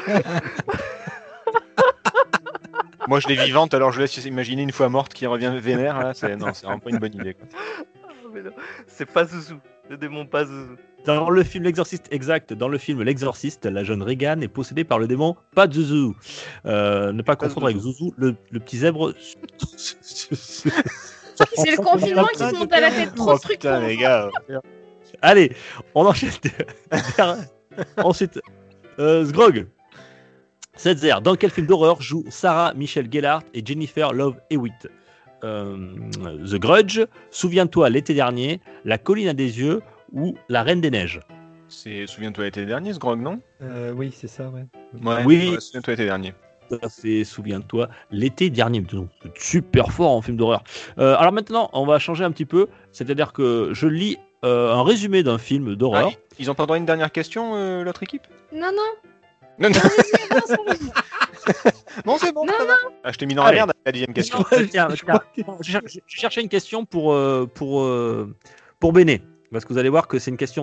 Moi, je l'ai vivante, alors je laisse imaginer une fois morte qui revient vénère. Là, c'est... Non, c'est vraiment pas une bonne idée. Quoi. Ah, mais non, c'est pas Zouzou. Le démon pas Zouzou. Dans le film L'Exorciste, exact, dans le film L'Exorciste, la jeune Regan est possédée par le démon Pazuzu. Euh, ne pas confondre avec Zouzou, le, le petit zèbre. C'est le confinement qui se monte à la tête. Trop Oh de trucs. putain, pour les enfants. gars. Allez, on enchaîne. Ensuite, euh, Sgrog. Setzer, dans quel film d'horreur jouent Sarah Michelle Gellar et Jennifer Love Hewitt? euh, The Grudge, Souviens-toi l'été dernier, La colline à des yeux ou La Reine des Neiges? C'est Souviens-toi l'été dernier, ce grog, non? Euh, oui, c'est ça, ouais. Ouais, Oui. ouais, Souviens-toi l'été dernier. Tout à fait, souviens-toi, l'été dernier. Donc, c'est super fort en film d'horreur. Euh, alors maintenant, on va changer un petit peu. C'est-à-dire que je lis euh, un résumé d'un film d'horreur. Ah, ils ont pas droit à une dernière question, euh, l'autre équipe? Non, non. Non, non, Vas-y, avance, avance. non, c'est bon. Non, ça va. Ah, je t'ai mis dans la Allez. merde avec la dixième question. Non, tiens, tiens, je, cher- je cherchais une question pour, euh, pour, euh, pour Béné. Parce que vous allez voir que c'est une question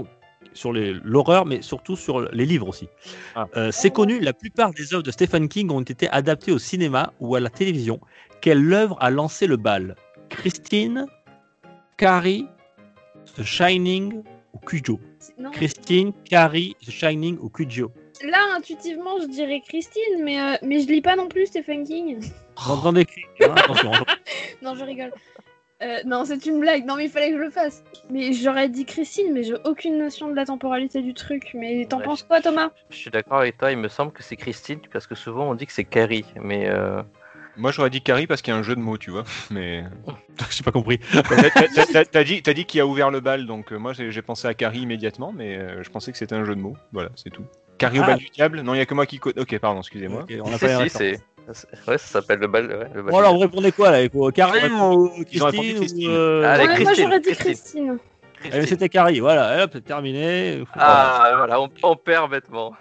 sur les, l'horreur, mais surtout sur les livres aussi. Ah. Euh, c'est connu, la plupart des œuvres de Stephen King ont été adaptées au cinéma ou à la télévision. Quelle œuvre a lancé le bal? Christine, Carrie, The Shining ou Cujo? Non. Christine, Carrie, The Shining ou Cujo? Là, intuitivement, je dirais Christine, mais, euh, mais je lis pas non plus Stephen King. Vous entendez crier, hein, attention. Non, je rigole. Euh, non, c'est une blague. Non, mais il fallait que je le fasse. Mais j'aurais dit Christine, mais j'ai aucune notion de la temporalité du truc. Mais t'en Ouais, penses quoi, Thomas? Je suis d'accord avec toi, il me semble que c'est Christine, parce que souvent on dit que c'est Carrie, mais euh, Moi j'aurais dit Carrie parce qu'il y a un jeu de mots, tu vois. Mais J'ai pas compris. T'as- t'as- t'as- t'as dit, t'as dit qu'il a ouvert le bal, donc euh, moi j'ai j'ai pensé à Carrie immédiatement, mais euh, je pensais que c'était un jeu de mots. Voilà, c'est tout. Carrie au Ah. bal du diable? Non, il y a que moi qui connais. Ok, pardon, excusez-moi. Ok, on a si, pas si, c'est... Ouais, ça s'appelle le bal, ouais, le bal Bon, alors, du vous répondez quoi là? Quoi, Carrie ou Ils ont répondu Christine, Christine. ou, euh, Allez, Ouais, moi, Christine, j'aurais dit Christine. Christine. diable. eh, mais Christine. c'était Carrie, voilà, hop, c'est terminé. Ah, voilà, on, on perd bêtement.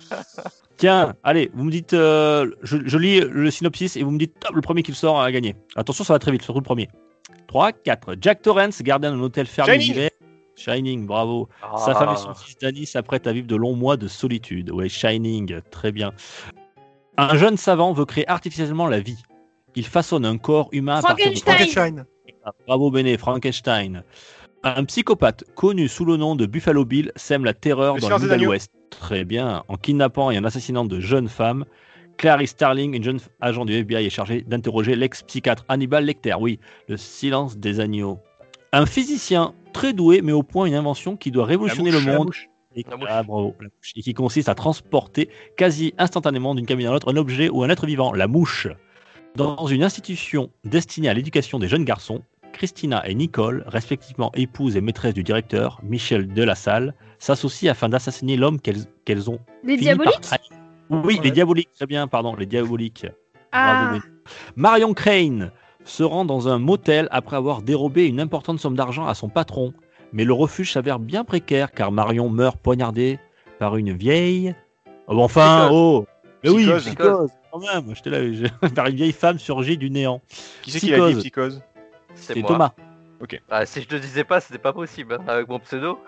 Tiens, allez, vous me dites, euh, je, je lis le synopsis et vous me dites top, le premier qui le sort a gagné. Attention, ça va très vite, surtout le premier. trois, quatre. Jack Torrance, gardien d'un hôtel fermé Shining. d'hiver. Shining, bravo. Ah. Sa femme et son fils Danny s'apprêtent à vivre de longs mois de solitude. Ouais, Shining, très bien. Un jeune savant veut créer artificiellement la vie. Il façonne un corps humain à partir de... Frankenstein. Frankenstein. Ah, bravo Béné, Frankenstein. Un psychopathe connu sous le nom de Buffalo Bill sème la terreur Le dans Seigneur le des Agneaux. Nouvel-Ouest. Très bien. En kidnappant et en assassinant de jeunes femmes, Clarice Starling, une jeune agent du F B I, est chargée d'interroger l'ex-psychiatre Hannibal Lecter. Oui, le silence des agneaux. Un physicien très doué, mais au point une invention qui doit révolutionner mouche, le la monde. mouche. Et, La mouche. ah, bravo, la mouche. Et qui consiste à transporter quasi instantanément d'une cabine à l'autre un objet ou un être vivant, la mouche. Dans une institution destinée à l'éducation des jeunes garçons, Christina et Nicole, respectivement épouse et maîtresse du directeur, Michel Delassalle, s'associent afin d'assassiner l'homme qu'elles qu'elles ont Les fini par diaboliques? trahir. Oui, Ouais. les diaboliques, très bien, pardon, les diaboliques. Ah, Bravo, Mehdi. Marion Crane se rend dans un motel après avoir dérobé une importante somme d'argent à son patron. Mais le refuge s'avère bien précaire car Marion meurt poignardée par une vieille. Oh, bon, enfin, Psychose. oh Mais oui, Psychose. psychose, quand même. J'étais là, je- par une vieille femme surgie du néant. Qui c'est qui l'a dit, Psychose. Psychose? C'est C'est moi. Thomas. Ah, si je te disais pas, c'était pas possible, hein, avec mon pseudo.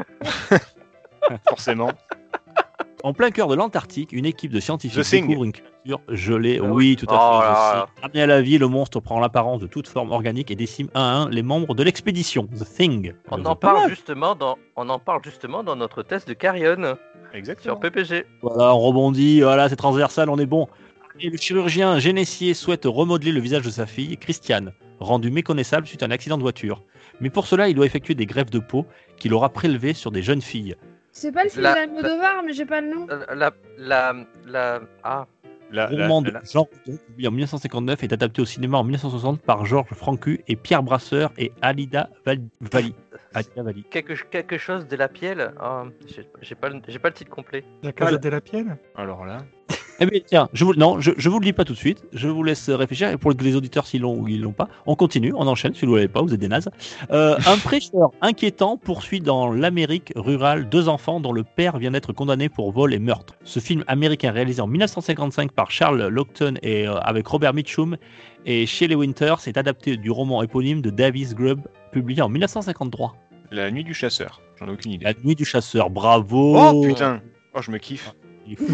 Forcément. En plein cœur de l'Antarctique, une équipe de The scientifiques Thing. découvre une créature gelée. Ah Oui, oui. tout Oh à fait. là The là. Thing. Ramené à la vie, le monstre prend l'apparence de toute forme organique et décime un à un les membres de l'expédition. The Thing. On Euh, en pas parle mal. justement dans, on en parle justement dans notre test de Carrion Exactement. sur P P G. Voilà, on rebondit, voilà, c'est transversal, on est bon. Et le chirurgien génessier souhaite remodeler le visage de sa fille, Christiane, rendue méconnaissable suite à un accident de voiture. Mais pour cela, il doit effectuer des greffes de peau qu'il aura prélevées sur des jeunes filles. c'est pas le film La- d'Almodovar, mais j'ai pas le nom. Euh, La, la, la, ah, La, la- roman de la- Jean Rodin, publié en mille neuf cent cinquante-neuf, est adapté au cinéma en mille neuf cent soixante par Georges Francu et Pierre Brasseur et Alida Val- Valli. Alida Valli. quelque, quelque chose de la pielle. Ah, j'ai j'ai pas, le- j'ai pas le titre complet. La Casa de la Piel. Alors là. Eh bien, tiens, je vous, non, je, je vous le dis pas tout de suite. Je vous laisse réfléchir. Et pour les auditeurs, s'ils l'ont ou ils l'ont pas, on continue, on enchaîne. Si vous l'avez pas, vous êtes des nazes. Euh, un prêcheur inquiétant poursuit dans l'Amérique rurale deux enfants dont le père vient d'être condamné pour vol et meurtre. Ce film américain réalisé en mille neuf cent cinquante-cinq par Charles Laughton et euh, avec Robert Mitchum et Shelley Winters est adapté du roman éponyme de Davis Grubb, publié en mille neuf cent cinquante-trois. La nuit du chasseur. J'en ai aucune idée. La nuit du chasseur. Bravo. Oh putain. Oh, je me kiffe. Il est fou.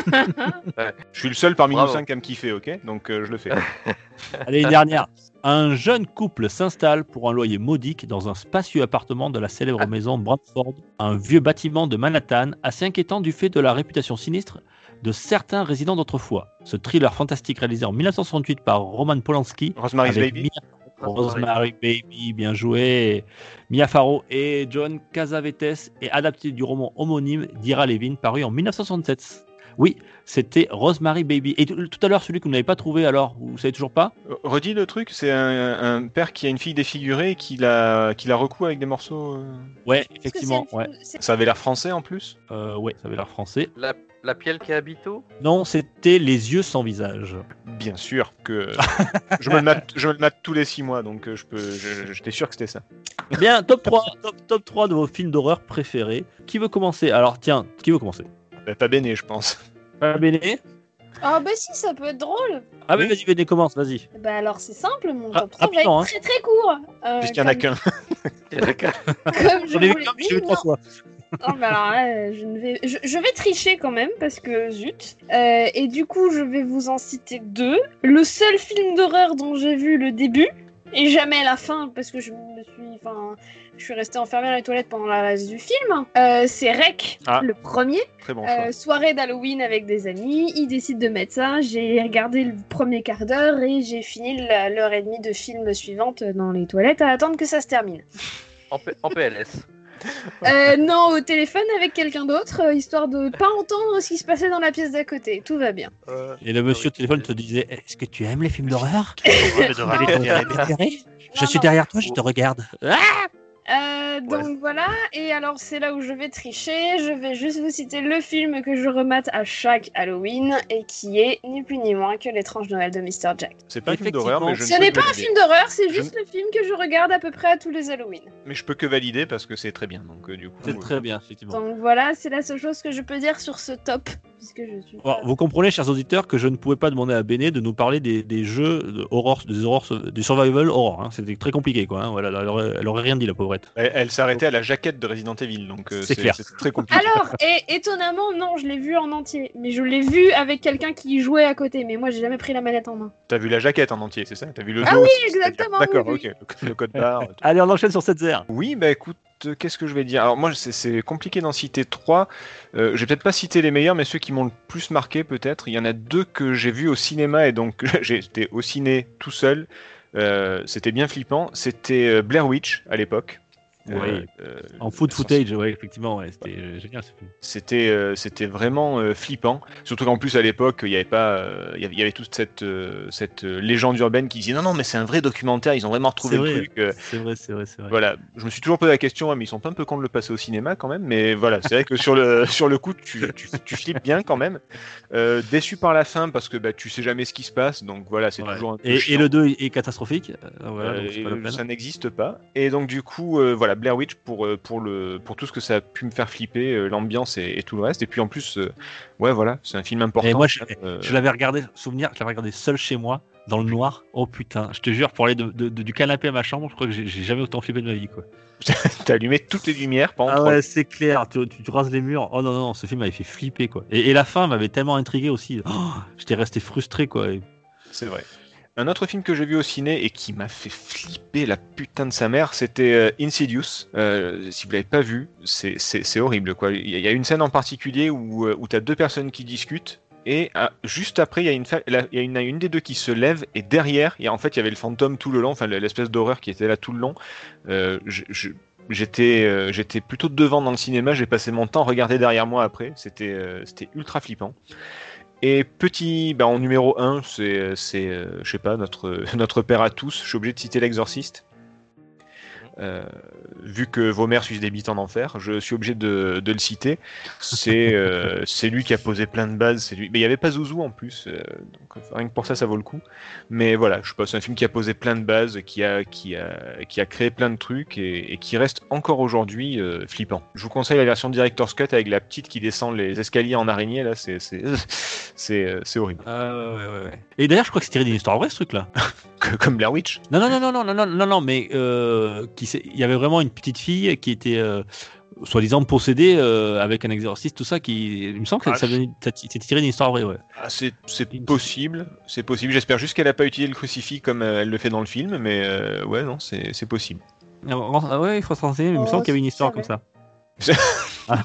Je suis le seul parmi Bravo. nous cinq à me kiffer, ok? Donc euh, je le fais. Allez, une dernière. Un jeune couple s'installe pour un loyer modique dans un spacieux appartement de la célèbre maison Bradford, un vieux bâtiment de Manhattan, assez inquiétant du fait de la réputation sinistre de certains résidents d'autrefois. Ce thriller fantastique réalisé en mille neuf cent soixante-huit par Roman Polanski, Rosemary's avec Baby. Mia, Rosemary Baby, bien joué, Mia Farrow et John Cassavetes, est adapté du roman homonyme d'Ira Levin, paru en mille neuf cent soixante-sept. Oui, c'était Rosemary Baby. Et tout tout à l'heure, celui que vous n'avez pas trouvé, alors, vous savez toujours pas? Euh, Redis le truc, c'est un, un père qui a une fille défigurée et qui la, qui la recoue avec des morceaux. euh. Ouais, Est-ce que c'est effectivement. une- Ouais, c'est- Ça avait l'air français en plus. euh, ouais, ça avait l'air français. La, la pielle qui habite où? Non, c'était Les yeux sans visage. Bien sûr que je me le mate, je me le mate tous les six mois, donc euh, je peux, je- j'étais sûr que c'était ça. Eh bien, top trois, top, top trois de vos films d'horreur préférés. Qui veut commencer? Alors, tiens, qui veut commencer? Bah, pas Béné, je pense. Ah, Béné? Ah bah si, ça peut être drôle. Ah, mais vas-y, Béné, commence, vas-y. Bah alors c'est simple, mon Ra- top trois va rapidement, être très très court. Euh, Puisqu'il y en a comme- qu'un. Comme je J'en ai vu vous l'ai qu'un, dit, j'ai vu trois non. fois. Non, mais alors là, je, ne vais... Je, je vais tricher quand même, parce que zut. Euh, et du coup, je vais vous en citer deux. Le seul film d'horreur dont j'ai vu le début, et jamais la fin, parce que je me suis... Enfin, je suis restée enfermée dans les toilettes pendant la reste du film. Euh, c'est Rec, Ah. le premier. Très bon choix. Euh, soirée d'Halloween avec des amis, ils décident de mettre ça, j'ai regardé le premier quart d'heure et j'ai fini la- l'heure et demie de film suivante dans les toilettes à attendre que ça se termine. En, P- en P L S. Euh, non, au téléphone avec quelqu'un d'autre, euh, histoire de pas entendre ce qui se passait dans la pièce d'à côté, tout va bien. Et le monsieur au téléphone te disait Est-ce que tu aimes les films d'horreur Je Non, suis non. derrière toi, je te regarde. Euh, donc voilà, et alors c'est là où je vais tricher, je vais juste vous citer le film que je remate à chaque Halloween et qui est ni plus ni moins que L'étrange Noël de mister Jack. C'est pas un film d'horreur, mais je ne Ce peux n'est que pas un valider. film d'horreur, c'est Je juste le film que je regarde à peu près à tous les Halloween. Mais je peux que valider parce que c'est très bien. Donc euh, du coup. C'est euh, très bien, effectivement. Donc voilà, c'est la seule chose que je peux dire sur ce top, puisque je suis... Bon, vous comprenez, chers auditeurs, que je ne pouvais pas demander à Béné de nous parler des, des jeux de horror, des horrors, du survival horror. Hein. C'était très compliqué, quoi. Hein. Voilà, elle aurait, elle aurait rien dit, la pauvrette. Elle, elle s'arrêtait à la jaquette de Resident Evil, donc euh, C'est clair. c'est très compliqué. Alors, et étonnamment, non, je l'ai vu en entier, mais je l'ai vu avec quelqu'un qui jouait à côté, mais moi j'ai jamais pris la manette en main. T'as vu la jaquette en entier, c'est ça? T'as vu le dos? Ah oui, aussi, c'est-à-dire- exactement, D'accord, oui, ok. Le, le code barre. tout. Allez, on enchaîne sur cette zère. Oui, bah écoute, euh, qu'est-ce que je vais dire? Alors moi, c'est- c'est compliqué d'en citer trois. Euh, je vais peut-être pas citer les meilleurs, mais ceux qui m'ont le plus marqué peut-être. Il y en a deux que j'ai vus au cinéma et donc j'étais au ciné tout seul. Euh, c'était bien flippant. C'était euh, Blair Witch à l'époque. Oui. euh, En food footage, ouais, effectivement, ouais, c'était euh, génial ce film. C'était euh, c'était vraiment euh, flippant. Surtout qu'en plus à l'époque, il y avait pas, euh, il y avait- il y avait toute cette euh, cette euh, légende urbaine qui disait non non mais c'est un vrai documentaire. Ils ont vraiment retrouvé C'est le vrai. truc. euh, C'est vrai, c'est vrai, c'est vrai. Voilà, je me suis toujours posé la question, ouais, mais ils sont pas un peu cons de le passer au cinéma quand même, mais voilà, c'est vrai que sur le, sur le coup, tu, tu, tu flippes bien quand même. Euh, déçu par la fin parce que bah, tu sais jamais ce qui se passe, donc voilà, c'est Ouais. toujours un peu Et, et chiant. le deux est catastrophique. euh, voilà, Euh, donc c'est pas la et peine. ça n'existe pas. Et donc du coup, euh, voilà, Blair Witch pour, euh, pour, le, pour tout ce que ça a pu me faire flipper, euh, l'ambiance et, et tout le reste. Et puis en plus, euh, ouais, voilà, c'est un film important. Et moi, je, Euh, je l'avais regardé, souvenir, je l'avais regardé seul chez moi, dans le noir. Oh putain, je te jure, pour aller de, de- de- du canapé à ma chambre, je crois que j'ai j'ai jamais autant flippé de ma vie, quoi. T'as allumé toutes les lumières pendant Ah trois ouais, c'est clair, tu, tu, tu rases les murs. Oh non, non, ce film m'avait fait flipper, quoi. Et, et la fin m'avait tellement intrigué aussi. Oh, j'étais resté frustré, quoi. Et- C'est vrai. Un autre film que j'ai vu au ciné et qui m'a fait flipper la putain de sa mère, c'était euh, Insidious. Euh, si vous l'avez pas vu, c'est c'est- c'est horrible, quoi. Il y, a- il y a une scène en particulier où, euh, où t'as deux personnes qui discutent et ah, juste après, il y a une, fa- la- il y a une, une des deux qui se lève et derrière, il y a, en fait, il y avait le fantôme tout le long, enfin l'espèce d'horreur qui était là tout le long. Euh, je- je- J'étais euh, j'étais plutôt devant dans le cinéma, j'ai passé mon temps à regarder derrière moi après, c'était euh, c'était ultra flippant. Et petit, bah, en numéro un, c'est, c'est euh, je sais pas, notre, notre père à tous, je suis obligé de citer l'Exorciste. Euh, vu que vos mères suivent des bites en enfer, je suis obligé de, de le citer. C'est euh, c'est lui qui a posé plein de bases. C'est lui. Mais il n'y avait pas Zouzou en plus, euh, donc rien que pour ça, ça vaut le coup. Mais voilà, je pense c'est un film qui a posé plein de bases, qui a, qui a, qui a créé plein de trucs et, et qui reste encore aujourd'hui euh, flippant. Je vous conseille la version Director's Cut avec la petite qui descend les escaliers en araignée. Là, c'est c'est c'est, euh, c'est horrible. Ah ouais, ouais, ouais, ouais. Et d'ailleurs, je crois que c'est tiré d'une histoire vraie, ce truc-là. Comme Blair Witch. Non, non, non, non, non, non, non, non, non, mais euh, qui s'est- il y avait vraiment une petite fille qui était euh, soi-disant possédée euh, avec un exorciste, tout ça. Qui, il me semble que Ah, ça venait- ça- c'était tiré d'une histoire vraie, ouais. Ah, c'est c'est possible, c'est possible. J'espère juste qu'elle a pas utilisé le crucifix comme euh, elle le fait dans le film, mais euh, ouais, non, c'est c'est possible. Ah ouais, il faut se renseigner, mais il me Oh, semble qu'il y avait une histoire c'est comme ça.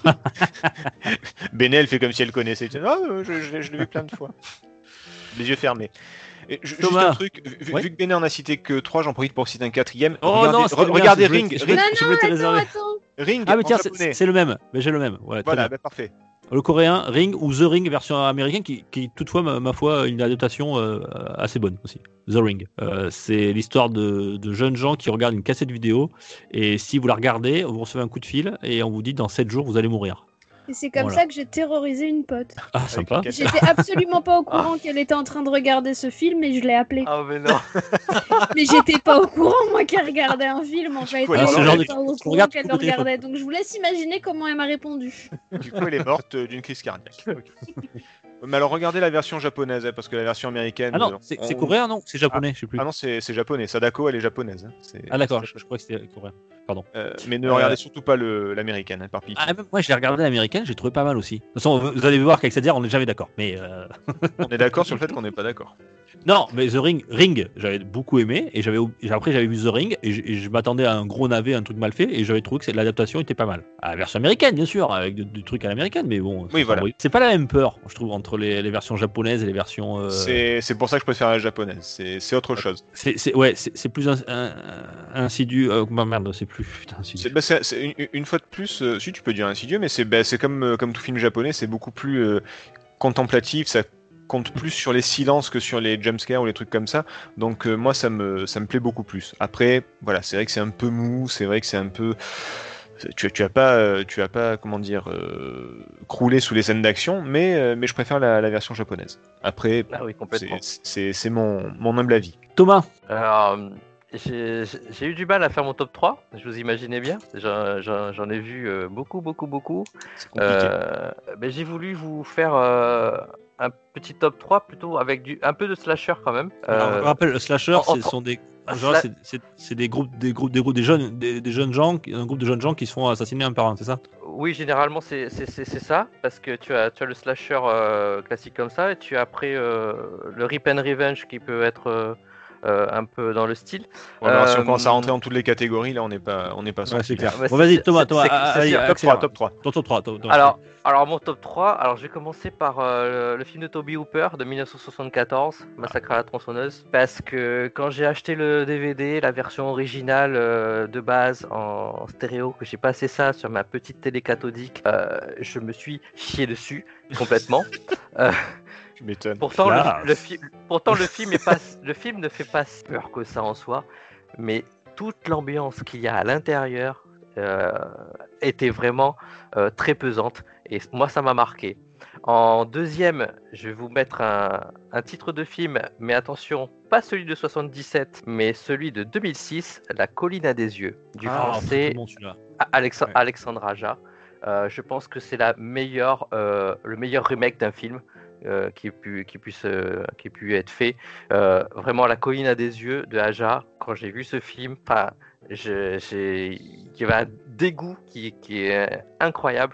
Béné, elle fait comme si elle connaissait. Ah, euh, je, je, je l'ai vu plein de fois. Les yeux fermés. Et ju- juste Thomas. un truc, vu, Ouais. vu que Béné en a cité que trois, j'en profite pour citer un quatrième. Oh regardez non, c'est re- bien, regardez je voulais- Ring, je voulais- Non, Ring, je voulais te non, attends, réserver. attends. Ring Ah mais en tiens, c'est japonais. c'est le même, mais j'ai le même. Voilà, très Voilà, bien. bah, parfait. Le coréen Ring ou The Ring version américaine qui, qui toutefois ma, ma foi une adaptation euh, assez bonne aussi. The Ring. Euh, c'est l'histoire de, de jeunes gens qui regardent une cassette vidéo et si vous la regardez, vous recevez un coup de fil et on vous dit dans sept jours vous allez mourir. Et c'est comme Voilà. ça que j'ai terrorisé une pote. Ah sympa. une cassette. J'étais absolument pas au courant qu'elle était en train de regarder ce film et je l'ai appelée. Ah, mais non. Mais j'étais pas au courant, moi, qu'elle regardait un film en fait. coup, elle Et est j'étais morte. pas au On courant regarde qu'elle tout le le téléphone. regardait. Donc je vous laisse imaginer comment elle m'a répondu. Du coup, elle est morte euh, d'une crise cardiaque. Ok. Mais alors, regardez la version japonaise, hein, parce que la version américaine. Ah non, euh, c'est on- c'est coréen non, c'est japonais, je sais plus. Ah non, c'est c'est japonais. Sadako, elle est japonaise. hein. C'est- Ah d'accord, c'est je, je crois que c'était coréen. pardon. Euh, mais ne Euh, regardez surtout pas le, l'américaine, hein, par pitié. Ah, même moi, je l'ai regardé l'américaine, j'ai trouvé pas mal aussi. De toute façon, vous allez voir qu'avec Sadia, on n'est jamais d'accord. Mais euh, On est d'accord sur le fait qu'on n'est pas d'accord. non, mais The Ring, Ring, j'avais beaucoup aimé. Et j'avais après, j'avais vu The Ring et je, et je m'attendais à un gros navet, un truc mal fait. Et j'avais trouvé que c'est- l'adaptation était pas mal. À la version américaine, bien sûr, avec du, du truc à l'américaine. Mais bon, Oui, c'est voilà. pas- c'est pas la même peur, je trouve, entre les, les versions japonaises et les versions. euh, C'est, c'est pour ça que je préfère la japonaise. C'est, c'est autre chose. C'est, c'est- ouais, c'est, c'est plus un, un- un- insidieux. Euh, bah, merde, c'est plus putain, insidieux. C'est, bah, c'est, c'est une, une fois de plus, euh, si tu peux dire insidieux, mais c'est, bah, c'est comme, euh, comme tout film japonais, c'est beaucoup plus euh, contemplatif, ça compte plus sur les silences que sur les jumpscares ou les trucs comme ça. Donc euh, moi, ça me, ça me plaît beaucoup plus. Après, voilà, c'est vrai que c'est un peu mou, c'est vrai que c'est un peu... Tu, tu as pas, euh, tu as pas, comment dire, euh, croulé sous les scènes d'action, mais, euh, mais je préfère la, la version japonaise. Après, Ah oui, complètement. c'est, c'est, c'est mon, mon humble avis. Thomas. Alors, euh, j'ai j'ai- j'ai eu du mal à faire mon top trois, je vous imaginez bien. J'en- J'en j'en ai vu euh, beaucoup, beaucoup, beaucoup. C'est compliqué. Euh, mais j'ai voulu vous faire euh, un petit top trois plutôt avec du, un peu de slasher quand même. Alors, Euh, je rappelle, le slasher, en- en- ce sont des, en en général, sla- c'est, c'est, c'est des groupes, des groupes, des groupes, des jeunes, des, des jeunes gens, un groupe de jeunes gens qui se font assassiner un par un, c'est ça? Oui, généralement c'est c'est- c'est- c'est ça, parce que tu as, tu as le slasher euh, classique comme ça, et tu as après euh, le Rip and Revenge qui peut être euh, euh, un peu dans le style. Ouais, alors, si on Euh, commence à rentrer dans toutes les catégories, là, on n'est pas, on n'est pas Ouais, sorti. c'est clair. Ouais, Bon, c'est- vas-y, Thomas, c'est- Thomas, c'est- ah, c'est- allez, c'est- Top accélère. trois, top trois. Ton top trois. ton- ton- Alors, alors mon top trois, alors je vais commencer par euh, le film de Toby Hooper de mille neuf cent soixante-quatorze, Massacre à la tronçonneuse, parce que quand j'ai acheté le D V D, la version originale euh, de base en, en stéréo, que j'ai passé ça sur ma petite télé cathodique, euh, je me suis chié dessus complètement. Euh, Tu m'étonnes. pourtant, le, Classe. le fi- pourtant le film est pas, le film ne fait pas si peur que ça en soi, mais toute l'ambiance qu'il y a à l'intérieur euh, était vraiment euh, très pesante et moi ça m'a marqué. En deuxième, je vais vous mettre un, un titre de film, mais attention, pas celui de soixante-dix-sept, mais celui de deux mille six, La colline à des yeux, du Ah, français c'est bon, celui-là. Alexa- Ouais. Alexandre Aja. Euh, je pense que c'est la meilleure, euh, le meilleur remake d'un film euh, qui, ait pu, qui, puisse, euh, qui ait pu être fait. Euh, vraiment, La colline à des yeux de Aja, quand j'ai vu ce film, enfin, je- j'ai- il y avait un dégoût qui, qui est incroyable.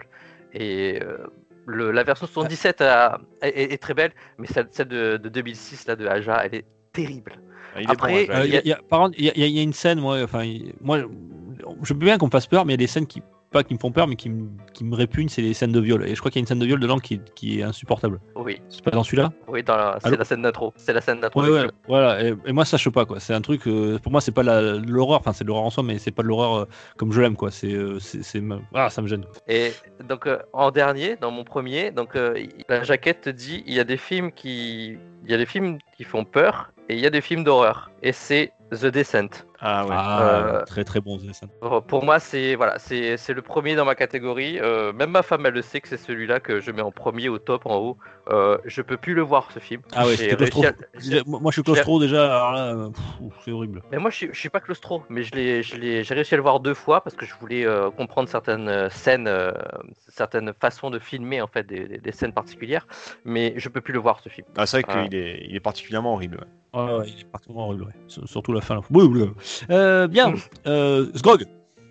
Et euh, le- la version soixante-dix-sept a- est, est- est très belle, mais celle, celle de, de deux mille six, là, de Aja, elle est terrible. Ah, il est Après, bon, Euh, ouais. il y a- il y a- par contre, il y, a- il y a- il y a une scène, moi, enfin, il- moi, je veux bien qu'on fasse peur, mais il y a des scènes qui, pas qui me font peur, mais qui, me- qui me répugnent, c'est les scènes de viol. Et je crois qu'il y a une scène de viol dedans qui, qui est insupportable. Oui, C'est pas dans celui-là? oui dans la- c'est Allô la scène d'intro. C'est la scène Ouais, d'introduction. ouais, voilà. Et, et moi, ça choque pas, quoi. C'est un truc, euh, pour moi, c'est pas la- de l'horreur, enfin, c'est de l'horreur en soi, mais c'est pas de l'horreur euh, comme je l'aime, quoi. C'est, euh, c'est, c'est- ah, ça me gêne. Et donc euh, en dernier, dans mon premier, donc euh, il- la jaquette te dit il y a des films qui, il y a des films qui font peur et il y a des films d'horreur. Et c'est The Descent. Ah ouais. Ah, Euh, très très bon, cette scène. Pour pour moi, c'est voilà, c'est c'est le premier dans ma catégorie. Euh, même ma femme, elle le sait que c'est celui-là que je mets en premier, au top, en haut. Euh, je peux plus le voir ce film. Ah ouais, J'ai c'était réussi claustro. à- Déjà, Moi, moi, je suis claustro déjà, alors là, euh, pff, c'est horrible. Mais moi, je suis, je suis pas claustro, mais je l'ai, je l'ai, j'ai réussi à le voir deux fois parce que je voulais euh, comprendre certaines euh, scènes, euh, certaines façons de filmer en fait des, des- des scènes particulières. Mais je peux plus le voir ce film. Ah, c'est vrai Ah. qu'il est, il est particulièrement horrible. ouais. Ouais, ouais, il est particulièrement horrible, ouais. S- Surtout la fin. Là. Oui, oui, oui. Euh, bien, euh, Sgrog.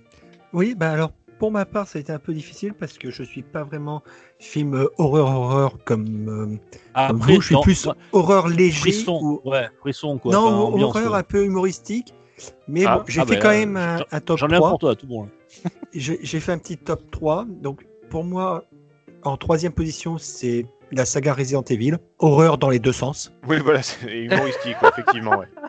Oui, bah alors pour ma part, ça a été un peu difficile parce que je suis pas vraiment film euh, horreur horreur comme, euh, comme vous. Je suis non, plus moi, horreur léger frisson, ou ouais, frisson quoi. non enfin, ambiance, horreur quoi. un peu humoristique. Mais Ah, bon, j'ai ah fait bah, quand euh, même un, j'en- un top J'en ai un trois. pour toi, tout bon. Là. J'ai j'ai fait un petit top trois. Donc, pour moi, en troisième position, c'est la saga Resident Evil. Horreur dans les deux sens. Oui, voilà, c'est humoristique, ouais, effectivement. Ouais.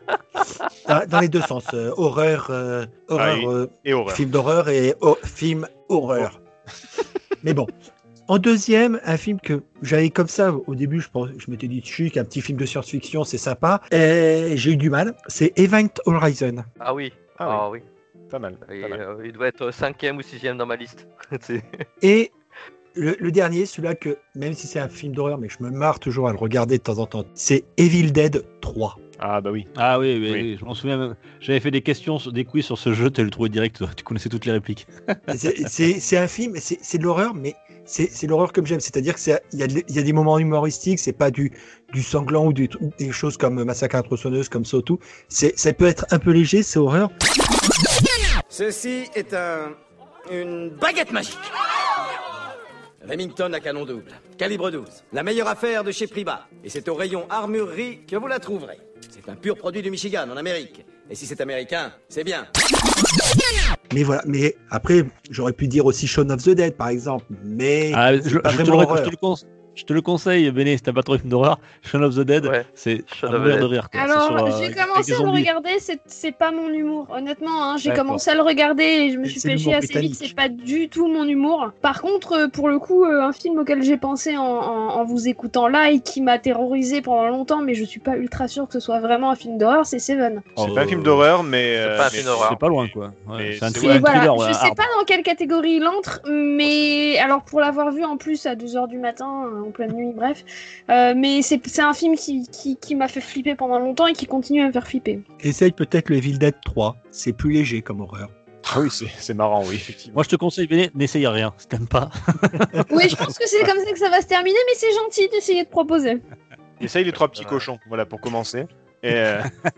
Dans, dans les deux sens. euh, horreur, euh, horreur oui. euh, Et horreur. film d'horreur et oh, film horreur. Mais bon. En deuxième, un film que j'avais comme ça, au début, je, pense, je m'étais dit, chic, un petit film de science-fiction, c'est sympa. Et j'ai eu du mal. C'est Event Horizon. Ah oui. Ah Ah oui. Pas mal. Et, Pas mal. euh, il doit être cinquième ou sixième dans ma liste. C'est- Et le, le dernier, celui-là que, même si c'est un film d'horreur, mais je me marre toujours à le regarder de temps en temps, c'est Evil Dead trois. Ah bah oui. Ah oui, oui, Oui. oui, je m'en souviens même. J'avais fait des questions, sur- des quiz sur ce jeu, tu le trouvais direct, toi. Tu connaissais toutes les répliques. C'est- C'est c'est un film, c'est c'est de l'horreur, mais c'est c'est l'horreur comme j'aime. C'est-à-dire qu'il y, a de- il y a des moments humoristiques, c'est pas du, du sanglant ou du, des choses comme Massacre à la tronçonneuse, comme ça ou tout. C'est- Ça peut être un peu léger, c'est horreur. Ceci est un... une baguette magique. Remington à canon double, calibre douze. La meilleure affaire de chez Priba. Et c'est au rayon armurerie que vous la trouverez. C'est un pur produit du Michigan, en Amérique. Et si c'est américain, c'est bien. Mais voilà, mais après, j'aurais pu dire aussi Shaun of the Dead, par exemple. Mais Ah, je, c'est pas je te vraiment le, je horreur. te le conseille. Je te le conseille, Béné, si t'as pas trop de films d'horreur, Shaun of the Dead, Ouais, c'est Shaun un of the mourir de Dead. rire. Quoi. Alors, C'est sur, euh, j'ai avec commencé des à le zombies. regarder, c'est, c'est pas mon humour. Honnêtement, hein, j'ai D'accord. commencé à le regarder et je me C'est- suis c'est fait l'humour chier assez vite, britannique. c'est pas du tout mon humour. Par contre, euh, pour le coup, euh, un film auquel j'ai pensé en, en, en vous écoutant là et qui m'a terrorisé pendant longtemps, mais je suis pas ultra sûre que ce soit vraiment un film d'horreur, c'est Seven. C'est Oh, pas un film d'horreur, mais. c'est euh, pas un mais film d'horreur. C'est pas loin, quoi. Ouais, Mais c'est un, c'est- tri- ouais, un Et voilà, thriller. ouais, je sais hard. pas dans quelle catégorie il entre, mais alors pour l'avoir vu en plus à deux heures du matin, euh, en pleine nuit, bref, euh, mais c'est, c'est un film qui, qui, qui m'a fait flipper pendant longtemps et qui continue à me faire flipper. Essaye peut-être le Evil Dead trois. C'est plus léger comme horreur. Ah oui, c'est c'est marrant, oui, effectivement. Moi, je te conseille, Béné, n'essaye rien, si t'aimes pas. Oui, je pense que c'est comme ça que ça va se terminer, mais c'est gentil d'essayer de proposer. Essaye les trois petits cochons, voilà, pour commencer. Et, euh,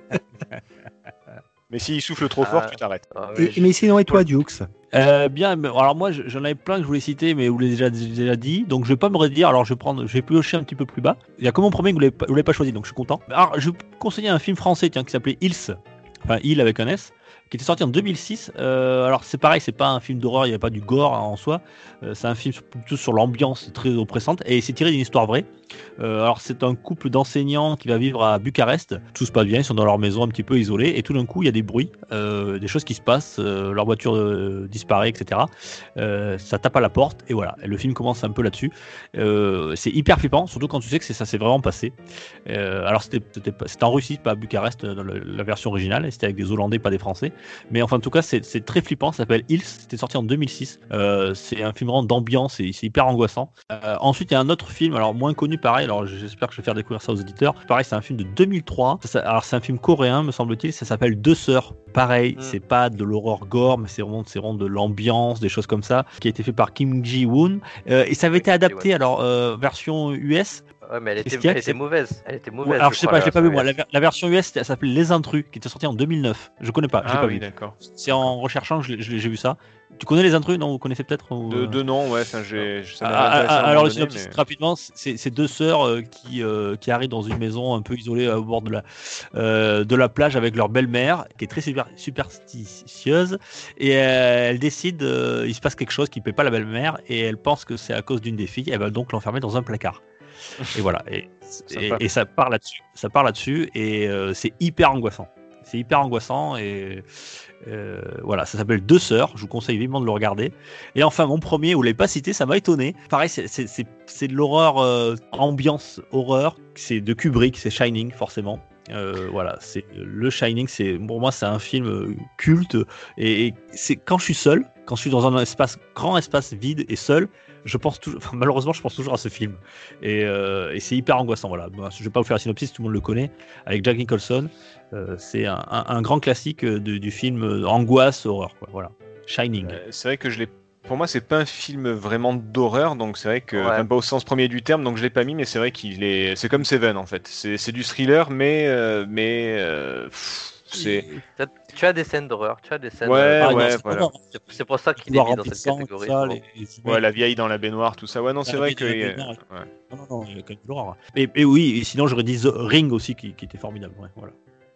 mais s'il souffle trop fort, Ah. tu t'arrêtes. Ah, Et, mais je- mais sinon, et toi, Dukes? Euh, bien, mais- alors moi je- j'en avais plein que je voulais citer, mais vous l'avez déjà, déjà dit, donc je vais pas me redire. Alors je vais prendre, je vais piocher un petit peu plus bas. Il y a que mon premier que vous l'avez pas, vous l'avez pas choisi, donc je suis content. Alors je vais vous conseiller un film français, tiens, qui s'appelait Hills, enfin Hill avec un S, qui était sorti en deux mille six. Euh, alors c'est pareil, c'est pas un film d'horreur, il n'y a pas du gore hein, en soi. Euh, c'est un film sur- plutôt sur l'ambiance très oppressante et c'est tiré d'une histoire vraie. Euh, alors c'est un couple d'enseignants qui va vivre à Bucarest. Tout se passe bien, ils sont dans leur maison un petit peu isolés et tout d'un coup il y a des bruits, euh, des choses qui se passent, euh, leur voiture euh, disparaît, et cetera. Euh, ça tape à la porte et voilà. Et le film commence un peu là-dessus. Euh, c'est hyper flippant, surtout quand tu sais que c'est, ça s'est vraiment passé. Euh, alors c'était, c'était, pas- c'était en Russie, pas à Bucarest dans le- la version originale, et c'était avec des Hollandais, pas des Français. Mais enfin en tout cas c'est, c'est très flippant. Ça s'appelle Hills. C'était sorti en deux mille six. Euh, c'est un film vraiment d'ambiance et c'est hyper angoissant. Euh, ensuite il y a un autre film, alors moins connu pareil. Alors j'espère que je vais faire découvrir ça aux auditeurs. Pareil, c'est un film de deux mille trois. Ça, alors c'est un film coréen, me semble-t-il. Ça s'appelle Deux sœurs. Pareil, Mm. c'est pas de l'horreur gore, mais c'est vraiment, c'est vraiment de l'ambiance, des choses comme ça, qui a été fait par Kim Ji-woon. Euh, et ça avait Oui, été Kim adapté, Ji-woon. alors euh, version U S. Ouais, mais elle était, Qu'est-ce qu'il y a elle était C'est- mauvaise. Elle était mauvaise. Ouais, alors je sais crois, pas, je l'ai la pas vu version moi. La, U S. ver- la version U S, ça s'appelle Les Intrus, qui était sorti en deux mille neuf. Je connais pas, j'ai Ah pas oui, vu. d'accord. C'est en recherchant que je l'ai- je l'ai- j'ai vu ça. Tu connais Les Intrus? Non, vous connaissez peut-être ou, De, euh, de nom, ouais, ça, j'ai, ça m'avait ah, intéressé à un ah, moment alors le donné, synopsis mais- rapidement, c'est c'est deux sœurs euh, qui euh, qui arrivent dans une maison un peu isolée au bord de la euh, de la plage avec leur belle-mère qui est très super, superstitieuse et euh, elle décide euh, il se passe quelque chose qui plaît pas à la belle-mère et elle pense que c'est à cause d'une des filles. Elle va donc l'enfermer dans un placard. Et voilà. Et, et, Sympa. et ça part là-dessus. Ça part là-dessus et euh, c'est hyper angoissant. C'est hyper angoissant et euh, voilà, ça s'appelle Deux sœurs. Je vous conseille vivement de le regarder. Et enfin, mon premier, vous l'avez pas cité, ça m'a étonné. Pareil, c'est, c'est, c'est, c'est de l'horreur, euh, ambiance horreur. C'est de Kubrick, c'est Shining forcément. Euh, voilà, c'est le Shining. C'est pour moi, c'est un film euh, culte. Et, et c'est quand je suis seul, quand je suis dans un espace grand espace vide et seul. Je pense toujours, enfin, malheureusement, je pense toujours à ce film. Et, euh, et c'est hyper angoissant. Voilà. Bon, je vais pas vous faire un synopsis, tout le monde le connaît. Avec Jack Nicholson, euh, c'est un, un, un grand classique de, du film euh, angoisse horreur. Quoi. Voilà. Shining. Euh, c'est vrai que je l'ai. Pour moi, c'est pas un film vraiment d'horreur, donc c'est vrai que, Ouais. enfin, pas au sens premier du terme, donc je l'ai pas mis, mais c'est vrai qu'il est, c'est comme Seven en fait. C'est, c'est du thriller, mais, euh, mais, euh, pff, c'est. T'as- Tu as des scènes d'horreur, tu as des scènes. Ouais, euh, Ah, non, ouais, c'est- voilà. non, non, c'est- C'est pour ça qu'il est couloir mis dans rempli de cette sang, catégorie. tout ça, bon. les- les Ouais, humains. la vieille dans la baignoire, tout ça. Ouais, non, c'est La vrai vieille que. dans la y a- baignoire, ouais. Non, non, non, il y a quand même de l'horreur. Et, et oui, et sinon j'aurais dit The Ring aussi qui, qui était formidable. Ouais, voilà.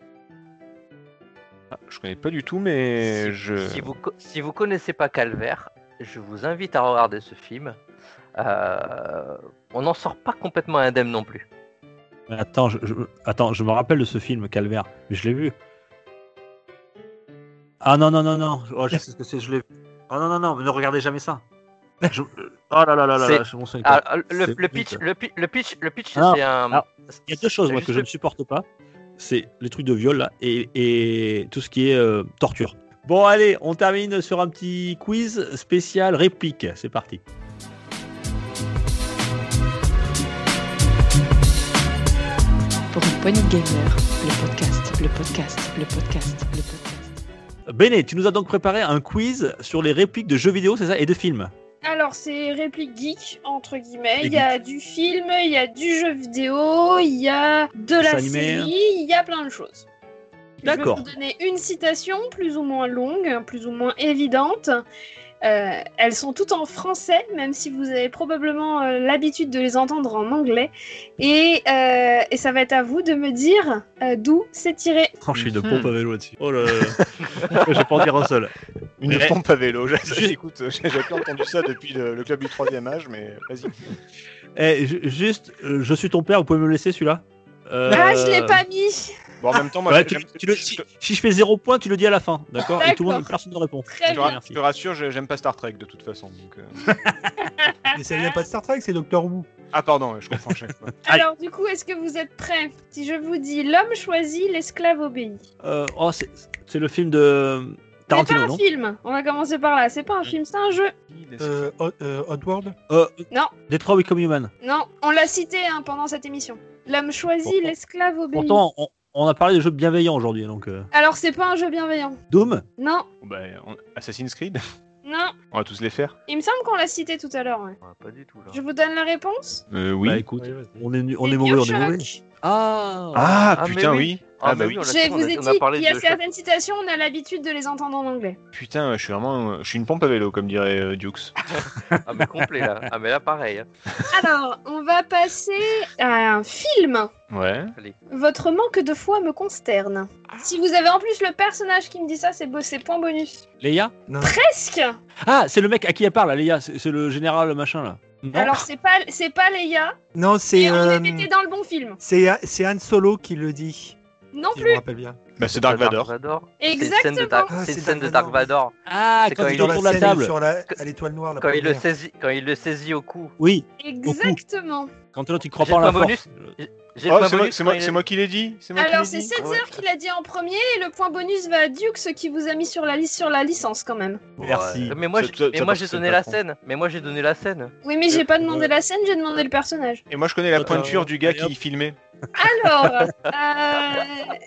Ah, je connais pas du tout, mais Si, je. si vous, co- si vous connaissez pas Calvaire, je vous invite à regarder ce film. Euh, on n'en sort pas complètement indemne non plus. Mais attends, je, je- attends, je me rappelle de ce film Calvaire, mais je l'ai vu. Ah non, non, non, non, oh, je sais ce que c'est, je l'ai vu. Oh non, non, non, mais ne regardez jamais ça. Je- Oh là là là là, C'est- là, je m'en souviens pas. Ah, le, C'est le pitch, vite. le, pi- le pitch, le pitch, Alors, c'est un. alors, Il y a deux choses c'est moi, juste que je le- ne supporte pas. C'est les trucs de viol là et, et tout ce qui est euh, torture. Bon allez, on termine sur un petit quiz spécial réplique. C'est parti. Pour une poignée de gamers, le podcast, le podcast, le podcast, le podcast. Béné, tu nous as donc préparé un quiz sur les répliques de jeux vidéo, c'est ça, et de films. Alors, c'est réplique geek, entre guillemets. Les Il y a du film, il y a du jeu vidéo, il y a de la Dessin animé. série, il y a plein de choses. D'accord. Je vais vous donner une citation plus ou moins longue, plus ou moins évidente. Euh, elles sont toutes en français, même si vous avez probablement euh, l'habitude de les entendre en anglais. Et, euh, et ça va être à vous de me dire euh, d'où c'est tiré. Oh, je suis de pompe à vélo là-dessus. Oh là là. Je vais pas en dire un seul. Une Mais- pompe à vélo. J'ai- Juste- Écoute, j'ai pas entendu ça depuis le, le club du troisième âge, mais vas-y. Eh, ju- juste, euh, je suis ton père, vous pouvez me le laisser celui-là Euh, Ah, je l'ai pas mis. Bon, en même temps, moi, Ouais, j'ai- tu, j'aime- tu le- je si, te- si je fais zéro point, tu le dis à la fin, d'accord Et tout le monde, D'accord. personne ne répond. Très je te ra- bien. je te rassure, je- j'aime pas Star Trek de toute façon. Donc, euh. Mais ça vient pas de Star Trek, c'est Doctor Who. Ah, pardon, je confonds chaque fois. Aïe. Alors, du coup, est-ce que vous êtes prêts? Si je vous dis l'homme choisit, l'esclave obéit. Euh, oh, c'est c'est le film de C'est pas Tarantino, un non film. On va commencer par là. C'est pas un film, c'est un jeu. Euh, Odd- euh, Oddworld. euh, Non. Detroit Become Human. Non, on l'a cité hein, pendant cette émission. L'homme choisit, Pourtant- l'esclave obéit. Pourtant, on, on a parlé de jeux bienveillants aujourd'hui, donc euh, Alors, c'est pas un jeu bienveillant. Doom. Non, Bah, on- Assassin's Creed, non. on va tous les faire. Il me semble qu'on l'a cité tout à l'heure. ouais. Ah, pas du tout là. Je vous donne la réponse. Euh, oui. Bah écoute, Oui, vas-y. on est, nu- on C'est est mauvais, on est Bioshock. mauvais. Ah. Ah, Ah, mais putain, oui. oui. Ah, Ah, bah mais oui. on l'a Je dit, on vous a- ai on a dit, parlé il y a de certaines citations, on a l'habitude de les entendre en anglais. Putain, je suis vraiment. Je suis une pompe à vélo, comme dirait euh, Dukes. Ah, mais complet là. Ah, mais là, pareil. hein. Alors, on va passer à un film. Ouais. Votre manque de foi me consterne. Si vous avez en plus le personnage qui me dit ça, c'est beau, c'est point bonus. Leia. Non. Presque. Ah, c'est le mec à qui elle parle, Leia. C'est c'est le général machin là. Non Alors, c'est pas, c'est pas Leia, Non, c'est et on euh, était dans le bon film. c'est c'est Han Solo qui le dit. Non Si je plus. me rappelle bien. Bah, c'est Dark Vador. C'est une scène de, Dark- Ah, c'est une c'est scène de Dark Dark Vador. Ah, C'est quand quand il il est Dans autour de la la scène table. sur la à l'étoile noire. La Quand il le première. saisit, quand il le saisit au cou. Oui. Exactement. Quand l'autre il croit J'ai pas en le la point force. bonus. J'ai le Oh, point c'est moi, bonus c'est quand moi, il c'est est- moi qui l'ai dit. C'est moi Alors, qui c'est l'ai dit. Setzer Ouais. qui l'a dit en premier, et le point bonus va à Dukes qui vous a mis sur la liste sur la licence quand même. Merci. Ouais. Mais moi, Ça- j'ai- ça- mais ça moi passe, j'ai c'est donné le la patron. scène. Mais moi j'ai donné la scène. Oui, mais j'ai Euh, pas demandé ouais. la scène, j'ai demandé le personnage. Et moi, je connais la Attends, pointure du gars allez, hop. qui filmait. Alors, euh,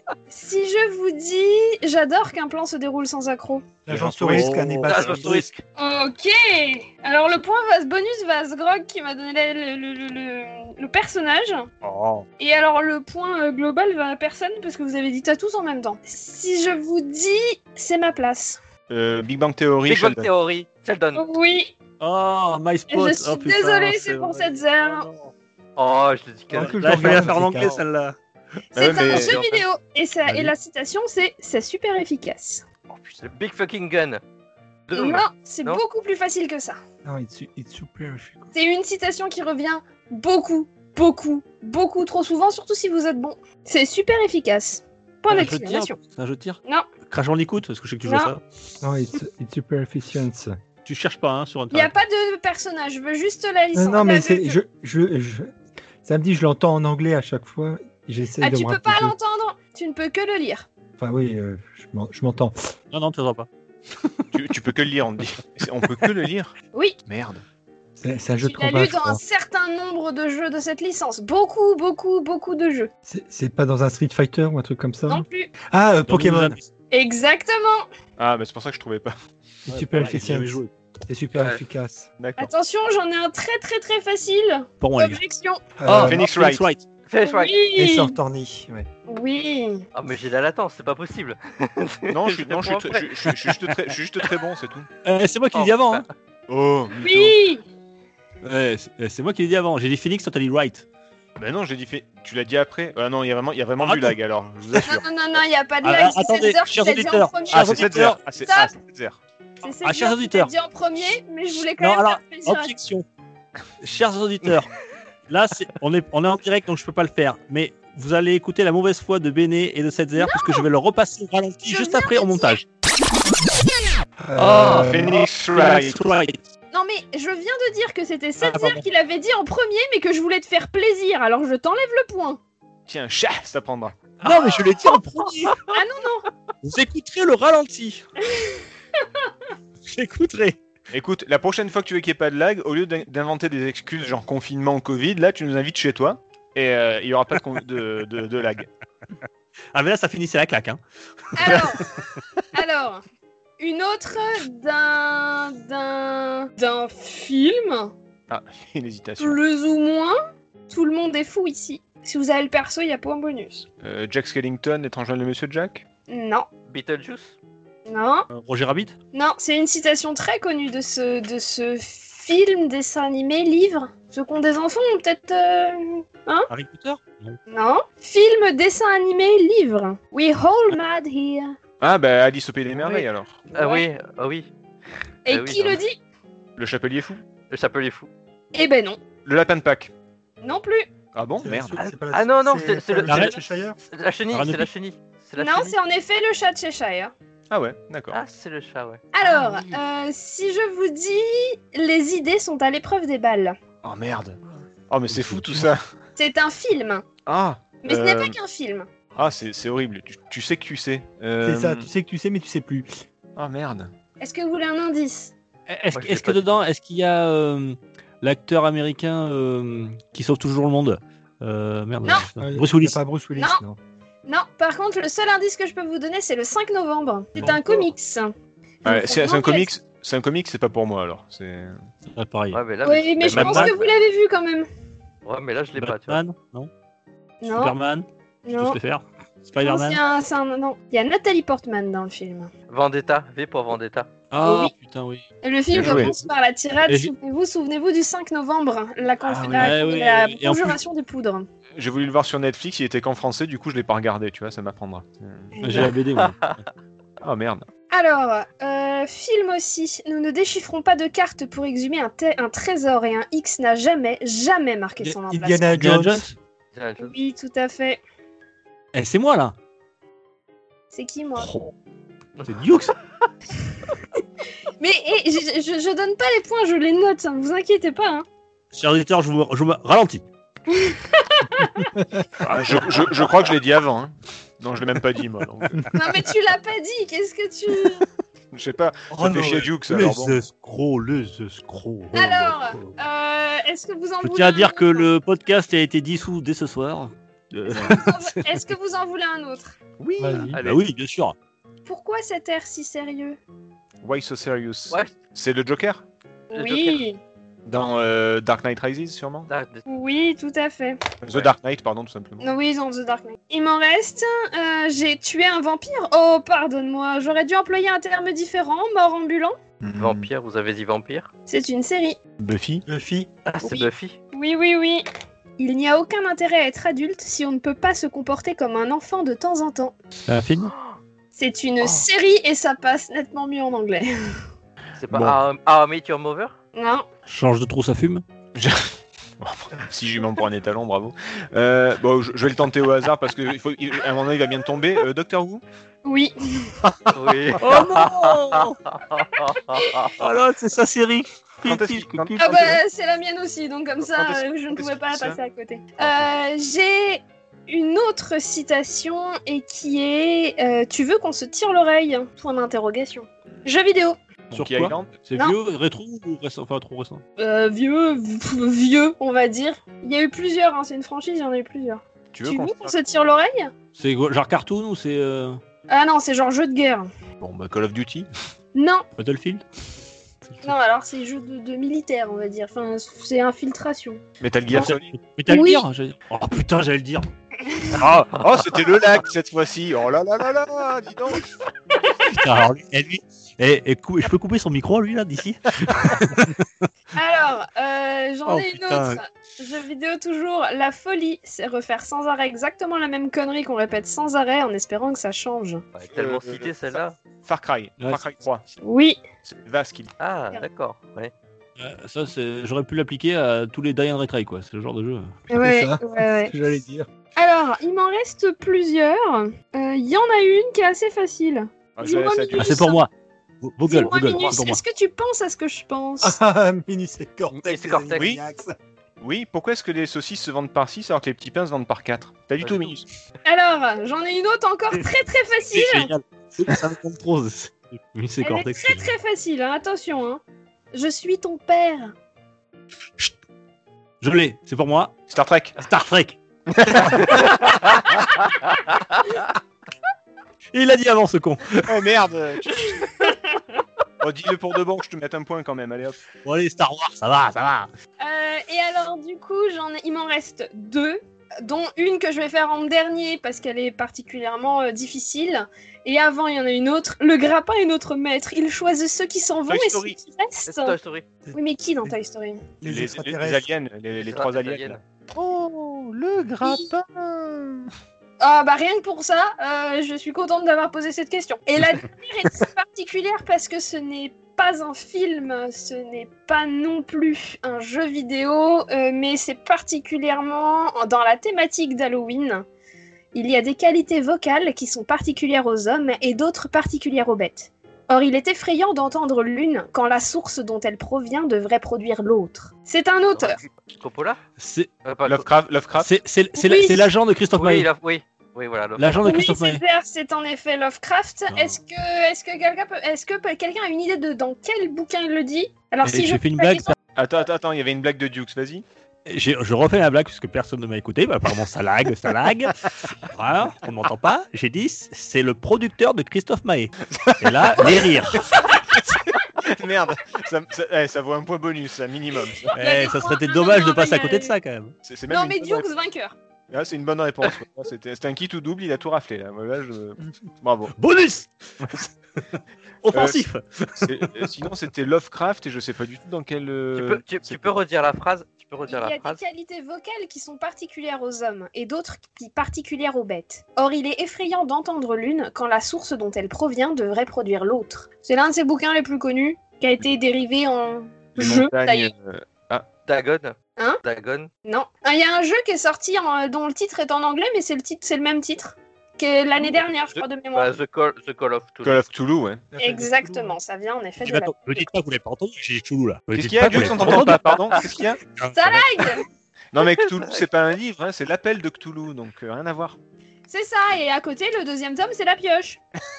si je vous dis, j'adore qu'un plan se déroule sans accroc. L'agence Oh. touriste Oh. cannibale. Ah, je me risque. Ok. Alors le point va, bonus va à Sgrog qui m'a donné la- le, le- le- le- le personnage. Oh. Et alors le point euh, global va à personne parce que vous avez dit à tous en même temps. Si je vous dis, c'est ma place. Euh, Big Bang Theory. Big Bang Sheldon. Theory. Sheldon. Oui. Oh, my Et spot. je suis Oh, putain, désolée, c'est c'est pour vrai. cette zère. Oh, je te dis que. Ah, que je Là, je vais la regarde, faire en c'est anglais carré. celle-là. C'est ouais, un mais- jeu vidéo. Et, ça, Allez. et la citation, c'est c'est super efficace. Oh, putain, Big fucking gun. Doom. Non, c'est Non. beaucoup plus facile que ça. Non, it's, it's super efficace. C'est une citation qui revient beaucoup, beaucoup, beaucoup trop souvent, surtout si vous êtes bon. C'est super efficace. Point C'est un jeu de tir. d'exclamation. C'est un jeu de tir. Non. Crash Bandicoot, parce que je sais que tu joues Non. à ça. Non, it's, it's super efficient. Tu cherches pas hein, sur Il n'y a internet. pas de personnage, je veux juste la licence. Non, non, mais la- c'est, le- je, je, je, samedi, je l'entends en anglais à chaque fois. J'essaie Ah, de tu me peux pas rappeler. l'entendre, tu ne peux que le lire. Enfin, oui, euh, je m'en- je m'entends. Non, non, tu n'entends pas. Tu, tu peux que le lire, on te dit. C'est- On peut que le lire. Oui, Merde. C'est, c'est un jeu de tu l'as combat. lu je dans un crois. certain nombre de jeux de cette licence. Beaucoup, beaucoup, beaucoup de jeux. C'est, c'est pas dans un Street Fighter ou un truc comme ça Non plus. Ah, euh, Dans Pokémon. Nous Exactement. Ah, mais c'est pour ça que je trouvais pas. C'est Ouais, super pareil, j'ai efficient. jamais joué. C'est super Ouais. efficace. D'accord. Attention, j'en ai un très très très facile. Pour moi, les gars. Objection. Euh, Phoenix Phoenix Wright. Flash Right. Et Oui. sort Torny. Ouais. Oui. Ah, mais j'ai la latence, c'est pas possible. Non, je suis, non, je suis, Pour très- je, je- je suis juste très, je suis juste très bon, c'est tout. Euh, c'est moi qui l'ai Oh, dit avant. Hein. Oh, mytho. Oui. Ouais, c'est c'est moi qui l'ai dit avant. J'ai dit Phoenix, toi t'as dit Wright. Ben non, j'ai dit fait. Tu l'as dit après. Ah non, il y a vraiment, il y a vraiment Ah, du lag alors. Je vous Non, assure. non, non, non, il n'y a pas de Ah, lag. ah, C'est attendez, Setzer qui chers l'a dit en auditeurs. premier. Ah, Chers c'est cette auditeurs. zère. Ah, c'est ah, c'est cette zère. C'est Ah, Setzer chers qui l'a auditeurs. dit en premier, mais je voulais quand Non, même alors, faire plaisir à objection. Chers auditeurs, là c'est, on, est, on est en direct donc je peux pas le faire. Mais vous allez écouter la mauvaise foi de Béné et de Setzer parce que je vais le repasser au ralenti Je juste viens après de au montage. Euh, Phoenix Wright. Wright. Non mais je viens de dire que c'était Setzer pardon. qui l'avait dit en premier, mais que je voulais te faire plaisir, alors je t'enlève le point. Tiens, chat, ça prendra. Non mais je l'ai dit en premier. Ah non, non. Vous écouterez le ralenti. J'écouterai. Écoute, la prochaine fois que tu veux qu'il n'y ait pas de lag, au lieu d'in- d'inventer des excuses genre confinement, Covid, là tu nous invites chez toi et euh, il n'y aura pas de, con- de, de, de lag. Ah mais là ça finissait la claque. Hein. Alors, alors, une autre d'un d'un d'un film, Une hésitation. plus ou moins. Tout le monde est fou ici. Si vous avez le perso, il y a point bonus. Euh, Jack Skellington, étrange le Monsieur Jack. Non. Beetlejuice. Non. Euh, Roger Rabbit. Non, c'est une citation très connue de ce, de ce film, dessin animé, livre. Ceux qui ont des enfants ont peut-être... euh, Hein Harry Potter. Non. Non. Film, dessin animé, livre. We all mad here. Ah, bah Alice au Pays des Merveilles Oui. alors. Ah Ouais. oui, ah oui. Et Ah oui, qui non. le dit? Le Chapelier Fou. Le Chapelier Fou. Eh ben non. Le Lapin de Pâques. Non plus. Ah bon, C'est- merde. c'est- c'est pas la- Ah non, non, c'est- c'est pas le- la c'est reine le- Cheshire. La chenille, Arnaud c'est la Pi- chenille. C'est la Non, chenille. c'est en effet le chat de Cheshire. Ah ouais, d'accord. Ah, c'est le chat, ouais. Alors, Ah oui. euh, si je vous dis les idées sont à l'épreuve des balles, Oh merde. Oh mais c'est fou tout ça. c'est un film. Ah. Mais ce n'est euh, pas qu'un film. Ah c'est c'est horrible. Tu, tu sais que tu sais. Euh, C'est ça, tu sais que tu sais, mais tu sais plus. Ah merde. Est-ce que vous voulez un indice? Est-ce Moi, je sais est-ce que pas. dedans, est-ce qu'il y a euh, l'acteur américain euh, qui sauve toujours le monde euh, Merde. Non. putain. Euh, Bruce Willis. c'est pas Bruce Willis, Non. non. Non, par contre, le seul indice que je peux vous donner, c'est le cinq novembre. C'est Bon. un comics. Ouais, Donc, c'est c'est un franchement, comics. C'est un comics, c'est pas pour moi alors. C'est. Ah, pareil. Ouais, mais là, Oui, mais je Batman- pense que vous l'avez vu quand même. Ouais, mais là, je l'ai pas, tu vois. Batman. Non. Non, Superman. Je non. peux faire. Non, c'est Spider-Man. un, c'est un- non. Il y a Nathalie Portman dans le film. Vendetta, V pour Vendetta. Ah Oui. putain oui. Et le film Bien joué. commence par la tirade. Et j'ai- Souvenez-vous, souvenez-vous du cinq novembre, la, conf- Ah oui. la, Ouais, ouais, la ouais. Et en plus- conjuration des poudres. J'ai voulu le voir sur Netflix, il était qu'en français, du coup je l'ai pas regardé, tu vois, ça m'apprendra. J'ai la B D. moi. Ah merde. Alors, euh, film aussi. Nous ne déchiffrons pas de cartes pour exhumer un, te- un trésor et un X n'a jamais, jamais marqué son emplacement. Indiana Indiana Jones. Jones. Oui, tout à fait. Eh, c'est moi là. C'est qui, moi? Oh, c'est Dukes. Mais eh, je, je, je donne pas les points, je les note, hein, vous inquiétez pas. Hein. Chers auditeurs, je vous, je vous ralentis. Ah, je, je, je crois que je l'ai dit avant. Hein. Non, je l'ai même pas dit moi. donc, euh, Non, mais tu l'as pas dit, qu'est-ce que tu... je sais pas. Oh Ça fait chier Dukes. Les Alors bon. escrocs, les escrocs. Oh, Alors, oh, oh. euh, est-ce que vous en Je voulez tiens à un dire que autre le podcast a été dissous dès ce soir. Euh, Est-ce que vous en voulez un autre? oui. Vas-y. Allez. Bah oui, bien sûr. Pourquoi cet air si sérieux? Why so serious? Ouais. C'est le Joker Le Oui, dans euh, Dark Knight Rises sûrement. Ah, oui, tout à fait. The Ouais. Dark Knight, pardon, tout simplement. Non, oui, dans The Dark Knight. Il m'en reste. euh, j'ai tué un vampire. Oh, pardonne-moi, j'aurais dû employer un terme différent. Mort ambulant. Mhm. Vampire, vous avez dit vampire? C'est une série. Buffy. Buffy. Ah, c'est Oui. Buffy. Oui, oui, oui. Il n'y a aucun intérêt à être adulte si on ne peut pas se comporter comme un enfant de temps en temps. C'est un film. C'est une Oh. série et ça passe nettement mieux en anglais. C'est pas Bon. How How I Met Your Mother? Non. Change de trou, ça fume. Si je m'en prends un étalon, bravo. Euh, bon, je, je vais le tenter au hasard parce que il faut, il- à un moment donné, il va bien tomber. Euh, Doctor Who. Oui. Oui. Oh non. Oh là, c'est sa série. Quand est-ce qu'il- quand- Ah bah c'est la mienne aussi, donc comme ça Quand est-ce- euh, je ne quand pouvais est-ce pas qu'il dit passer à côté. Euh, J'ai une autre citation et qui est euh, tu veux qu'on se tire l'oreille? Point d'interrogation. Jeu vidéo. Sur Monkey quoi Island. C'est Non. vieux, rétro ou récent? Enfin, trop récent. Euh, vieux, v- vieux, on va dire. Il y a eu plusieurs, hein, c'est une franchise, il y en a eu plusieurs. Tu veux Tu qu'on veux qu'on se tire l'oreille? C'est quoi, genre cartoon ou c'est euh, Ah non, c'est genre jeu de guerre. Bon, bah Call of Duty. Non, Battlefield? non, alors c'est jeu de, de militaire, on va dire. Enfin, c'est infiltration. Metal Gear Non. Solid. Metal Oui. Gear j'allais dire. Oh putain, j'allais le dire. Ah, oh, c'était le lac cette fois-ci. Oh là là là là, dis donc. Putain, alors lui, et lui, et, et cou- je peux couper son micro lui là d'ici? Alors, euh, j'en Oh, ai une putain. autre. Jeu vidéo toujours. La folie, c'est refaire sans arrêt exactement la même connerie qu'on répète sans arrêt en espérant que ça change. Ouais, tellement Euh, cité euh, celle-là. Far Cry. Ouais, Far Cry trois. Oui. C'est Vas qui dit. Ah, d'accord. Ouais. Euh, ça, c'est, j'aurais pu l'appliquer à tous les Die and Retry quoi. C'est le genre de jeu. Ouais, ça. ouais, ouais. Ce que j'allais dire. Alors, il m'en reste plusieurs. Euh, Il y en a une qui est assez facile. Ah, Dis-moi, j'avais ça, Minus. Ah, c'est pour moi. Vogel, Dis-moi, Vogel, Minus, c'est pour moi. est-ce que tu penses à ce que je pense? Ah, Minus et Cortex. Minus et les Cortex. Oui. Animaniacs. Oui, pourquoi est-ce que les saucisses se vendent par six alors que les petits pains se vendent par quatre? Pas du Pas tout, du tout. Minus. Alors, j'en ai une autre encore très très facile. C'est génial. Ça me compte trop. c'est- Oui, c'est Elle est Cortex. très très facile, hein. Attention. Hein. Je suis ton père. Je l'ai, c'est pour moi. Star Trek. Star Trek. Il l'a dit avant ce con. Oh merde. Oh, dis-le pour de bon que je te mette un point quand même. Allez hop. Bon allez, Star Wars, ça va, ça va. Euh, et alors, du coup, j'en ai... il m'en reste deux. dont une que je vais faire en dernier parce qu'elle est particulièrement euh, difficile. Et avant, il y en a une autre. Le grappin est notre maître. Il choisit ceux qui s'en vont Toy et ceux Story. qui C'est restent. Toy Story. Oui, mais qui dans Toy Story? Les, Les, les, extraterrestres. les aliens, les, les trois aliens. là. Oh, le grappin. Ah bah rien que pour ça, euh, je suis contente d'avoir posé cette question. Et la dernière est particulière parce que ce n'est pas un film, ce n'est pas non plus un jeu vidéo, euh, mais c'est particulièrement dans la thématique d'Halloween. Il y a des qualités vocales qui sont particulières aux hommes et d'autres particulières aux bêtes. Or, il est effrayant d'entendre l'une quand la source dont elle provient devrait produire l'autre. C'est un auteur. Coppola C'est euh, pas Lovecraft, Lovecraft. c'est- c'est- c'est Oui. la- c'est l'agent de Christophe Oui, Maé. il a- oui, oui, voilà. Lovecraft. L'agent de Oui, Christophe Maé. Césaire, c'est en effet Lovecraft. Non. Est-ce que, est-ce que quelqu'un peut, est-ce que peut- quelqu'un a une idée de dans quel bouquin il le dit? Alors Et si je J'ai fait une pose la blague. question- Attends, attends, attends, il y avait une blague de Dukes, vas-y. J'ai- Je refais la blague puisque personne ne m'a écouté. Bah, apparemment, ça lag, ça lag. Voilà, on ne m'entend pas. J'ai dit, c'est le producteur de Christophe Maé. Et là, les rires. Merde, ça, ça, eh, ça vaut un point bonus, ça, minimum. ça. Eh, ça serait peut-être dommage de passer à côté de ça quand même. C'est c'est même Non une mais bonne Dukes réponse. vainqueur. Ah, c'est une bonne réponse. ouais. Ah, C'était c'était un kit ou double, il a tout raflé là. Moi, là, je- Bravo. Bonus Offensif. C'est- euh, Sinon, c'était Lovecraft et je sais pas du tout dans quel. euh, Tu peux, tu, tu c'est- peux redire la phrase Tu peux Il redire y a la des phrase qualités vocales qui sont particulières aux hommes et d'autres qui particulières aux bêtes. Or, il est effrayant d'entendre l'une quand la source dont elle provient devrait produire l'autre. C'est l'un de ses bouquins les plus connus qui a été dérivé en les jeu. montagnes, d'ailleurs. euh, Dagon Hein Dagon Non. Ah, il y a un jeu qui est sorti en- dont le titre est en anglais, mais c'est le titre, c'est le même titre que l'année dernière, je crois de mémoire. Bah, The Call, The Call of Cthulhu. Call of Cthulhu, ouais. Exactement, ça vient en effet de Tu la. m'attends- Me dites pas que vous l'avez pas entendu, j'ai Cthulhu là. Me Qu'est-ce dites qu'il y a, pas que vous Dukes, on l'avez t'entend entendu. pas, pardon Qu'est-ce qu'il y a Ça lag. Non, mais Cthulhu, c'est pas un livre, hein, c'est l'appel de Cthulhu, donc euh, rien à voir. C'est ça, et à côté, le deuxième tome, c'est la pioche.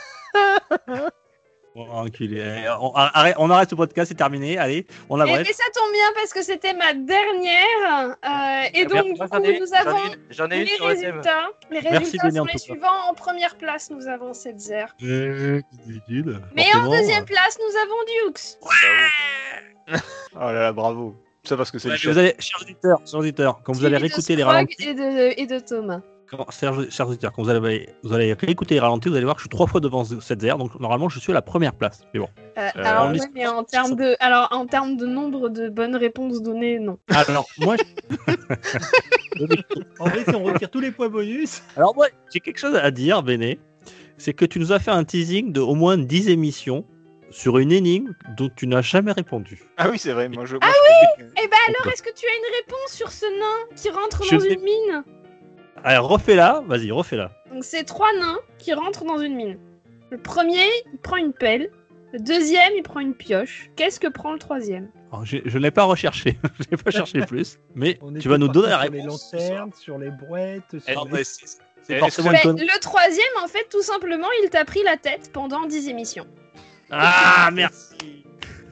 Oh, enculé. Eh, On arrête, on arrête ce podcast, c'est terminé. Allez, on Et, abrège. et ça tombe bien parce que c'était ma dernière. euh, et donc, du Moi, coup, j'en ai- nous j'en ai avons une- J'en ai une les sur le thème. résultats. Les Merci, résultats Béné, en sont les tout cas. suivants. En première place, nous avons Setzer. Euh, ridicule. Mais en Forcément, deuxième euh, place, nous avons Dukes. Oh là là, bravo. Ça parce que c'est ouais, le mais chef. vous allez, chers auditeurs, chers auditeurs, quand vous allez Suivi de réécouter les Scrog ralentis, Et de, et de Thomas. quand- chers, chers auditeurs, quand vous allez, vous allez réécouter les ralentis, vous allez voir que je suis trois fois devant cette zère, donc normalement je suis à la première place. Mais bon. Euh, Euh, alors, on ouais, liste- mais en termes de, alors, en termes de nombre de bonnes réponses données, non. Alors moi, En vrai, si on retire tous les points bonus, alors moi, j'ai quelque chose à dire, Béné. C'est que tu nous as fait un teasing de au moins dix émissions sur une énigme dont tu n'as jamais répondu. Ah oui, c'est vrai. Moi, je. Ah oui Eh ben alors, est-ce que tu as une réponse sur ce nain qui rentre Je dans sais- une mine? Alors refais-la, vas-y, refais-la. Donc, c'est trois nains qui rentrent dans une mine. Le premier, il prend une pelle. Le deuxième, il prend une pioche. Qu'est-ce que prend le troisième? Alors, j'ai- je ne l'ai pas recherché, je n'ai pas cherché plus, mais on tu était vas nous parti donner la sur réponse. les lanternes, sur les brouettes, sur Alors, les- ouais, c'est c'est Est-ce forcément que- une Ben, connerie. le troisième, en fait, tout simplement, il t'a pris la tête pendant dix émissions. Ah, merci.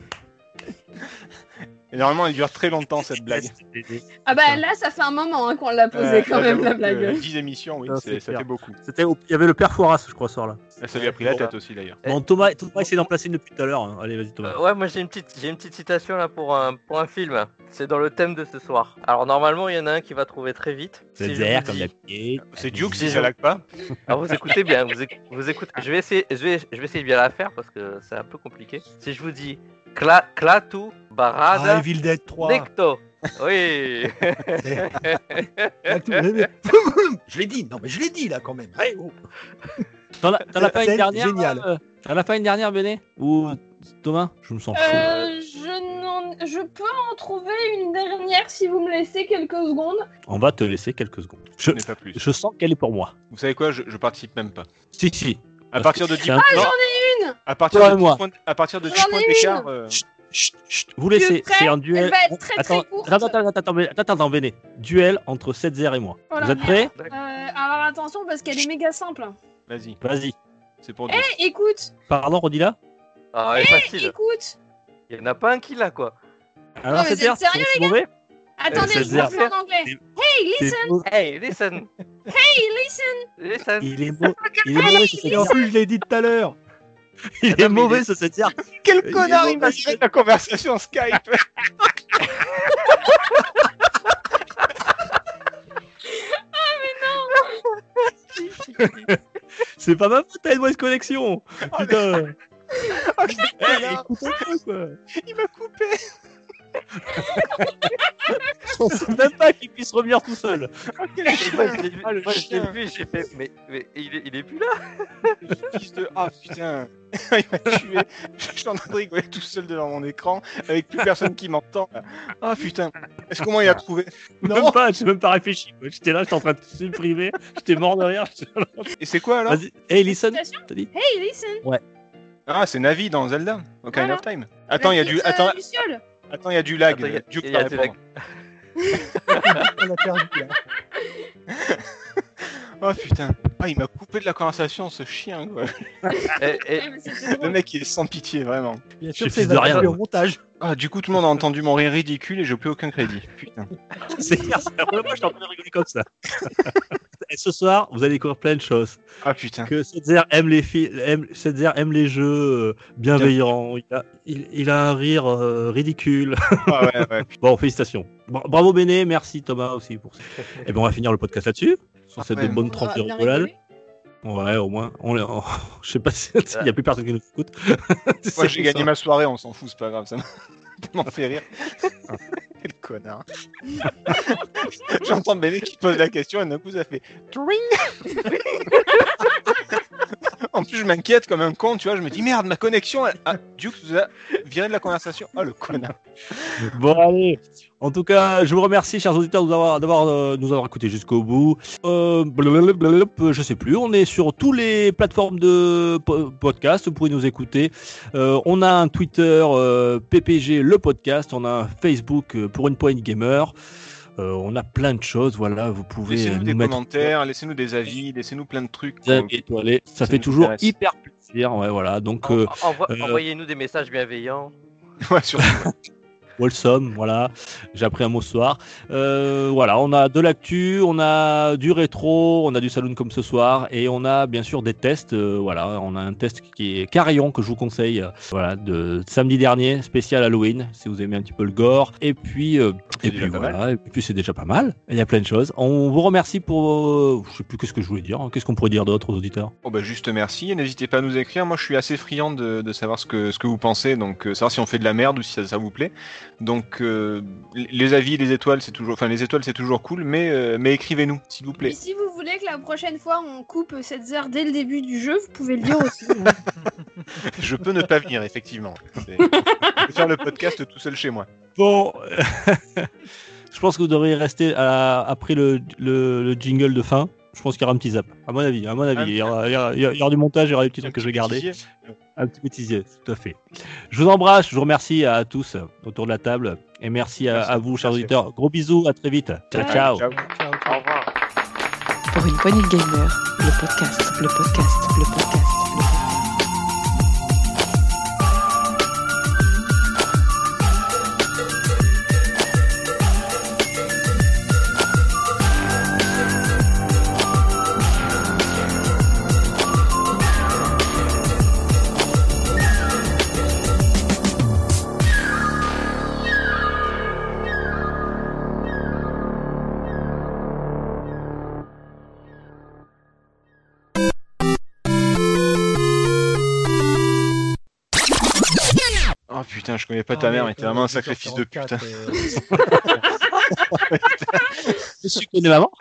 Et normalement, elle dure très longtemps cette blague. Ah bah là, ça fait un moment hein, qu'on l'a posé Euh, quand là, même, j'avoue la que blague. dix émissions, oui, Ça, c'est- c'est ça clair. fait beaucoup. C'était au- Il y avait le père Fouras, je crois, ce soir là. Ça lui a pris la tête aussi d'ailleurs. Bon, Thomas, Thomas essaie d'en placer une depuis tout à l'heure. hein. Allez, vas-y, Thomas. Euh, ouais, moi j'ai une petite, j'ai une petite citation là pour un, pour un film. C'est dans le thème de ce soir. Alors normalement, il y en a un qui va trouver très vite. C'est Si je zère vous comme dis- d'habitude. C'est Duke Si si je- ça lag pas. Alors vous écoutez bien, vous, éc- vous écoutez. Je vais essayer, je vais, je vais essayer de bien la faire parce que c'est un peu compliqué. Si je vous dis Cla, Clatu, Ah, Barada, Evil Dead trois. Necto. Oui. Ah, tout- mais- mais- Je l'ai dit, non mais je l'ai dit là quand même. Hey, oh. T'en as t'en as pas C'est une dernière génial. euh, T'en as pas une dernière, Béné? Ou Thomas? Je me sens fou. Euh, je, n'en- je peux en trouver une dernière si vous me laissez quelques secondes. On va te laisser quelques secondes. Je, Je n'ai pas plus. je sens qu'elle est pour moi. Vous savez quoi, je, je participe même pas. Si, si. À Parce partir que de c'est dix un- points. Ah, non, j'en ai une. à partir Toi de et moi. dix points, à partir de dix J'en points ai d'écart. une. euh, Chut, chut, vous laissez, prêt c'est un duel. Elle va être très, très attends, courte. attends, attends, attends, attends, attends, attends, Béné. Duel entre Setzer et moi. Oh la vous êtes prêts? Euh, alors attention parce qu'elle est méga simple. Vas-y, Vas-y. c'est pour Eh, Duke. écoute, Pardon, redis-la. Ah, elle est facile. écoute. Il y en a pas un qui l'a quoi. Alors, mais Setzer, c'est sérieux, c'est mauvais? Attendez, c'est je vais zéro. en anglais. C'est- Hey, C'est listen. mau- Hey, listen, Hey, listen. listen. Il est, mau- il est mauvais, ce Et en Setzer. plus, je l'ai dit tout à l'heure. Il est Attends, mais mauvais, il est- ce Setzer. Quel il connard, est il m'a mauvais. fait la conversation Skype. C'est pas ma faute, t'as une mauvaise connexion. Oh, Putain. Oh, Eh, écoute un peu, quoi. il m'a coupé. Je pense même pas qu'il puisse revenir tout seul. Moi, je l'ai vu, Ah, le moi, je l'ai chien. vu, j'ai fait, mais, mais il, est, il est plus là. Le fils de... Ah putain. Il m'a tué. Je suis en train de rigoler tout seul devant mon écran avec plus personne qui m'entend. Ah putain. Est-ce comment il a trouvé? Même pas, j'ai même pas réfléchi. quoi. J'étais là, j'étais en train de supprimer. J'étais mort de rire. j'étais là. Et c'est quoi alors? Vas-y. Hey, listen. Félicitations. T'as dit Hey, listen. Ah, c'est Navi dans Zelda. Ocarina Voilà. of Time. Attends, il y a La du... fille, Attends, euh, Luciole. attends, il y a du lag. Attends, il y a- Duke il y va a du lag. répondre. On a perdu là. Oh putain. Ah, il m'a coupé de la conversation, ce chien, quoi. Et, et- Ouais, mais c'était Le drôle. mec, il est sans pitié, vraiment. Bien Je sûr, suis c'est fils de rien, valable moi. au montage. Ah, du coup, tout le monde a entendu mon rire ridicule et j'ai plus aucun crédit. Putain. C'est clair, c'est la première fois que je t'entends rigoler comme ça. Et ce soir, vous allez découvrir plein de choses. Ah putain. Que Setzer aime les filles, aime, Setzer aime les jeux euh, bienveillants. Il a, il, il a un rire euh, ridicule. Ah ouais, ouais. Bon, félicitations. Bra- Bravo Béné, merci Thomas aussi pour ça. Et ben on va finir le podcast là-dessus. Sur cette Ouais. bonne On trente aura de bien rigolade. rigolé. Ouais, au moins. On, les- on- je sais pas si il y a plus personne qui nous écoute. C'est Moi, j'ai pour gagné ça. ma soirée, on s'en fout, c'est pas grave, ça m'a tellement fait rire. Quel connard. J'entends Béné qui pose la question et d'un coup, ça fait Tring. En plus, je m'inquiète comme un con, tu vois. Je me dis merde, ma connexion. Elle... Ah, Duke vous a viré de la conversation. Ah, le connard. Bon, allez. En tout cas, je vous remercie, chers auditeurs, de nous avoir, d'avoir, euh, nous avoir écoutés jusqu'au bout. Euh, blablabla, je sais plus. On est sur toutes les plateformes de po- podcast. Vous pouvez nous écouter. Euh, on a un Twitter euh, P P G le podcast. On a un Facebook euh, pour une poignée gamer. Euh, on a plein de choses. Voilà, vous pouvez euh, Laissez-nous nous des mettre commentaires, laissez-nous des avis, laissez-nous plein de trucs. des qu'on- avis étoilés. Ça ça fait nous toujours intéresse. hyper plaisir. Ouais, voilà. Donc, en- euh, envo- euh, envoyez-nous des messages bienveillants. Ouais, surtout. wholesome, voilà. J'ai appris un mot ce soir. Euh, voilà, on a de l'actu, on a du rétro, on a du saloon comme ce soir, et on a bien sûr des tests. Euh, voilà, on a un test qui est Carillon que je vous conseille. euh, voilà, de samedi dernier, spécial Halloween, si vous aimez un petit peu le gore. Et puis, euh, C'est et déjà puis pas voilà, et puis c'est déjà pas mal. Il y a plein de choses. On vous remercie pour, euh, je sais plus qu'est-ce que je voulais dire. hein. Qu'est-ce qu'on pourrait dire d'autre aux auditeurs? Bon bah juste merci, et n'hésitez pas à nous écrire. Moi je suis assez friand de, de savoir ce que, ce que vous pensez, donc euh, savoir si on fait de la merde ou si ça, ça vous plaît. Donc euh, les avis, les étoiles c'est toujours, enfin les étoiles c'est toujours cool, mais euh, mais écrivez-nous s'il vous Et plaît. si vous voulez que la prochaine fois on coupe cette heure dès le début du jeu, vous pouvez le dire aussi. hein. Je peux ne pas venir effectivement. C'est- Je peux faire le podcast tout seul chez moi. Bon, je pense que vous devriez rester à- après le, le, le jingle de fin. Je pense qu'il y aura un petit zap. À mon avis, à mon avis, Un- il y aura, il y aura- il y aura du montage, il y aura des petits Un trucs que je petit vais garder. bêtisier. Un petit bêtisier, tout à fait. Je vous embrasse, je vous remercie à tous autour de la table et merci à, Merci. à vous, chers Merci. auditeurs. Gros bisous, à très vite. Ciao, ciao. Ciao. Au revoir. Pour une poignée de gamer, le podcast, le podcast, le podcast, le podcast. Oh putain, je connais pas ta mère, mais t'es vraiment un sacré fils de putain. Je suis connu maman.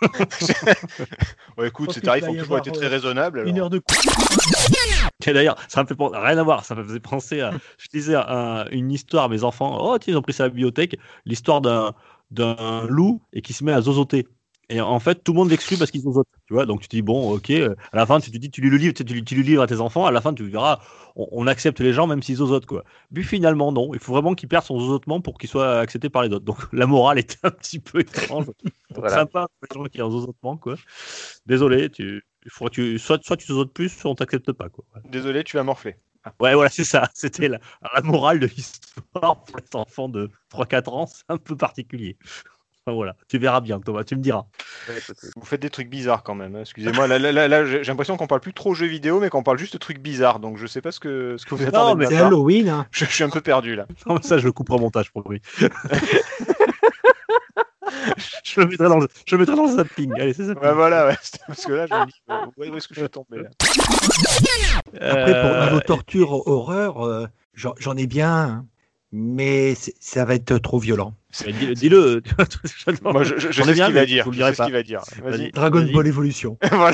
Bon écoute, pense ces qu'il tarifs va ont y toujours avoir, été très euh, raisonnables. alors. Une heure de coup. Et d'ailleurs, ça me fait pen- rien à voir. Ça me faisait penser à. Je disais un- une histoire à mes enfants. Oh, tiens, ils ont pris ça à la bibliothèque. L'histoire d'un d'un loup et qui se met à zozoter. Et en fait, tout le monde l'exclut parce qu'il zozote. Tu vois, donc tu te dis, bon, ok. euh, À la fin, tu te dis, tu lis le livre, tu, tu, tu le livres à tes enfants. À la fin, tu verras, on, on accepte les gens même s'ils zozotent, quoi. Puis finalement, non. Il faut vraiment qu'il perde son zozotement pour qu'il soit accepté par les autres. Donc la morale est un petit peu étrange. Voilà. Sympa pour les gens qui ont un zozotement, quoi. Désolé, tu. Il faudra que tu, soit, soit tu zozotes plus, soit on t'accepte pas, quoi. Désolé, tu vas morfler. Ouais, voilà, c'est ça. C'était la, la morale de l'histoire pour les enfants de trois quatre ans. C'est un peu particulier. Enfin, voilà, tu verras bien, Thomas, tu me diras. Ouais, écoutez. Vous faites des trucs bizarres quand même. hein. Excusez-moi, là, là, là, là, j'ai j'ai l'impression qu'on parle plus trop jeux vidéo, mais qu'on parle juste de trucs bizarres. Donc je sais pas ce que, ce que vous attendez de mais ma C'est part. Halloween. Hein. Je, je suis un peu perdu là. Non, mais ça, je le couperai au montage pour lui. je, le mettrai dans le, je le mettrai dans le zapping. Allez, c'est ça. Ouais, voilà, ouais. Parce que là, je me dis, euh, où est-ce que je suis tombé là Après, pour Euh, niveau torture, horreur, euh, j'en, j'en ai bien, hein, mais c'est- ça va être trop violent. mais dis- Dis-le. Moi, je, je, je On sais est ce bien, qu'il va mais dire. je vous le Je dirai sais ce qu'il pas. va dire. Vas-y. Vas-y. Dragon Vas-y. Ball Evolution. Voilà.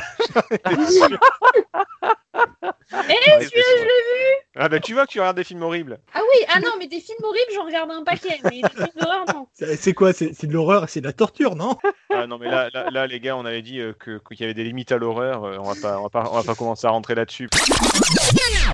Eh, celui-là, je l'ai vu. Ah bah tu vois que tu regardes des films horribles. Ah oui, ah non, mais des films horribles, j'en regarde un paquet, mais des films d'horreur, non. C'est c'est quoi c'est, c'est de l'horreur, c'est de la torture, non? Ah non mais là, là, là, les gars, on avait dit euh, que qu'il y avait des limites à l'horreur. euh, on va pas, on va pas, on va pas commencer à rentrer là-dessus.